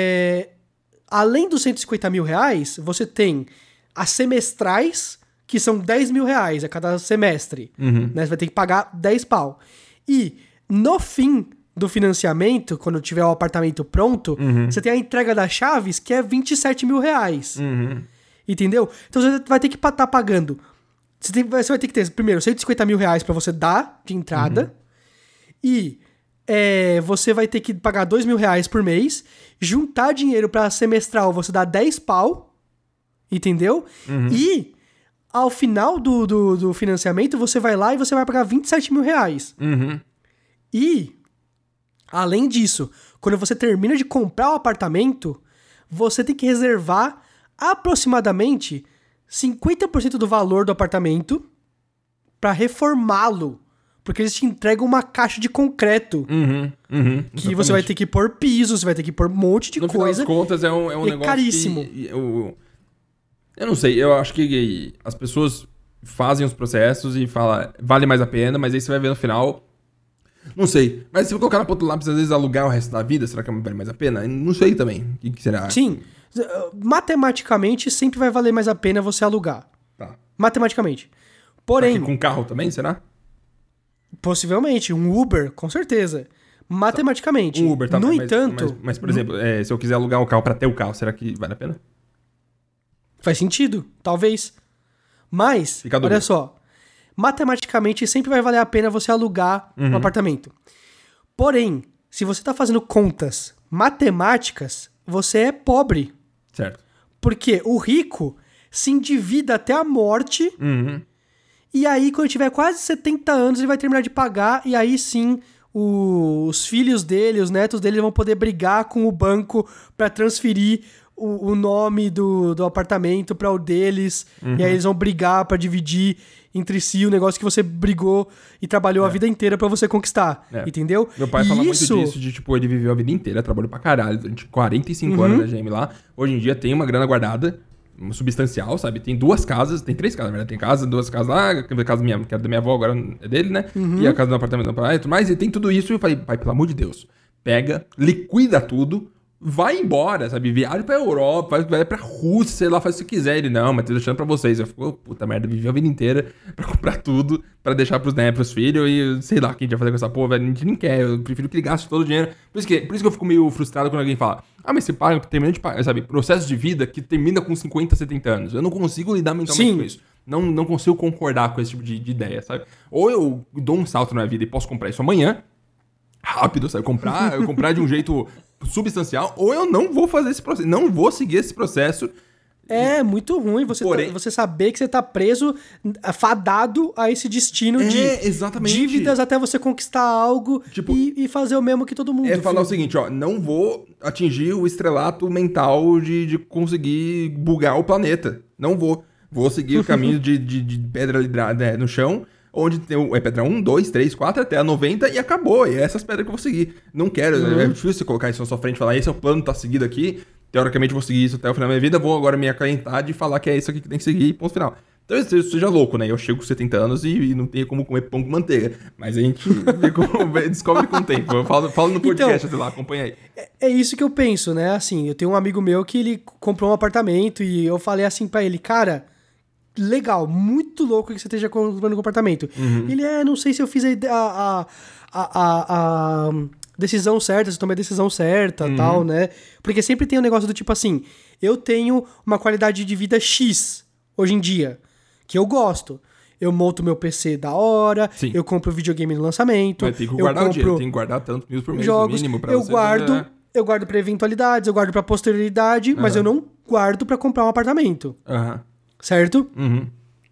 Speaker 2: É, além dos cento e cinquenta mil reais, você tem as semestrais, que são dez mil reais a cada semestre.
Speaker 1: Uhum.
Speaker 2: Né? Você vai ter que pagar dez pau. E no fim do financiamento, quando tiver o apartamento pronto,
Speaker 1: uhum.
Speaker 2: você tem a entrega das chaves, que é vinte e sete mil reais.
Speaker 1: Uhum.
Speaker 2: Entendeu? Então você vai ter que estar tá pagando. Você, tem, você vai ter que ter, primeiro, cento e cinquenta mil reais pra você dar de entrada. Uhum. E é, você vai ter que pagar dois mil reais por mês. Juntar dinheiro pra semestral, você dá dez pau. Entendeu?
Speaker 1: Uhum.
Speaker 2: E... ao final do, do, do financiamento, você vai lá e você vai pagar vinte e sete mil reais.
Speaker 1: Uhum.
Speaker 2: E, além disso, quando você termina de comprar o apartamento, você tem que reservar aproximadamente cinquenta por cento do valor do apartamento pra reformá-lo. Porque eles te entregam uma caixa de concreto.
Speaker 1: Uhum, uhum,
Speaker 2: que
Speaker 1: exatamente.
Speaker 2: você vai ter que pôr piso, você vai ter que pôr um monte de
Speaker 1: no
Speaker 2: coisa.
Speaker 1: No final das contas, é um, é um
Speaker 2: é
Speaker 1: negócio
Speaker 2: caríssimo.
Speaker 1: que... Eu, eu não sei, eu acho que as pessoas fazem os processos e falam, vale mais a pena, mas aí você vai ver no final... Não sei. Mas se eu colocar na ponta do lápis, às vezes alugar o resto da vida, será que vale mais a pena? Não sei também. O que, que será?
Speaker 2: Sim. Matematicamente, sempre vai valer mais a pena você alugar.
Speaker 1: Tá.
Speaker 2: Matematicamente. Porém...
Speaker 1: Será que com carro também, será?
Speaker 2: Possivelmente. Um Uber, com certeza. Matematicamente.
Speaker 1: Um Uber, tá.
Speaker 2: No
Speaker 1: mas,
Speaker 2: entanto...
Speaker 1: Mas, mas por exemplo, é, se eu quiser alugar um carro pra ter o carro, será que vale a pena?
Speaker 2: Faz sentido. Talvez. Mas,
Speaker 1: Fica a
Speaker 2: olha
Speaker 1: dúvida.
Speaker 2: só. Matematicamente, sempre vai valer a pena você alugar
Speaker 1: Uhum.
Speaker 2: um apartamento. Porém, se você tá fazendo contas matemáticas, você é pobre.
Speaker 1: Certo.
Speaker 2: Porque o rico se endivida até a morte...
Speaker 1: Uhum.
Speaker 2: E aí, quando tiver quase setenta anos, ele vai terminar de pagar. E aí sim, o, os filhos dele, os netos dele vão poder brigar com o banco pra transferir o, o nome do, do apartamento pra o deles.
Speaker 1: Uhum.
Speaker 2: E aí eles vão brigar pra dividir entre si o negócio que você brigou e trabalhou
Speaker 1: É.
Speaker 2: a vida inteira pra você conquistar.
Speaker 1: É.
Speaker 2: Entendeu?
Speaker 1: Meu pai
Speaker 2: e
Speaker 1: fala
Speaker 2: isso...
Speaker 1: muito disso, de tipo, ele viveu a vida inteira, trabalhou pra caralho, durante quarenta e cinco
Speaker 2: Uhum.
Speaker 1: anos na G M lá. Hoje em dia tem uma grana guardada, uma substancial, sabe? Tem duas casas, tem três casas, na verdade. Tem casa, duas casas lá, a casa minha, que era da minha avó, agora é dele, né?
Speaker 2: Uhum.
Speaker 1: E a casa do apartamento pra lá e tudo mais. E tem tudo isso. E eu falei, pai, pelo amor de Deus, pega, liquida tudo, vai embora, sabe? Viaja pra Europa, vai, vai pra Rússia, sei lá, faz o que você quiser. Ele, não, mas tô deixando pra vocês. Eu fico, puta merda, vivi a vida inteira pra comprar tudo, pra deixar pros netos, pros filhos, e sei lá o que a gente vai fazer com essa porra, velho. A gente nem quer, eu prefiro que ele gaste todo o dinheiro. Por isso que, por isso que eu fico meio frustrado quando alguém fala, ah, mas você paga, termina de pagar, sabe? Processo de vida que termina com cinquenta, setenta anos. Eu não consigo lidar mentalmente
Speaker 2: Sim.
Speaker 1: com isso. Não, não consigo concordar com esse tipo de, de ideia, sabe? Ou eu dou um salto na vida e posso comprar isso amanhã, rápido, sabe? Comprar, eu comprar de um jeito substancial, ou eu não vou fazer esse processo, não vou seguir esse processo.
Speaker 2: É muito ruim você,
Speaker 1: Porém-
Speaker 2: tá- você saber que você tá preso, fadado a esse destino
Speaker 1: É,
Speaker 2: de
Speaker 1: exatamente.
Speaker 2: dívidas até você conquistar algo
Speaker 1: Tipo,
Speaker 2: e, e fazer o mesmo que todo mundo.
Speaker 1: É falar o
Speaker 2: filho.
Speaker 1: seguinte, ó, não vou atingir o estrelato mental de, de conseguir bugar o planeta. Não vou. Vou seguir o caminho de, de, de pedra lidrada né, no chão, onde tem o, é pedra um, dois, três, quatro, até a noventa e acabou. E é essas pedras que eu vou seguir. Não quero,
Speaker 2: Uhum.
Speaker 1: é difícil você colocar isso na sua frente e falar, esse é o plano, tá seguido aqui. Teoricamente eu vou seguir isso até o final da minha vida, vou agora me acalentar de falar que é isso aqui que tem que seguir, ponto final. Então isso seja louco, né? Eu chego com setenta anos e, e não tenho como comer pão com manteiga. Mas a gente descobre com o tempo. Eu falo, falo no podcast, sei lá, acompanha aí.
Speaker 2: É isso que eu penso, né? Assim, eu tenho um amigo meu que ele comprou um apartamento e eu falei assim pra ele, cara, legal, muito louco que você esteja comprando um apartamento.
Speaker 1: Uhum.
Speaker 2: Ele, é, não sei se eu fiz a, ide- a, a, a, a decisão certa, se eu tomei a decisão certa e
Speaker 1: Uhum.
Speaker 2: tal, né? Porque sempre tem um negócio do tipo assim, eu tenho uma qualidade de vida X hoje em dia, que eu gosto. Eu monto meu P C da hora,
Speaker 1: Sim.
Speaker 2: eu compro videogame no lançamento,
Speaker 1: Mas tem que
Speaker 2: eu
Speaker 1: guardar o
Speaker 2: compro
Speaker 1: dinheiro, tem que guardar tanto mil por mês no
Speaker 2: jogos,
Speaker 1: mínimo pra
Speaker 2: eu
Speaker 1: você...
Speaker 2: guardo,
Speaker 1: É.
Speaker 2: eu guardo pra eventualidades, eu guardo pra posterioridade, mas eu não guardo pra comprar um apartamento,
Speaker 1: Aham.
Speaker 2: certo?
Speaker 1: Uhum.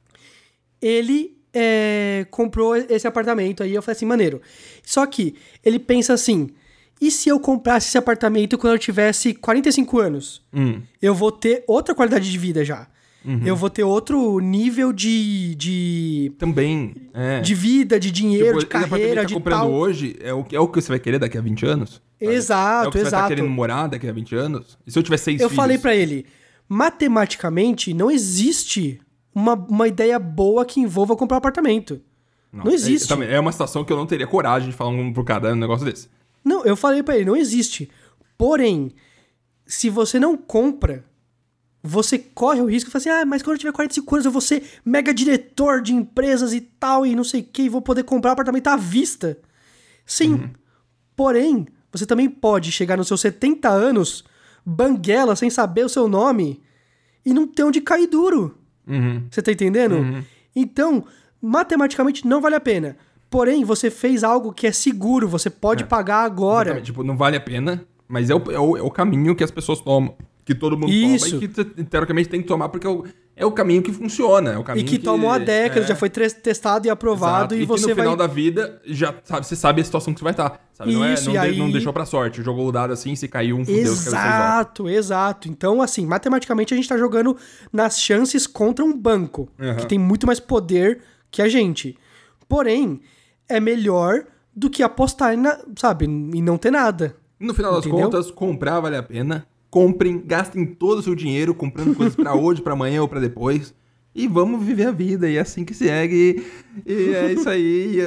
Speaker 2: Ele é, comprou esse apartamento aí, eu falei assim, maneiro. Só que ele pensa assim, e se eu comprasse esse apartamento quando eu tivesse quarenta e cinco anos?
Speaker 1: Hum.
Speaker 2: Eu vou ter outra qualidade de vida já.
Speaker 1: Uhum.
Speaker 2: Eu vou ter outro nível de, de,
Speaker 1: Também, é.
Speaker 2: de vida, de dinheiro,
Speaker 1: Tipo,
Speaker 2: de
Speaker 1: esse apartamento
Speaker 2: carreira,
Speaker 1: que
Speaker 2: de
Speaker 1: tá comprando
Speaker 2: tal.
Speaker 1: hoje é o, que- é o que você vai querer daqui a vinte anos? sabe?
Speaker 2: Exato,
Speaker 1: É o que você vai
Speaker 2: exato.
Speaker 1: estar querendo morar daqui a vinte anos? E se eu tiver seis
Speaker 2: Eu
Speaker 1: filhos?
Speaker 2: falei pra ele, matematicamente não existe uma, uma ideia boa que envolva comprar um apartamento. Não, existe.
Speaker 1: É, também, é uma situação que eu não teria coragem de falar um por cada negócio desse.
Speaker 2: Não, eu falei pra ele, não existe. Porém, se você não compra, você corre o risco de falar assim, ah, mas quando eu tiver quarenta e cinco anos eu vou ser mega diretor de empresas e tal, e não sei o que, e vou poder comprar um apartamento à vista. Sim.
Speaker 1: Uhum.
Speaker 2: Porém, você também pode chegar nos seus setenta anos, banguela, sem saber o seu nome, e não ter onde cair duro.
Speaker 1: Uhum.
Speaker 2: Você tá entendendo?
Speaker 1: Uhum.
Speaker 2: Então, matematicamente não vale a pena. Porém, você fez algo que é seguro, você pode
Speaker 1: É.
Speaker 2: pagar agora.
Speaker 1: Exatamente. Tipo, não vale a pena, mas é o, é o, é o caminho que as pessoas tomam. Que todo mundo
Speaker 2: Isso.
Speaker 1: toma e que te- teoricamente tem que tomar, porque é o, é o caminho que funciona. É o caminho
Speaker 2: e que, que toma uma década,
Speaker 1: é...
Speaker 2: já foi testado e aprovado.
Speaker 1: Exato.
Speaker 2: E,
Speaker 1: e
Speaker 2: você
Speaker 1: que no
Speaker 2: vai...
Speaker 1: final da vida, já sabe, você sabe a situação que você vai estar. Sabe? Não, é,
Speaker 2: Isso,
Speaker 1: não, de,
Speaker 2: aí...
Speaker 1: não deixou pra sorte. Jogou o dado assim, se caiu um, fudeu.
Speaker 2: Exato, exato. Então, assim, matematicamente a gente tá jogando nas chances contra um banco, uhum. que tem muito mais poder que a gente. Porém, é melhor do que apostar, na, sabe, e não ter nada.
Speaker 1: No final das
Speaker 2: Entendeu?
Speaker 1: contas, comprar vale a pena. Comprem, gastem todo o seu dinheiro comprando coisas pra hoje, pra amanhã ou pra depois. E vamos viver a vida, e é assim que segue. E é isso aí.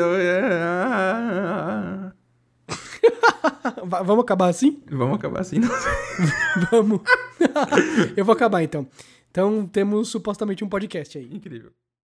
Speaker 2: Vamos acabar assim?
Speaker 1: Vamos acabar assim, não sei.
Speaker 2: Vamos. Eu vou acabar então. Então temos supostamente um podcast aí.
Speaker 1: Incrível.